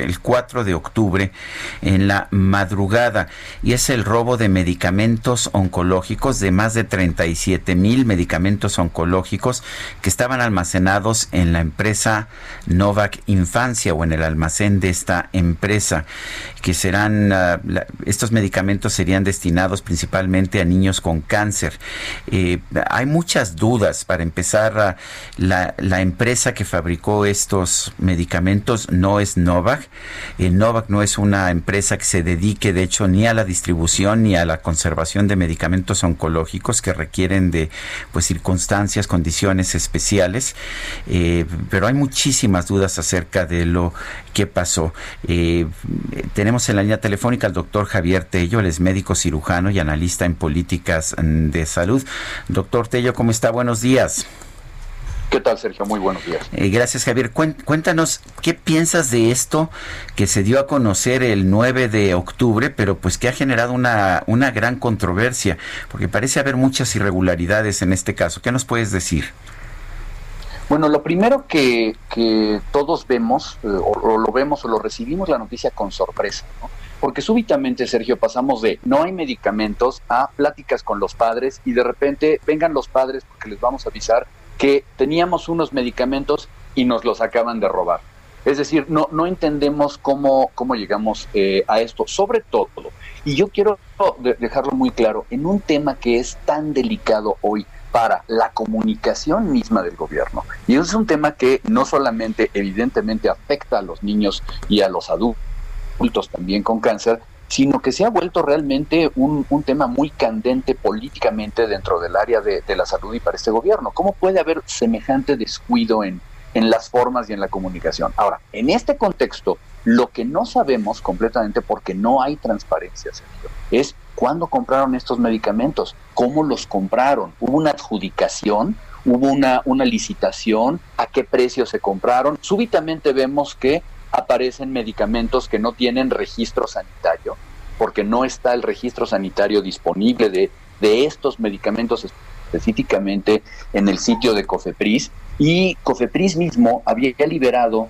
octubre, en la madrugada, y es el robo de medicamentos oncológicos, de más de 37,000 medicamentos oncológicos que estaban almacenados en la empresa Novak Infancia o en el almacén de esta empresa, que serán estos medicamentos serían destinados principalmente a niños con cáncer. Hay muchas dudas. Para empezar, la empresa que fabricó estos medicamentos no es Novak. Novak no es una empresa que se dedique, de hecho, ni a la distribución ni a la conservación de medicamentos oncológicos que requieren de circunstancias, condiciones especiales, pero hay muchísimas dudas acerca de lo que pasó. Tenemos en la línea telefónica al doctor Javier Tello, él es médico cirujano y analista en políticas de salud. Doctor Tello, ¿cómo está? Buenos días. ¿Qué tal, Sergio? Muy buenos días. Gracias, Javier. Cuéntanos, ¿qué piensas de esto que se dio a conocer el 9 de octubre, pero pues que ha generado una gran controversia? Porque parece haber muchas irregularidades en este caso. ¿Qué nos puedes decir? Bueno, lo primero que todos vemos, o lo vemos o lo recibimos la noticia con sorpresa, ¿no? Porque súbitamente, Sergio, pasamos de no hay medicamentos a pláticas con los padres y de repente vengan los padres porque les vamos a avisar que teníamos unos medicamentos y nos los acaban de robar. Es decir, no entendemos cómo llegamos a esto, sobre todo, y yo quiero dejarlo muy claro, en un tema que es tan delicado hoy para la comunicación misma del gobierno, y es un tema que no solamente evidentemente afecta a los niños y a los adultos también con cáncer, sino que se ha vuelto realmente un tema muy candente políticamente dentro del área de la salud y para este gobierno. ¿Cómo puede haber semejante descuido en las formas y en la comunicación? Ahora, en este contexto, lo que no sabemos completamente, porque no hay transparencia, Sergio, es cuándo compraron estos medicamentos, cómo los compraron, hubo una adjudicación, hubo una licitación, a qué precio se compraron. Súbitamente vemos que aparecen medicamentos que no tienen registro sanitario, porque no está el registro sanitario disponible de estos medicamentos específicamente en el sitio de COFEPRIS, y COFEPRIS mismo había liberado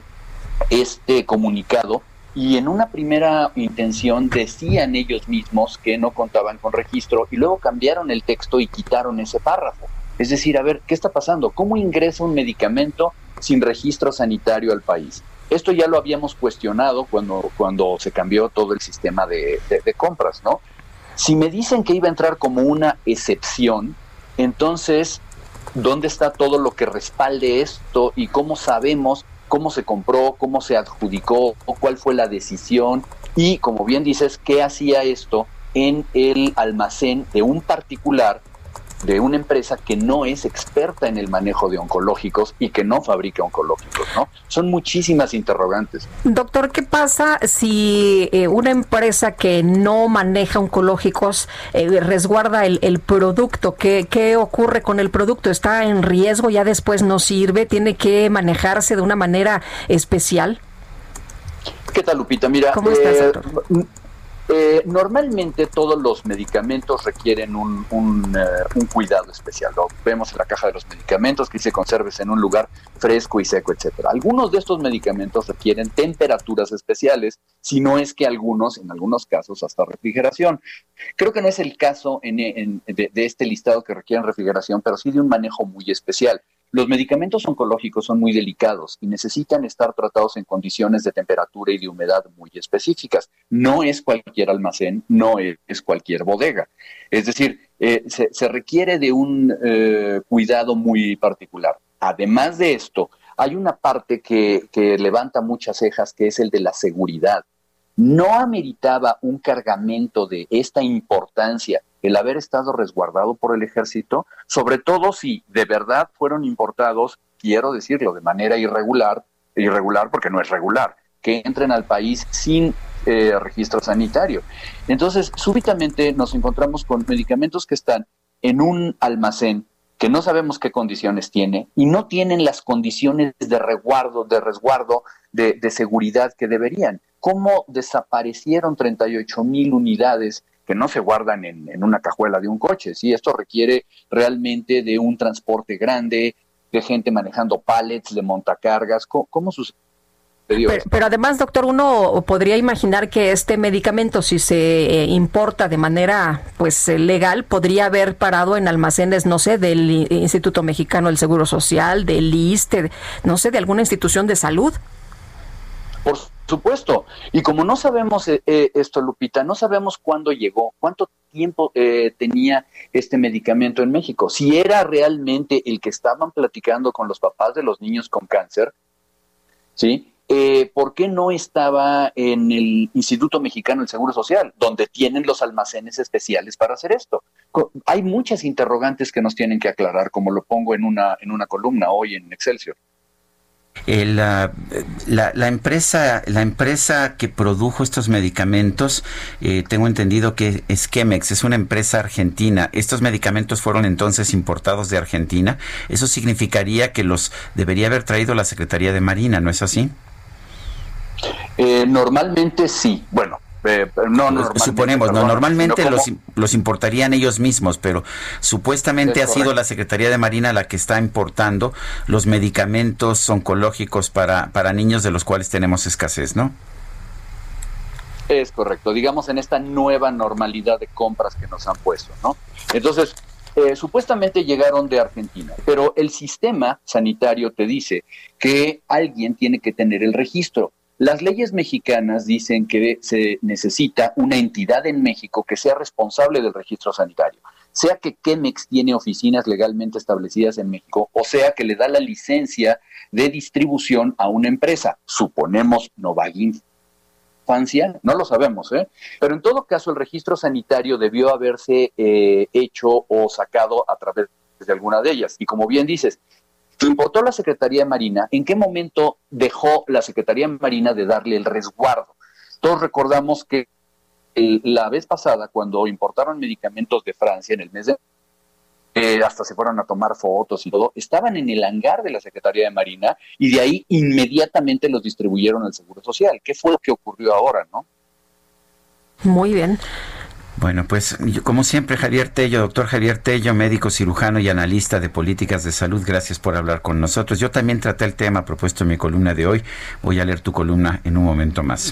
este comunicado y en una primera intención decían ellos mismos que no contaban con registro y luego cambiaron el texto y quitaron ese párrafo. Es decir, a ver, ¿qué está pasando? ¿Cómo ingresa un medicamento sin registro sanitario al país? Esto ya lo habíamos cuestionado cuando se cambió todo el sistema de compras, ¿no? Si me dicen que iba a entrar como una excepción, entonces, ¿dónde está todo lo que respalde esto y cómo sabemos cómo se compró, cómo se adjudicó, cuál fue la decisión? Y, como bien dices, ¿qué hacía esto en el almacén de un particular, de una empresa que no es experta en el manejo de oncológicos y que no fabrica oncológicos, ¿no? Son muchísimas interrogantes. Doctor, ¿qué pasa si una empresa que no maneja oncológicos resguarda el producto? ¿Qué ocurre con el producto? ¿Está en riesgo? ¿Ya después no sirve? ¿Tiene que manejarse de una manera especial? ¿Qué tal, Lupita? Mira, ¿cómo estás, doctor? Normalmente todos los medicamentos requieren un cuidado especial. Lo vemos en la caja de los medicamentos que dice conserves en un lugar fresco y seco, etcétera. Algunos de estos medicamentos requieren temperaturas especiales, si no es que algunos, en algunos casos, hasta refrigeración. Creo que no es el caso de este listado que requieren refrigeración, pero sí de un manejo muy especial. Los medicamentos oncológicos son muy delicados y necesitan estar tratados en condiciones de temperatura y de humedad muy específicas. No es cualquier almacén, no es cualquier bodega. Es decir, se requiere de un cuidado muy particular. Además de esto, hay una parte que levanta muchas cejas, que es el de la seguridad. ¿No ameritaba un cargamento de esta importancia el haber estado resguardado por el ejército? Sobre todo si de verdad fueron importados, quiero decirlo, de manera irregular porque no es regular, que entren al país sin registro sanitario. Entonces, súbitamente nos encontramos con medicamentos que están en un almacén que no sabemos qué condiciones tiene y no tienen las condiciones de resguardo, de seguridad que deberían. ¿Cómo desaparecieron 38,000 unidades que no se guardan en una cajuela de un coche? ¿Sí? Esto requiere realmente de un transporte grande, de gente manejando pallets, de montacargas. ¿Cómo sucede? Pero además, doctor, uno podría imaginar que este medicamento, si se importa de manera legal, podría haber parado en almacenes, no sé, del Instituto Mexicano del Seguro Social, del ISSSTE, no sé, de alguna institución de salud. Por supuesto. Y como no sabemos esto, Lupita, no sabemos cuándo llegó, cuánto tiempo tenía este medicamento en México. Si era realmente el que estaban platicando con los papás de los niños con cáncer, ¿sí? ¿Por qué no estaba en el Instituto Mexicano del Seguro Social, donde tienen los almacenes especiales para hacer esto? Hay muchas interrogantes que nos tienen que aclarar, como lo pongo en una columna hoy en Excelsior. La empresa que produjo estos medicamentos, tengo entendido que es Chemex, es una empresa argentina. Estos medicamentos fueron entonces importados de Argentina. Eso significaría que los debería haber traído la Secretaría de Marina, ¿no es así? Normalmente sí. Bueno, normalmente los importarían ellos mismos, pero supuestamente ha sido la Secretaría de Marina la que está importando los medicamentos oncológicos para niños, de los cuales tenemos escasez, ¿no? Es correcto, digamos en esta nueva normalidad de compras que nos han puesto, ¿no? Entonces, supuestamente llegaron de Argentina, pero el sistema sanitario te dice que alguien tiene que tener el registro. Las leyes mexicanas dicen que se necesita una entidad en México que sea responsable del registro sanitario, sea que Chemex tiene oficinas legalmente establecidas en México, o sea que le da la licencia de distribución a una empresa, suponemos Novagin Infancia, no lo sabemos, pero en todo caso el registro sanitario debió haberse hecho o sacado a través de alguna de ellas, y como bien dices, importó la Secretaría de Marina. ¿En qué momento dejó la Secretaría de Marina de darle el resguardo? Todos recordamos que la vez pasada, cuando importaron medicamentos de Francia en el mes de hasta se fueron a tomar fotos y todo, estaban en el hangar de la Secretaría de Marina y de ahí inmediatamente los distribuyeron al Seguro Social. ¿Qué fue lo que ocurrió ahora, no? Muy bien. Bueno, pues como siempre, doctor Javier Tello, médico cirujano y analista de políticas de salud, gracias por hablar con nosotros. Yo también traté el tema propuesto en mi columna de hoy. Voy a leer tu columna en un momento más.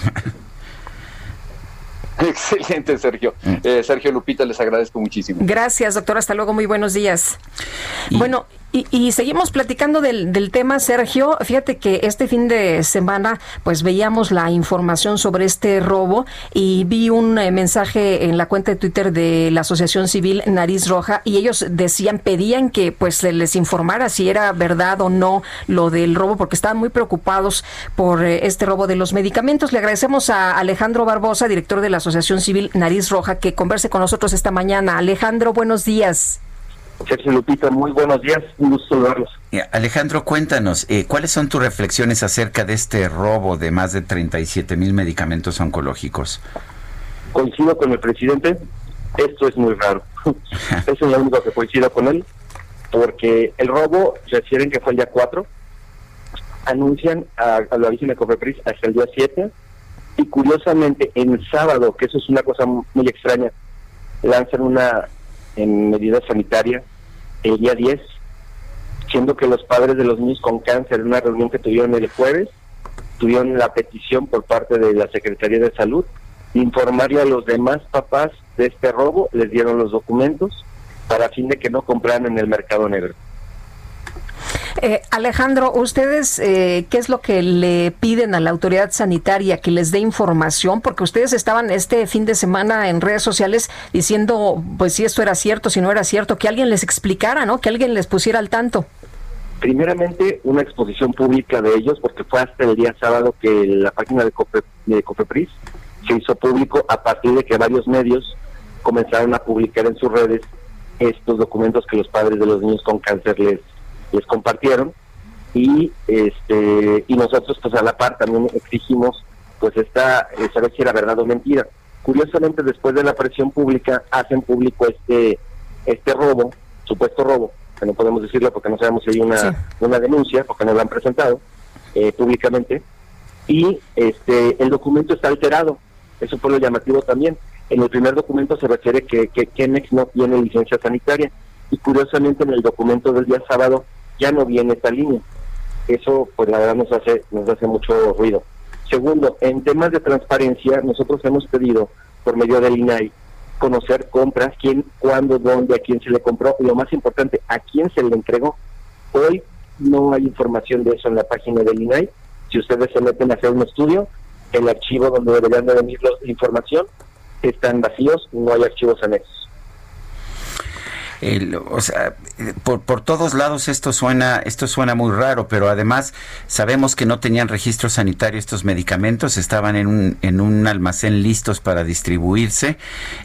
Excelente, Sergio. Sergio, Lupita, les agradezco muchísimo. Gracias, doctor. Hasta luego. Muy buenos días. Bueno, y seguimos platicando del tema, Sergio. Fíjate que este fin de semana pues veíamos la información sobre este robo y vi un mensaje en la cuenta de Twitter de la Asociación Civil Nariz Roja y ellos pedían que pues se les informara si era verdad o no lo del robo, porque estaban muy preocupados por este robo de los medicamentos. Le agradecemos a Alejandro Barbosa, director de la Asociación Civil Nariz Roja, que converse con nosotros esta mañana. Alejandro, buenos días. Sergio, Lupita, muy buenos días, un gusto saludarlos. Alejandro, cuéntanos, ¿cuáles son tus reflexiones acerca de este robo de más de 37,000 medicamentos oncológicos? Coincido con el presidente, esto es muy raro. Eso es lo único que coincido con él, porque el robo refieren que fue el día 4, anuncian a la aviso de Cofepris hasta el día 7, y curiosamente en sábado, que eso es una cosa muy extraña, lanzan una en medida sanitaria el día 10, siendo que los padres de los niños con cáncer, en una reunión que tuvieron el jueves, tuvieron la petición por parte de la Secretaría de Salud de informarle a los demás papás de este robo, les dieron los documentos para fin de que no compraran en el mercado negro. Alejandro, ¿ustedes qué es lo que le piden a la autoridad sanitaria? ¿Que les dé información? Porque ustedes estaban este fin de semana en redes sociales diciendo pues si esto era cierto, si no era cierto, que alguien les explicara, ¿no? Que alguien les pusiera al tanto. Primeramente, una exposición pública de ellos, porque fue hasta el día sábado que la página de COFEPRIS se hizo público a partir de que varios medios comenzaron a publicar en sus redes estos documentos que los padres de los niños con cáncer les compartieron, y nosotros pues a la par también exigimos pues saber si era verdad o mentira. Curiosamente, después de la presión pública, hacen público este robo, supuesto robo, que no podemos decirlo porque no sabemos si hay una denuncia, porque no la han presentado públicamente, y el documento está alterado. Eso fue lo llamativo también. En el primer documento se refiere que Kenex no tiene licencia sanitaria, y curiosamente en el documento del día sábado ya no viene esta línea. Eso pues la verdad nos hace mucho ruido. Segundo, en temas de transparencia, nosotros hemos pedido por medio del INAI conocer compras, quién, cuándo, dónde, a quién se le compró, y lo más importante, a quién se le entregó. Hoy no hay información de eso en la página del INAI. Si ustedes se meten a hacer un estudio, el archivo donde deberían de venir la información están vacíos, no hay archivos anexos. Por todos lados esto suena muy raro, pero además sabemos que no tenían registro sanitario estos medicamentos, estaban en un almacén listos para distribuirse.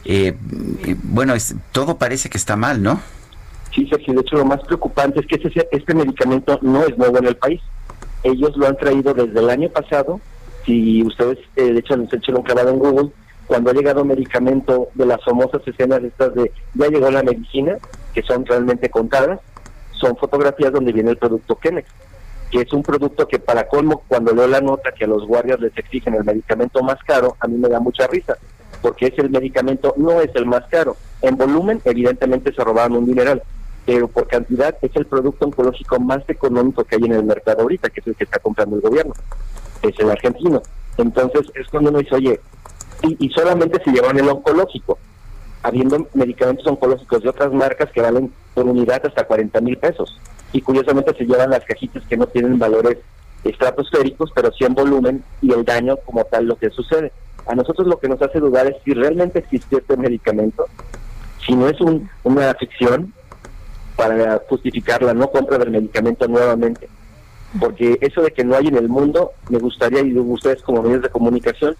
Todo parece que está mal, ¿no? Sí, Sergio, de hecho lo más preocupante es que este medicamento no es nuevo en el país. Ellos lo han traído desde el año pasado. Si ustedes de hecho han hecho un clavado en Google, cuando ha llegado medicamento, de las famosas escenas estas de ya llegó la medicina, que son realmente contadas, son fotografías donde viene el producto Kenex, que es un producto que para colmo, cuando leo la nota que a los guardias les exigen el medicamento más caro, a mí me da mucha risa, porque es el medicamento, no es el más caro. En volumen, evidentemente se robaron un dineral, pero por cantidad es el producto oncológico más económico que hay en el mercado ahorita, que es el que está comprando el gobierno, es el argentino. Entonces es cuando uno dice, oye, y solamente se llevan el oncológico, habiendo medicamentos oncológicos de otras marcas que valen por unidad hasta 40,000 pesos, y curiosamente se llevan las cajitas que no tienen valores estratosféricos, pero sí en volumen y el daño como tal lo que sucede. A nosotros lo que nos hace dudar es si realmente existió este medicamento, si no es una ficción para justificar la no compra del medicamento nuevamente, porque eso de que no hay en el mundo, me gustaría, y ustedes como medios de comunicación,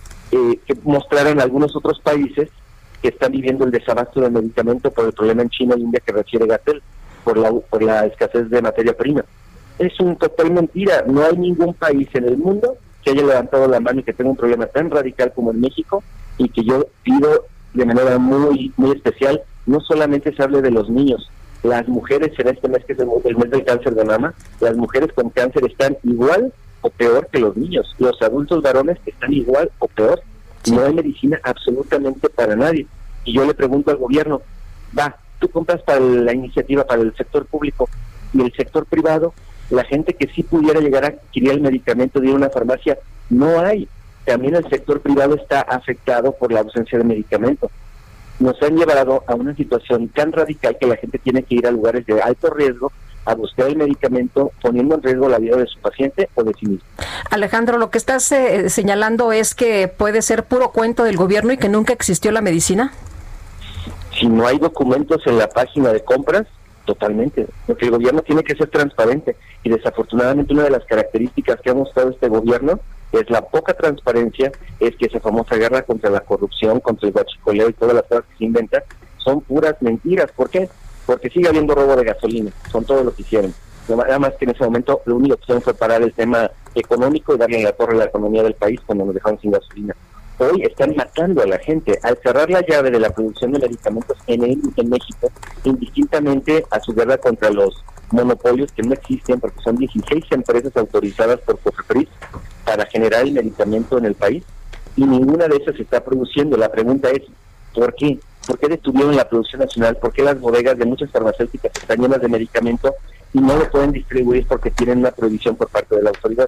que mostraran algunos otros países que están viviendo el desabasto del medicamento por el problema en China e India que refiere Gatell, por la escasez de materia prima. Es un total mentira. No hay ningún país en el mundo que haya levantado la mano y que tenga un problema tan radical como en México, y que yo pido de manera muy muy especial, no solamente se hable de los niños, las mujeres en este mes, que es el mes del cáncer de mama, las mujeres con cáncer están igual o peor que los niños, los adultos varones están igual o peor. No hay medicina absolutamente para nadie. Y yo le pregunto al gobierno, tú compras para la iniciativa, para el sector público, y el sector privado, la gente que sí pudiera llegar a adquirir el medicamento de una farmacia, no hay. También el sector privado está afectado por la ausencia de medicamento. Nos han llevado a una situación tan radical que la gente tiene que ir a lugares de alto riesgo a buscar el medicamento, poniendo en riesgo la vida de su paciente o de sí mismo. Alejandro, lo que estás señalando es que puede ser puro cuento del gobierno y que nunca existió la medicina. Si no hay documentos en la página de compras, totalmente. Porque el gobierno tiene que ser transparente, y desafortunadamente una de las características que ha mostrado este gobierno es la poca transparencia, es que esa famosa guerra contra la corrupción, contra el huachicoleo y todas las cosas que se inventan son puras mentiras. ¿Por qué? Porque sigue habiendo robo de gasolina, con todo lo que hicieron. Nada más que en ese momento lo único que hicieron fue parar el tema económico y darle en la torre a la economía del país cuando nos dejaron sin gasolina. Hoy están matando a la gente al cerrar la llave de la producción de medicamentos en México, indistintamente a su guerra contra los monopolios que no existen, porque son 16 empresas autorizadas por COFEPRIS para generar el medicamento en el país, y ninguna de esas se está produciendo. La pregunta es, ¿por qué? ¿Por qué detuvieron la producción nacional? ¿Por qué las bodegas de muchas farmacéuticas están llenas de medicamento y no lo pueden distribuir porque tienen una prohibición por parte de la autoridad?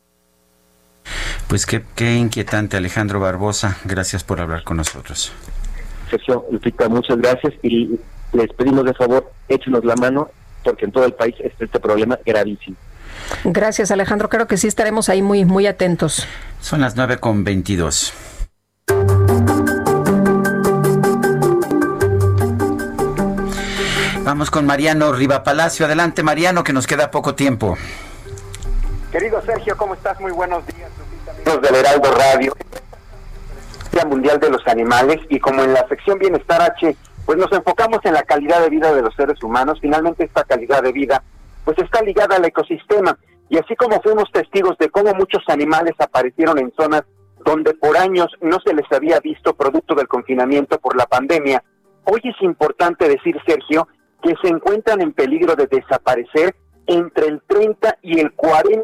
Pues qué inquietante, Alejandro Barbosa. Gracias por hablar con nosotros. Sergio, Lupita, muchas gracias, y les pedimos de favor, échenos la mano, porque en todo el país está este problema gravísimo. Gracias, Alejandro. Creo que sí estaremos ahí muy, muy atentos. Son las 9:22. Vamos con Mariano Rivapalacio. Adelante, Mariano, que nos queda poco tiempo. Querido Sergio, ¿cómo estás? Muy buenos días, amigos del Heraldo Radio. Día Mundial de los Animales, y como en la sección Bienestar H, pues nos enfocamos en la calidad de vida de los seres humanos. Finalmente esta calidad de vida pues está ligada al ecosistema, y así como fuimos testigos de cómo muchos animales aparecieron en zonas donde por años no se les había visto producto del confinamiento por la pandemia, hoy es importante decir, Sergio, que se encuentran en peligro de desaparecer entre el 30 y el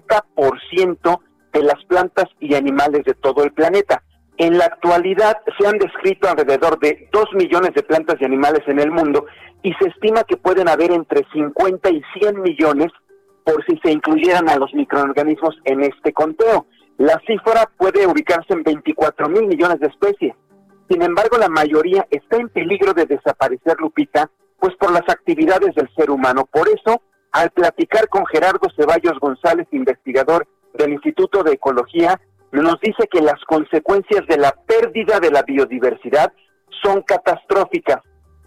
40% de las plantas y animales de todo el planeta. En la actualidad se han descrito alrededor de 2 millones de plantas y animales en el mundo, y se estima que pueden haber entre 50 y 100 millones por si se incluyeran a los microorganismos en este conteo. La cifra puede ubicarse en 24,000 millones de especies. Sin embargo, la mayoría está en peligro de desaparecer, Lupita, pues por las actividades del ser humano. Por eso, al platicar con Gerardo Ceballos González, investigador del Instituto de Ecología, nos dice que las consecuencias de la pérdida de la biodiversidad son catastróficas.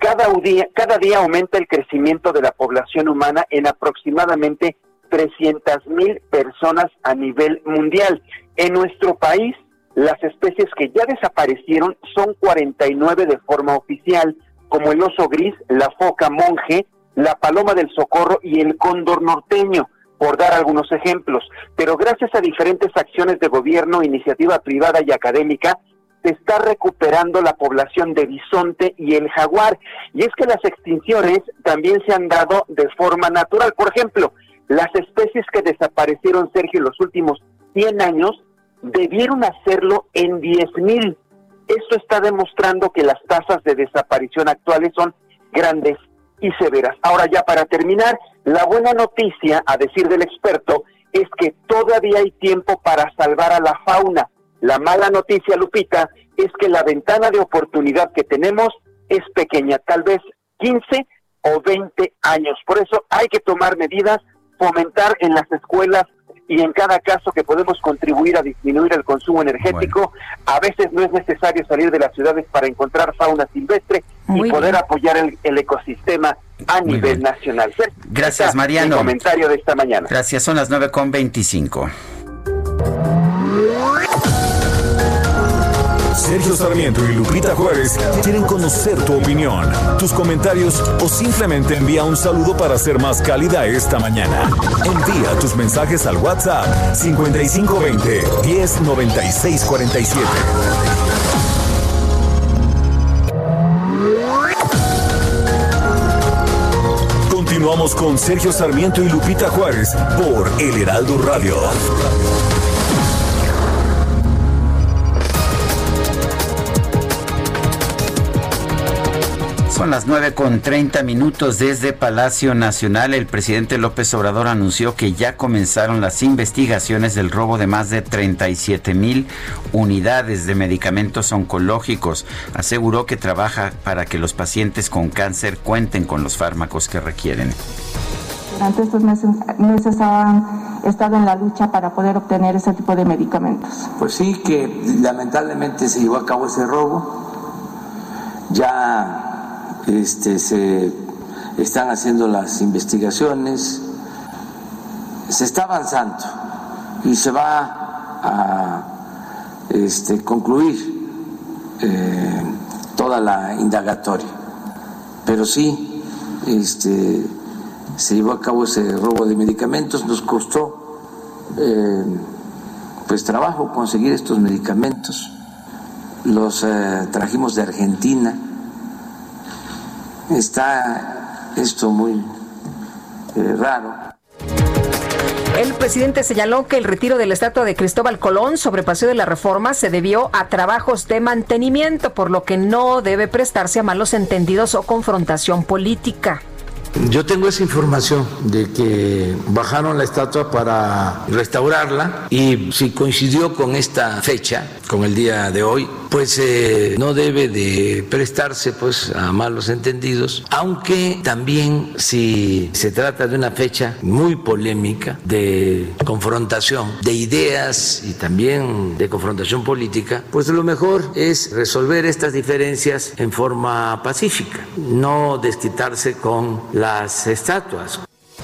Cada día aumenta el crecimiento de la población humana en aproximadamente 300,000 personas a nivel mundial. En nuestro país, las especies que ya desaparecieron son 49 de forma oficial, como el oso gris, la foca monje, la paloma del socorro y el cóndor norteño, por dar algunos ejemplos. Pero gracias a diferentes acciones de gobierno, iniciativa privada y académica, se está recuperando la población de bisonte y el jaguar. Y es que las extinciones también se han dado de forma natural. Por ejemplo, las especies que desaparecieron, Sergio, en los últimos 100 años, debieron hacerlo en 10,000. Esto está demostrando que las tasas de desaparición actuales son grandes y severas. Ahora, ya para terminar, la buena noticia, a decir del experto, es que todavía hay tiempo para salvar a la fauna. La mala noticia, Lupita, es que la ventana de oportunidad que tenemos es pequeña, tal vez 15 o 20 años. Por eso hay que tomar medidas, fomentar en las escuelas y en cada caso que podemos contribuir a disminuir el consumo energético. Bueno. A veces no es necesario salir de las ciudades para encontrar fauna silvestre y poder apoyar el ecosistema a nivel nacional. Gracias, Mariano. Mi comentario de esta mañana. Gracias, son las 9:25. Sergio Sarmiento y Lupita Juárez quieren conocer tu opinión, tus comentarios o simplemente envía un saludo para ser más cálida esta mañana. Envía tus mensajes al WhatsApp 5520 109647. Continuamos con Sergio Sarmiento y Lupita Juárez por El Heraldo Radio. Son las 9:30 desde Palacio Nacional. El presidente López Obrador anunció que ya comenzaron las investigaciones del robo de más de 37,000 unidades de medicamentos oncológicos. Aseguró que trabaja para que los pacientes con cáncer cuenten con los fármacos que requieren. Durante estos meses han estado en la lucha para poder obtener ese tipo de medicamentos. Pues sí, que lamentablemente se llevó a cabo ese robo. Ya se están haciendo las investigaciones, se está avanzando y se va a concluir toda la indagatoria. Pero sí, se llevó a cabo ese robo de medicamentos, nos costó trabajo conseguir estos medicamentos, los trajimos de Argentina. Está esto muy raro. El presidente señaló que el retiro de la estatua de Cristóbal Colón sobre Paseo de la Reforma se debió a trabajos de mantenimiento, por lo que no debe prestarse a malos entendidos o confrontación política. Yo tengo esa información de que bajaron la estatua para restaurarla, y si coincidió con esta fecha, con el día de hoy, pues no debe de prestarse pues a malos entendidos, aunque también si se trata de una fecha muy polémica de confrontación de ideas y también de confrontación política, pues lo mejor es resolver estas diferencias en forma pacífica, no desquitarse con las estatuas.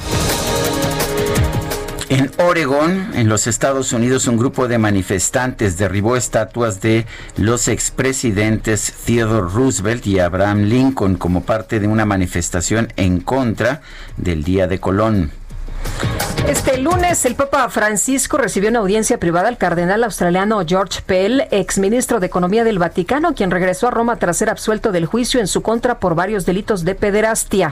En Oregón, en los Estados Unidos, un grupo de manifestantes derribó estatuas de los expresidentes Theodore Roosevelt y Abraham Lincoln como parte de una manifestación en contra del Día de Colón. Este lunes, el Papa Francisco recibió una audiencia privada al cardenal australiano George Pell, exministro de Economía del Vaticano, quien regresó a Roma tras ser absuelto del juicio en su contra por varios delitos de pederastia.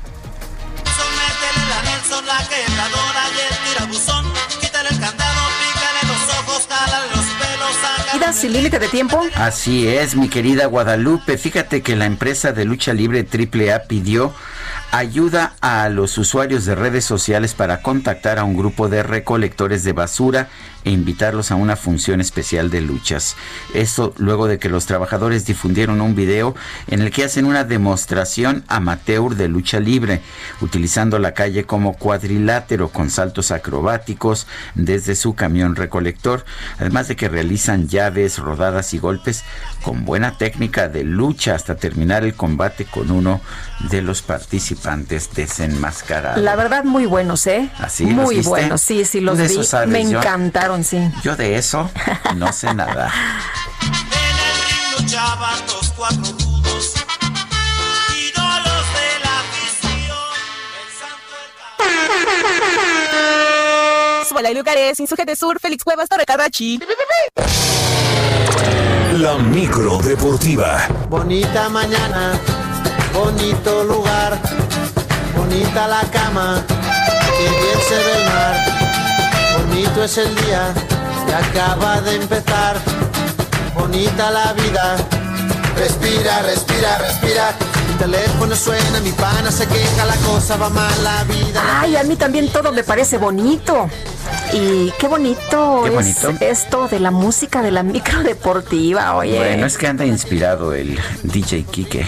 ¿Sin límite de tiempo? Así es, mi querida Guadalupe. Fíjate que la empresa de lucha libre AAA pidió ayuda a los usuarios de redes sociales para contactar a un grupo de recolectores de basura e invitarlos a una función especial de luchas. Esto luego de que los trabajadores difundieron un video en el que hacen una demostración amateur de lucha libre, utilizando la calle como cuadrilátero con saltos acrobáticos desde su camión recolector, además de que realizan llaves, rodadas y golpes con buena técnica de lucha hasta terminar el combate con uno de los participantes desenmascarados. La verdad, muy buenos, ¿eh? Así, muy buenos, sí, los vi, me encantaron, sí. Yo de eso no sé nada. En el ring luchaban los cuatro rudos, ídolos de la afición, el santo del Suela Lugares, Insurgente Sur, Félix Cuevas, Torre Carrachi. La micro deportiva. Bonita mañana, bonito lugar, bonita la cama, que bien se ve el mar, bonito es el día que acaba de empezar, bonita la vida, respira, respira, respira. Mi teléfono suena, mi pana se queja, la cosa va mal, la vida. Ay, a mí también todo me parece bonito. Y qué bonito es esto de la música de la micro deportiva, oye. Bueno, es que anda inspirado el DJ Quique.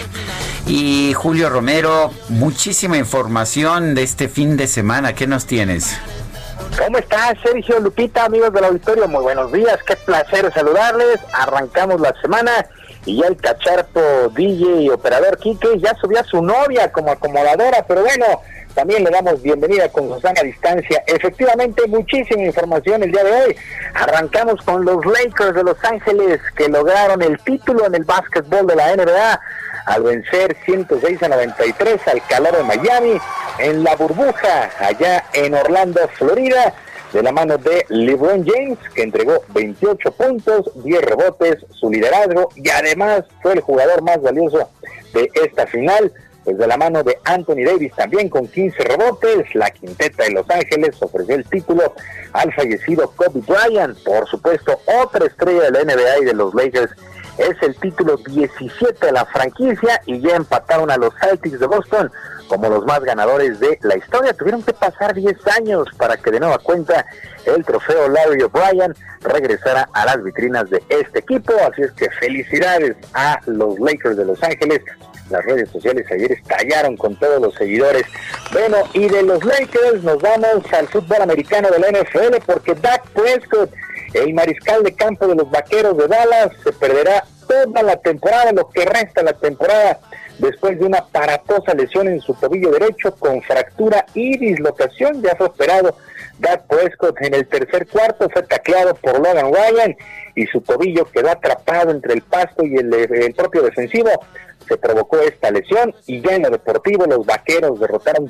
Y Julio Romero, muchísima información de este fin de semana. ¿Qué nos tienes? ¿Cómo estás, Sergio, Lupita, amigos del auditorio? Muy buenos días, qué placer saludarles. Arrancamos la semana y ya el cacharpo DJ y operador Quique ya subió a su novia como acomodadora, pero bueno, también le damos bienvenida con Susana a distancia. Efectivamente, muchísima información el día de hoy. Arrancamos con los Lakers de Los Ángeles, que lograron el título en el básquetbol de la NBA al vencer 106-93 al calor de Miami en la burbuja allá en Orlando, Florida, de la mano de LeBron James, que entregó 28 puntos, 10 rebotes, su liderazgo, y además fue el jugador más valioso de esta final. Pues de la mano de Anthony Davis también con 15 rebotes, la quinteta de Los Ángeles ofreció el título al fallecido Kobe Bryant. Por supuesto, otra estrella de la NBA y de los Lakers, es el título 17 de la franquicia y ya empataron a los Celtics de Boston como los más ganadores de la historia. Tuvieron que pasar 10 años para que de nueva cuenta el trofeo Larry O'Brien regresara a las vitrinas de este equipo. Así es que felicidades a los Lakers de Los Ángeles. Las redes sociales ayer estallaron con todos los seguidores. Bueno, y de los Lakers nos vamos al fútbol americano de la NFL, porque Dak Prescott, el mariscal de campo de los Vaqueros de Dallas, se perderá toda la temporada, lo que resta la temporada, después de una aparatosa lesión en su tobillo derecho con fractura y dislocación. Ya fue operado Dak Prescott en el tercer cuarto, fue tacleado por Logan Ryan y su tobillo quedó atrapado entre el pasto y el propio defensivo. Se provocó esta lesión y ya en lo deportivo los Vaqueros derrotaron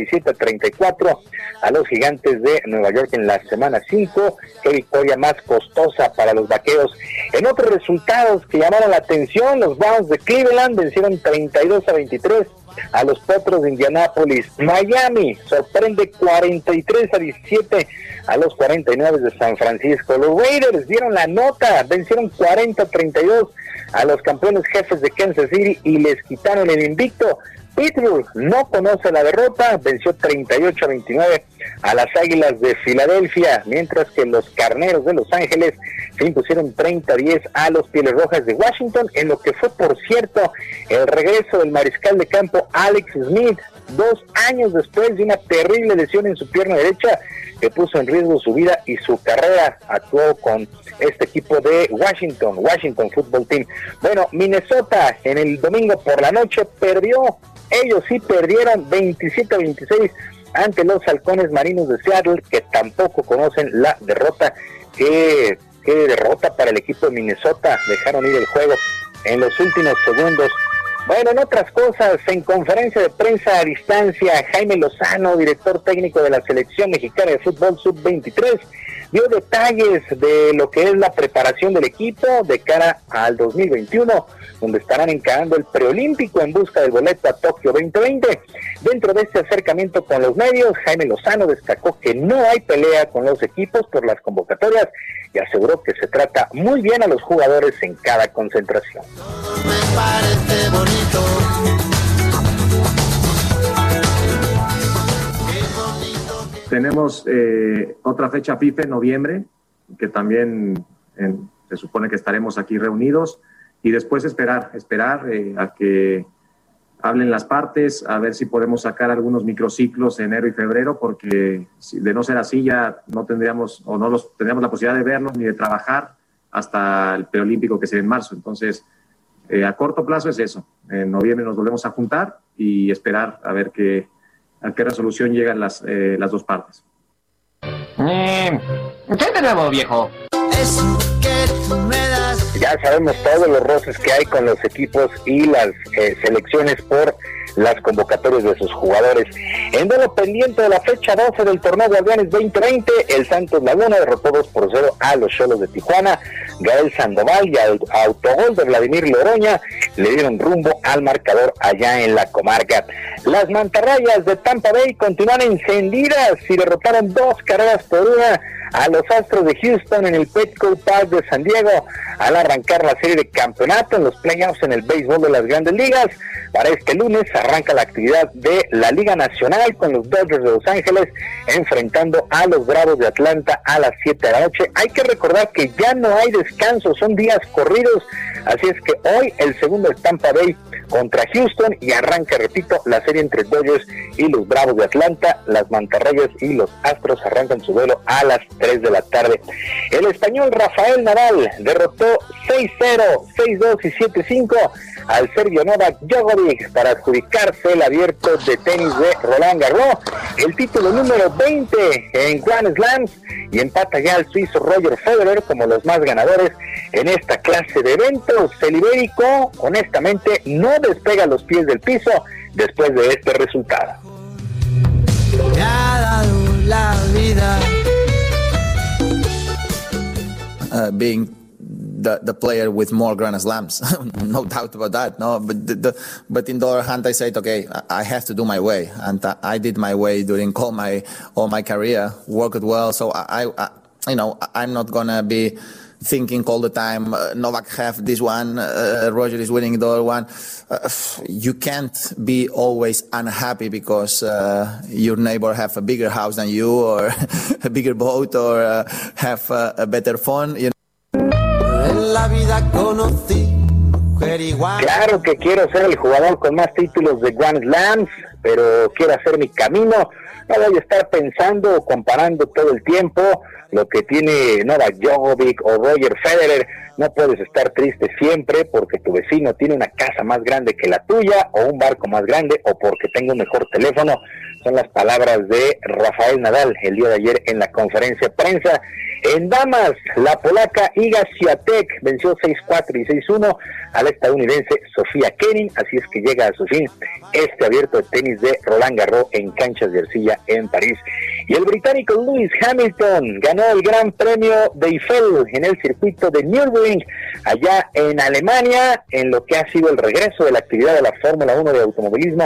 37-34 a los Gigantes de Nueva York en la semana 5. Qué victoria más costosa para los Vaqueros. En otros resultados que llamaron la atención, los Browns de Cleveland vencieron 32-23 a los Potros de Indianápolis. Miami sorprende 43-17 a los 49 de San Francisco. Los Raiders dieron la nota, vencieron 40-32 a los campeones jefes de Kansas City y les quitaron el invicto. Pittsburgh no conoce la derrota, venció 38-29 a las Águilas de Filadelfia, mientras que los Carneros de Los Ángeles se impusieron 30-10 a los Pieles Rojas de Washington, en lo que fue, por cierto, el regreso del mariscal de campo Alex Smith, 2 años después de una terrible lesión en su pierna derecha que puso en riesgo su vida y su carrera. Actuó con este equipo de Washington Football Team. Bueno, Minnesota en el domingo por la noche perdió, ellos sí perdieron 27-26 ante los Halcones Marinos de Seattle, que tampoco conocen la derrota. Qué derrota para el equipo de Minnesota, dejaron ir el juego en los últimos segundos. Bueno, en otras cosas, en conferencia de prensa a distancia, Jaime Lozano, director técnico de la selección mexicana de fútbol sub-23, dio detalles de lo que es la preparación del equipo de cara al 2021, donde estarán encarando el preolímpico en busca del boleto a Tokio 2020. Dentro de este acercamiento con los medios, Jaime Lozano destacó que no hay pelea con los equipos por las convocatorias y aseguró que se trata muy bien a los jugadores en cada concentración. Me parece bonito. Tenemos otra fecha FIFA en noviembre, que también se supone que estaremos aquí reunidos, y después esperar a que hablen las partes, a ver si podemos sacar algunos microciclos en enero y febrero, porque de no ser así ya no tendríamos la posibilidad de verlos ni de trabajar hasta el preolímpico que será en marzo. Entonces, a corto plazo es eso. En noviembre nos volvemos a juntar y esperar a ver a qué resolución llegan las dos partes. ¿Qué de nuevo, viejo? Eso que tú me das. Ya sabemos todos los roces que hay con los equipos y las selecciones por las convocatorias de sus jugadores. En duelo pendiente de la fecha 12 del torneo Guardianes 2020, el Santos Laguna derrotó 2-0 a los Xolos de Tijuana. Gael Sandoval y al autogol de Vladimir Loroña le dieron rumbo al marcador allá en la comarca. Las mantarrayas de Tampa Bay continúan encendidas y derrotaron 2-1 a los Astros de Houston en el Petco Park de San Diego al arrancar la serie de campeonato en los playoffs en el béisbol de las Grandes Ligas. Para este lunes arranca la actividad de la Liga Nacional con los Dodgers de Los Ángeles enfrentando a los Bravos de Atlanta a las 7 de la noche. Hay que recordar que ya no hay descanso, son días corridos, así es que hoy el segundo es Tampa Bay contra Houston y arranca, repito, la serie entre Dodgers y los Bravos de Atlanta. Las mantarrayas y los Astros arrancan su duelo a las 3 de la tarde. El español Rafael Nadal derrotó 6-0, 6-2 y 7-5 al serbio Novak Djokovic para adjudicarse el abierto de tenis de Roland Garros, el título número 20 en Grand Slams, y empata ya al suizo Roger Federer como los más ganadores en esta clase de eventos. El ibérico, honestamente, no despega los pies del piso después de este resultado. Me ha dado la vida. Being the player with more Grand Slams, no doubt about that. No, but in the other hand, I said, okay, I have to do my way, and I did my way during all my career, worked well. So I'm not gonna be thinking all the time, Novak have this one, Roger is winning the other one. You can't be always unhappy because your neighbor have a bigger house than you, or a bigger boat, or have a better phone. You know? En la vida conocí mujer igual. Claro que quiero ser el jugador con más títulos de Grand Slams, pero quiero hacer mi camino. No voy a estar pensando o comparando todo el tiempo lo que tiene Novak Djokovic o Roger Federer. No puedes estar triste siempre porque tu vecino tiene una casa más grande que la tuya, o un barco más grande, o porque tenga un mejor teléfono. Son las palabras de Rafael Nadal el día de ayer en la conferencia de prensa. En damas, la polaca Iga Świątek venció 6-4 y 6-1 a la estadounidense Sofía Kenin, así es que llega a su fin este abierto de tenis de Roland Garros en canchas de arcilla en París. Y el británico Lewis Hamilton ganó el Gran Premio de Eiffel en el circuito de Nürburgring, allá en Alemania, en lo que ha sido el regreso de la actividad de la Fórmula 1 de automovilismo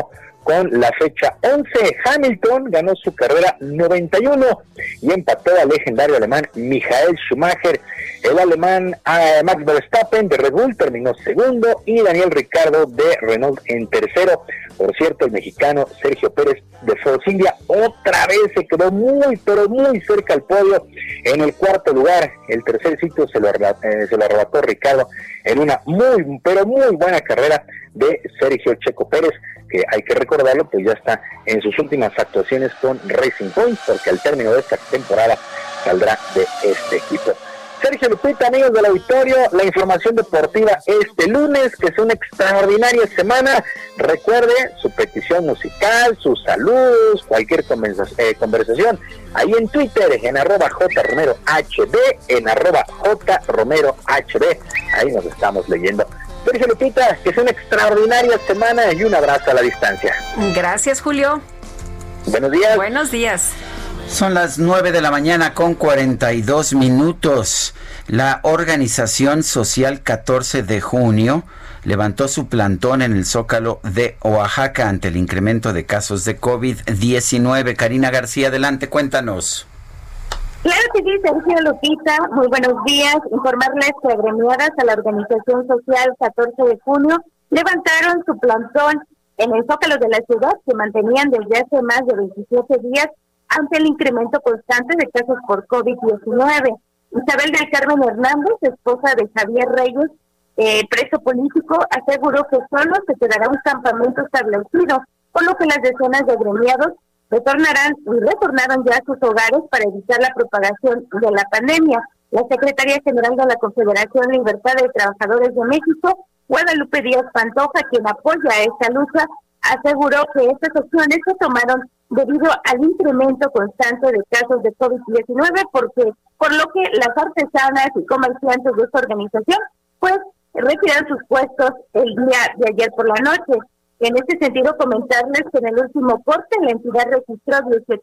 con la fecha 11. Hamilton ganó su carrera 91 y empató al legendario alemán Michael Schumacher. El alemán Max Verstappen de Red Bull terminó segundo y Daniel Ricciardo de Renault en tercero. Por cierto, el mexicano Sergio Pérez de Force India otra vez se quedó muy, pero muy cerca al podio en el cuarto lugar. El tercer sitio se lo arrebató Ricciardo en una muy, pero muy buena carrera de Sergio Checo Pérez, que hay que recordarlo, pues ya está en sus últimas actuaciones con Racing Point, porque al término de esta temporada saldrá de este equipo. Sergio, Lupita, amigos del auditorio, la información deportiva este lunes, que es una extraordinaria semana. Recuerde su petición musical, sus saludos, cualquier conversación, ahí en Twitter, en @jromerohd, en @jromerohd, ahí nos estamos leyendo. Sergio, Lupita, que es una extraordinaria semana y un abrazo a la distancia. Gracias, Julio. Buenos días. Buenos días. Son las 9 de la mañana con 42 minutos. La organización social 14 de junio levantó su plantón en el Zócalo de Oaxaca ante el incremento de casos de COVID-19. Karina García, adelante, cuéntanos. Claro que sí, Sergio, Lupita, muy buenos días. Informarles que agremiadas a la organización social 14 de junio levantaron su plantón en el Zócalo de la ciudad, que mantenían desde hace más de 27 días ante el incremento constante de casos por COVID-19. Isabel del Carmen Hernández, esposa de Javier Reyes, preso político, aseguró que solo se quedará un campamento establecido, por lo que las decenas de agremiados retornaron ya a sus hogares para evitar la propagación de la pandemia. La secretaria general de la Confederación Libertad de Trabajadores de México, Guadalupe Díaz Pantoja, quien apoya esta lucha, aseguró que estas acciones se tomaron debido al incremento constante de casos de COVID-19, por lo que las artesanas y comerciantes de esta organización pues retiraron sus puestos el día de ayer por la noche. En este sentido, comentarles que en el último corte la entidad registró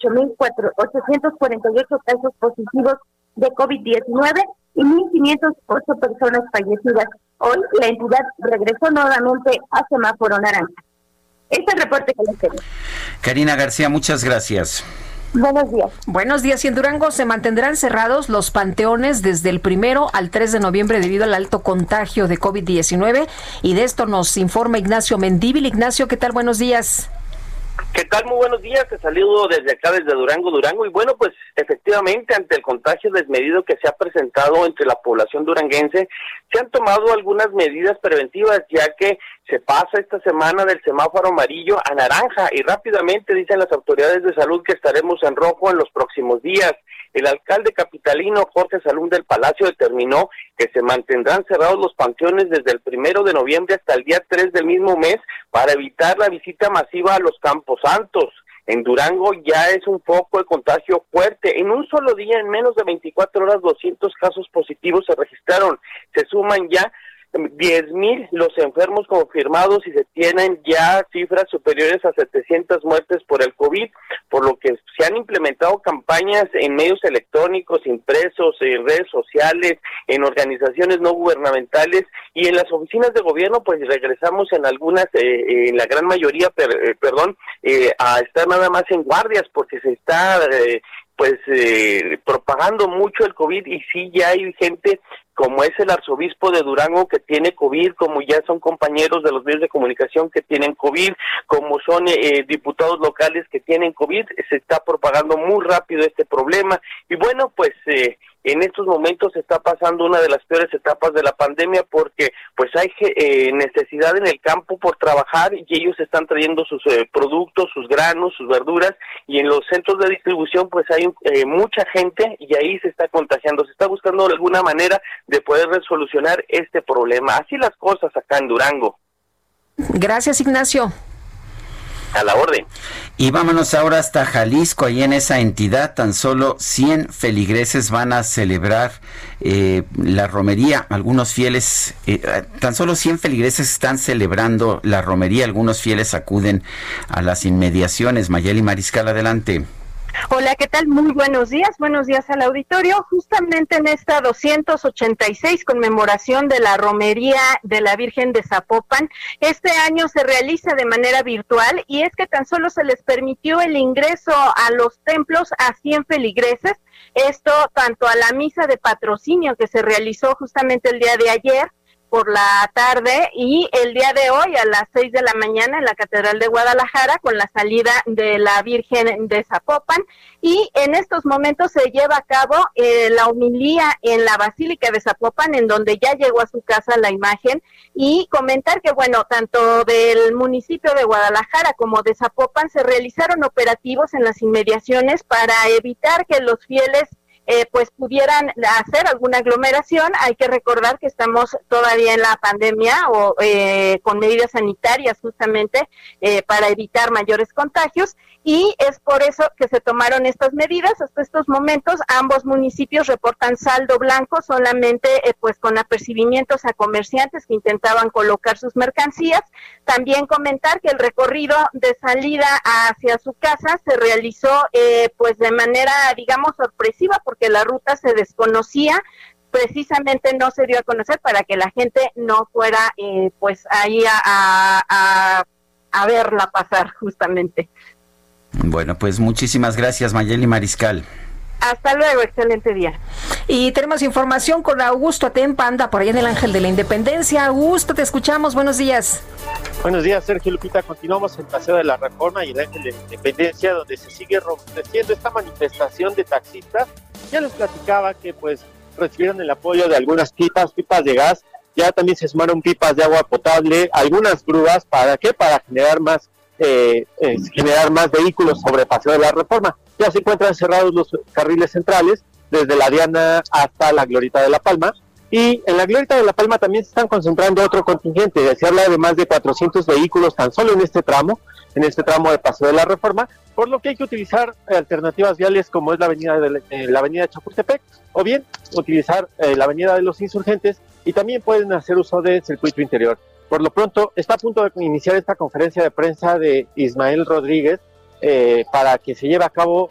18.848 casos positivos de COVID-19 y 1.508 personas fallecidas. Hoy la entidad regresó nuevamente a semáforo naranja. Este es el reporte que les tengo. Karina García, muchas gracias. Buenos días. Buenos días. Y en Durango se mantendrán cerrados los panteones desde el 1 al 3 de noviembre debido al alto contagio de COVID-19. Y de esto nos informa Ignacio Mendívil. Ignacio, ¿qué tal? Buenos días. ¿Qué tal? Muy buenos días, te saludo desde acá, desde Durango, y bueno, pues efectivamente ante el contagio desmedido que se ha presentado entre la población duranguense, se han tomado algunas medidas preventivas, ya que se pasa esta semana del semáforo amarillo a naranja, y rápidamente dicen las autoridades de salud que estaremos en rojo en los próximos días. El alcalde capitalino Jorge Salum del Palacio determinó que se mantendrán cerrados los panteones desde el 1 de noviembre hasta el día 3 del mismo mes para evitar la visita masiva a los camposantos. En Durango ya es un foco de contagio fuerte. En un solo día, en menos de 24 horas, 200 casos positivos se registraron. Se suman ya 10,000 los enfermos confirmados y se tienen ya cifras superiores a 700 muertes por el COVID, por lo que se han implementado campañas en medios electrónicos, impresos, en redes sociales, en organizaciones no gubernamentales y en las oficinas de gobierno, pues regresamos en algunas, en la gran mayoría, a estar nada más en guardias porque se está propagando mucho el COVID y sí ya hay gente como es el arzobispo de Durango que tiene COVID, como ya son compañeros de los medios de comunicación que tienen COVID, como son diputados locales que tienen COVID, se está propagando muy rápido este problema y bueno, pues en estos momentos se está pasando una de las peores etapas de la pandemia porque pues hay necesidad en el campo por trabajar y ellos están trayendo sus productos, sus granos, sus verduras y en los centros de distribución pues hay mucha gente y ahí se está contagiando, se está buscando de alguna manera de poder resolucionar este problema. Así las cosas acá en Durango. Gracias, Ignacio. A la orden. Y vámonos ahora hasta Jalisco. Ahí en esa entidad tan solo 100 feligreses van a celebrar la romería. Algunos fieles, tan solo 100 feligreses están celebrando la romería. Algunos fieles acuden a las inmediaciones. Mayeli Mariscal, adelante. Hola, ¿qué tal? Muy buenos días al auditorio. Justamente en esta 286 conmemoración de la romería de la Virgen de Zapopan, este año se realiza de manera virtual y es que tan solo se les permitió el ingreso a los templos a 100 feligreses, esto tanto a la misa de patrocinio que se realizó justamente el día de ayer por la tarde y el día de hoy a las 6 de la mañana en la Catedral de Guadalajara con la salida de la Virgen de Zapopan, y en estos momentos se lleva a cabo la homilía en la Basílica de Zapopan, en donde ya llegó a su casa la imagen, y comentar que bueno, tanto del municipio de Guadalajara como de Zapopan se realizaron operativos en las inmediaciones para evitar que los fieles pues pudieran hacer alguna aglomeración. Hay que recordar que estamos todavía en la pandemia o con medidas sanitarias justamente para evitar mayores contagios, y es por eso que se tomaron estas medidas. Hasta estos momentos ambos municipios reportan saldo blanco, solamente pues con apercibimientos a comerciantes que intentaban colocar sus mercancías. También comentar que el recorrido de salida hacia su casa se realizó pues de manera, digamos, sorpresiva, porque la ruta se desconocía, precisamente no se dio a conocer para que la gente no fuera pues ahí a verla pasar justamente. Bueno, pues muchísimas gracias, Mayeli Mariscal. Hasta luego, excelente día. Y tenemos información con Augusto Atempa, anda por allá en el Ángel de la Independencia. Augusto, te escuchamos, buenos días. Buenos días, Sergio, Lupita. Continuamos el Paseo de la Reforma y el Ángel de la Independencia, donde se sigue robusteciendo esta manifestación de taxistas. Ya les platicaba que pues recibieron el apoyo de algunas pipas de gas, ya también se sumaron pipas de agua potable, algunas grúas. ¿Para qué? Para generar más vehículos sobre el Paseo de la Reforma. Ya se encuentran cerrados los carriles centrales, desde la Diana hasta la Glorieta de la Palma, y en la Glorieta de la Palma también se están concentrando otro contingente. Se habla de más de 400 vehículos tan solo en este tramo de Paseo de la Reforma, por lo que hay que utilizar alternativas viales como es la avenida de Chapultepec, o bien utilizar la avenida de los Insurgentes, y también pueden hacer uso del circuito interior. Por lo pronto, está a punto de iniciar esta conferencia de prensa de Ismael Rodríguez para que se lleve a cabo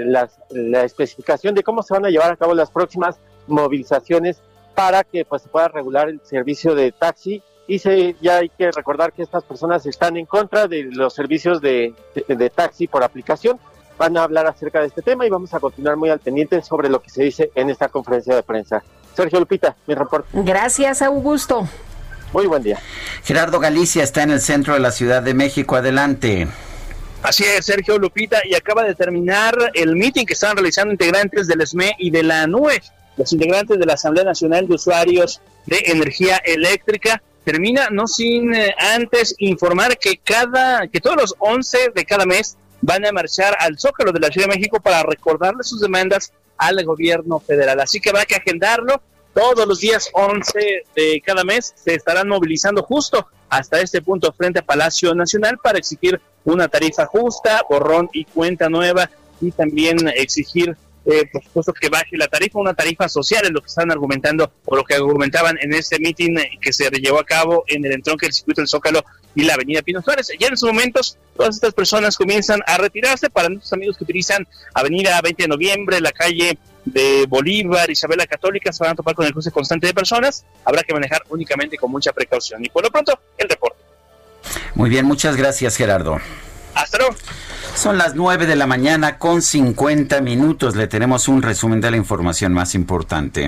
la especificación de cómo se van a llevar a cabo las próximas movilizaciones para que pues se pueda regular el servicio de taxi. Y ya hay que recordar que estas personas están en contra de los servicios de taxi por aplicación. Van a hablar acerca de este tema y vamos a continuar muy al pendiente sobre lo que se dice en esta conferencia de prensa. Sergio, Lupita, mi reporte. Gracias, Augusto. Muy buen día. Gerardo Galicia está en el centro de la Ciudad de México. Adelante. Así es, Sergio, Lupita, y acaba de terminar el mitin que estaban realizando integrantes del SME y de la NUE, los integrantes de la Asamblea Nacional de Usuarios de Energía Eléctrica. Termina no sin antes informar que todos los 11 de cada mes van a marchar al Zócalo de la Ciudad de México para recordarle sus demandas al gobierno federal. Así que habrá que agendarlo. Todos los días 11 de cada mes se estarán movilizando justo hasta este punto frente a Palacio Nacional para exigir una tarifa justa, borrón y cuenta nueva, y también exigir, por supuesto, que baje la tarifa, una tarifa social, es lo que están argumentando o lo que argumentaban en este mitin que se llevó a cabo en el entronque del circuito del Zócalo y la avenida Pino Suárez. Ya en estos momentos todas estas personas comienzan a retirarse. Para nuestros amigos que utilizan avenida 20 de noviembre, la calle de Bolívar, Isabel la Católica, se van a topar con el cruce constante de personas. Habrá que manejar únicamente con mucha precaución. Y por lo pronto, el reporte. Muy bien, muchas gracias, Gerardo. Hasta luego. Son las 9 de la mañana con 50 minutos. Le tenemos un resumen de la información más importante.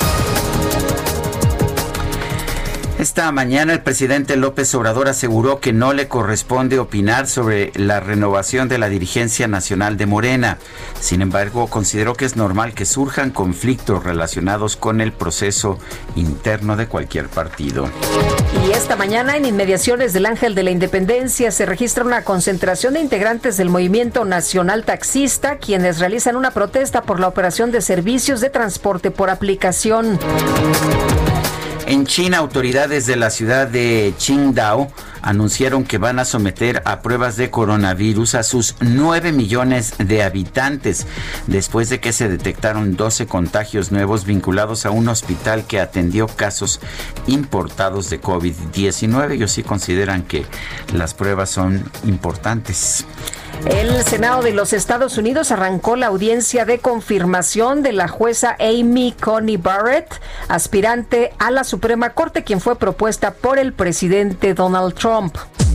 Esta mañana el presidente López Obrador aseguró que no le corresponde opinar sobre la renovación de la dirigencia nacional de Morena. Sin embargo, consideró que es normal que surjan conflictos relacionados con el proceso interno de cualquier partido. Y esta mañana en inmediaciones del Ángel de la Independencia se registra una concentración de integrantes del Movimiento Nacional Taxista, quienes realizan una protesta por la operación de servicios de transporte por aplicación. En China, autoridades de la ciudad de Qingdao anunciaron que van a someter a pruebas de coronavirus a sus 9 millones de habitantes, después de que se detectaron 12 contagios nuevos vinculados a un hospital que atendió casos importados de COVID-19. Ellos sí consideran que las pruebas son importantes. El Senado de los Estados Unidos arrancó la audiencia de confirmación de la jueza Amy Coney Barrett, aspirante a la Suprema Corte, quien fue propuesta por el presidente Donald Trump.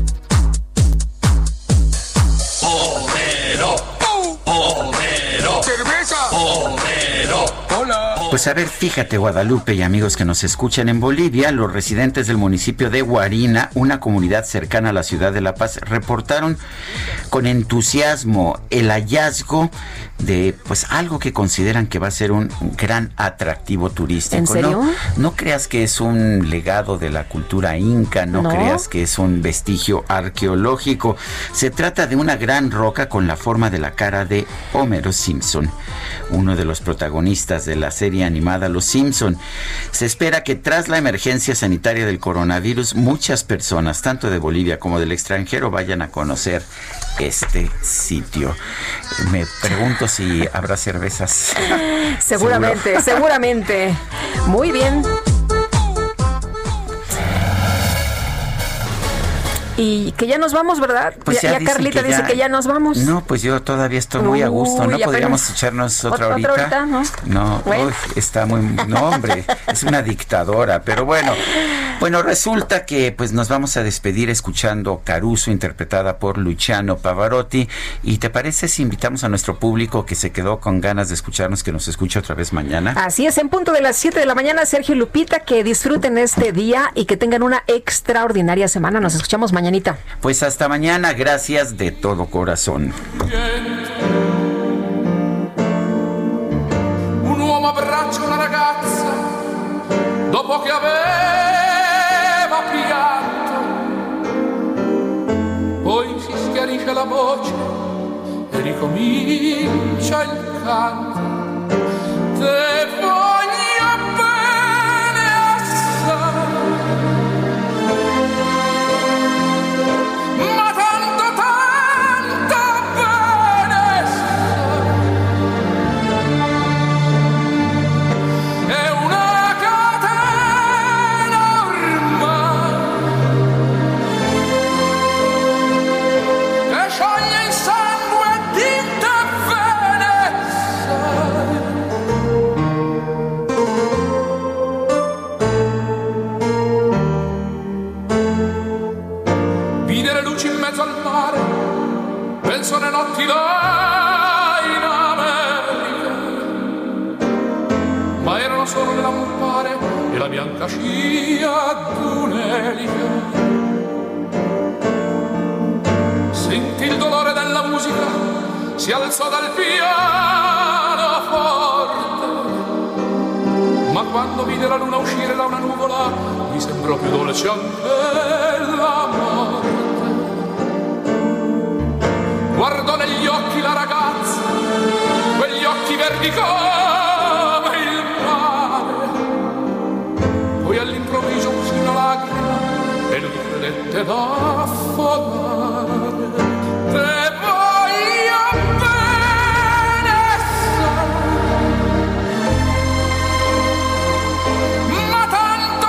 ¡Cerveza! ¡Hola! Pues a ver, fíjate, Guadalupe y amigos que nos escuchan en Bolivia, los residentes del municipio de Guarina, una comunidad cercana a la ciudad de La Paz, reportaron con entusiasmo el hallazgo de pues algo que consideran que va a ser un gran atractivo turístico. ¿En serio? No creas que es un legado de la cultura inca, no creas que es un vestigio arqueológico. Se trata de una gran roca con la forma de la cara de Homero Simpson, uno de los protagonistas de la serie animada Los Simpson. Se espera que tras la emergencia sanitaria del coronavirus, muchas personas, tanto de Bolivia como del extranjero, vayan a conocer este sitio. Me pregunto si habrá cervezas. Seguramente, seguramente. Muy bien. Y que ya nos vamos, ¿verdad? Pues ya Carlita dice que ya nos vamos. No, pues yo todavía estoy muy a gusto. ¿No podríamos echarnos otra ahorita? ¿Otra ahorita? No. Uy, está muy... No, hombre, es una dictadora. Pero bueno, resulta que pues nos vamos a despedir escuchando Caruso, interpretada por Luciano Pavarotti. ¿Y te parece si invitamos a nuestro público que se quedó con ganas de escucharnos, que nos escuche otra vez mañana? Así es, en punto de las 7 de la mañana, Sergio y Lupita, que disfruten este día y que tengan una extraordinaria semana. Nos escuchamos mañanita. Pues hasta mañana, gracias de todo corazón. Un uomo abbraccia una ragazza dopo che aveva pianto, poi si schiarisce la voce e ricomincia il canto. Te voglio bene assai, ma tanto bene sai. È una catena ormai che scioglie il sangue di te bene sai. Vide le luci in mezzo al mare, penso alle notti là in America, ma erano solo le lampare e la bianca scia d'un'elica. Sentì il dolore della musica, si alzò dal pianoforte, ma quando vide la luna uscire da una nuvola, gli sembrò più dolce anche la morte. Guardò negli occhi la ragazza, quegli occhi verdi come il mare, poi all'improvviso uscì una lacrima e lui credette da affogare. Te voglio bene assai, ma tanto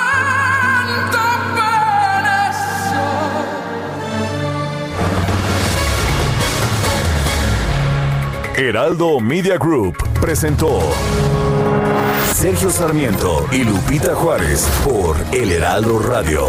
bene sai. Heraldo Media Group presentó Sergio Sarmiento y Lupita Juárez por El Heraldo Radio.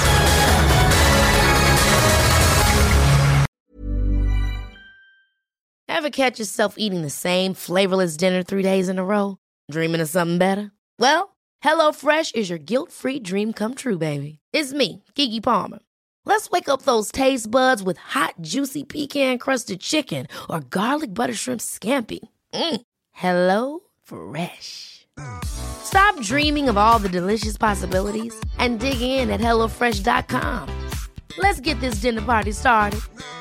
Ever catch yourself eating the same flavorless dinner 3 days in a row? Dreaming of something better? Well, HelloFresh is your guilt-free dream come true, baby. It's me, Keke Palmer. Let's wake up those taste buds with hot, juicy pecan-crusted chicken or garlic butter shrimp scampi. Hello Fresh. Stop dreaming of all the delicious possibilities and dig in at HelloFresh.com. Let's get this dinner party started.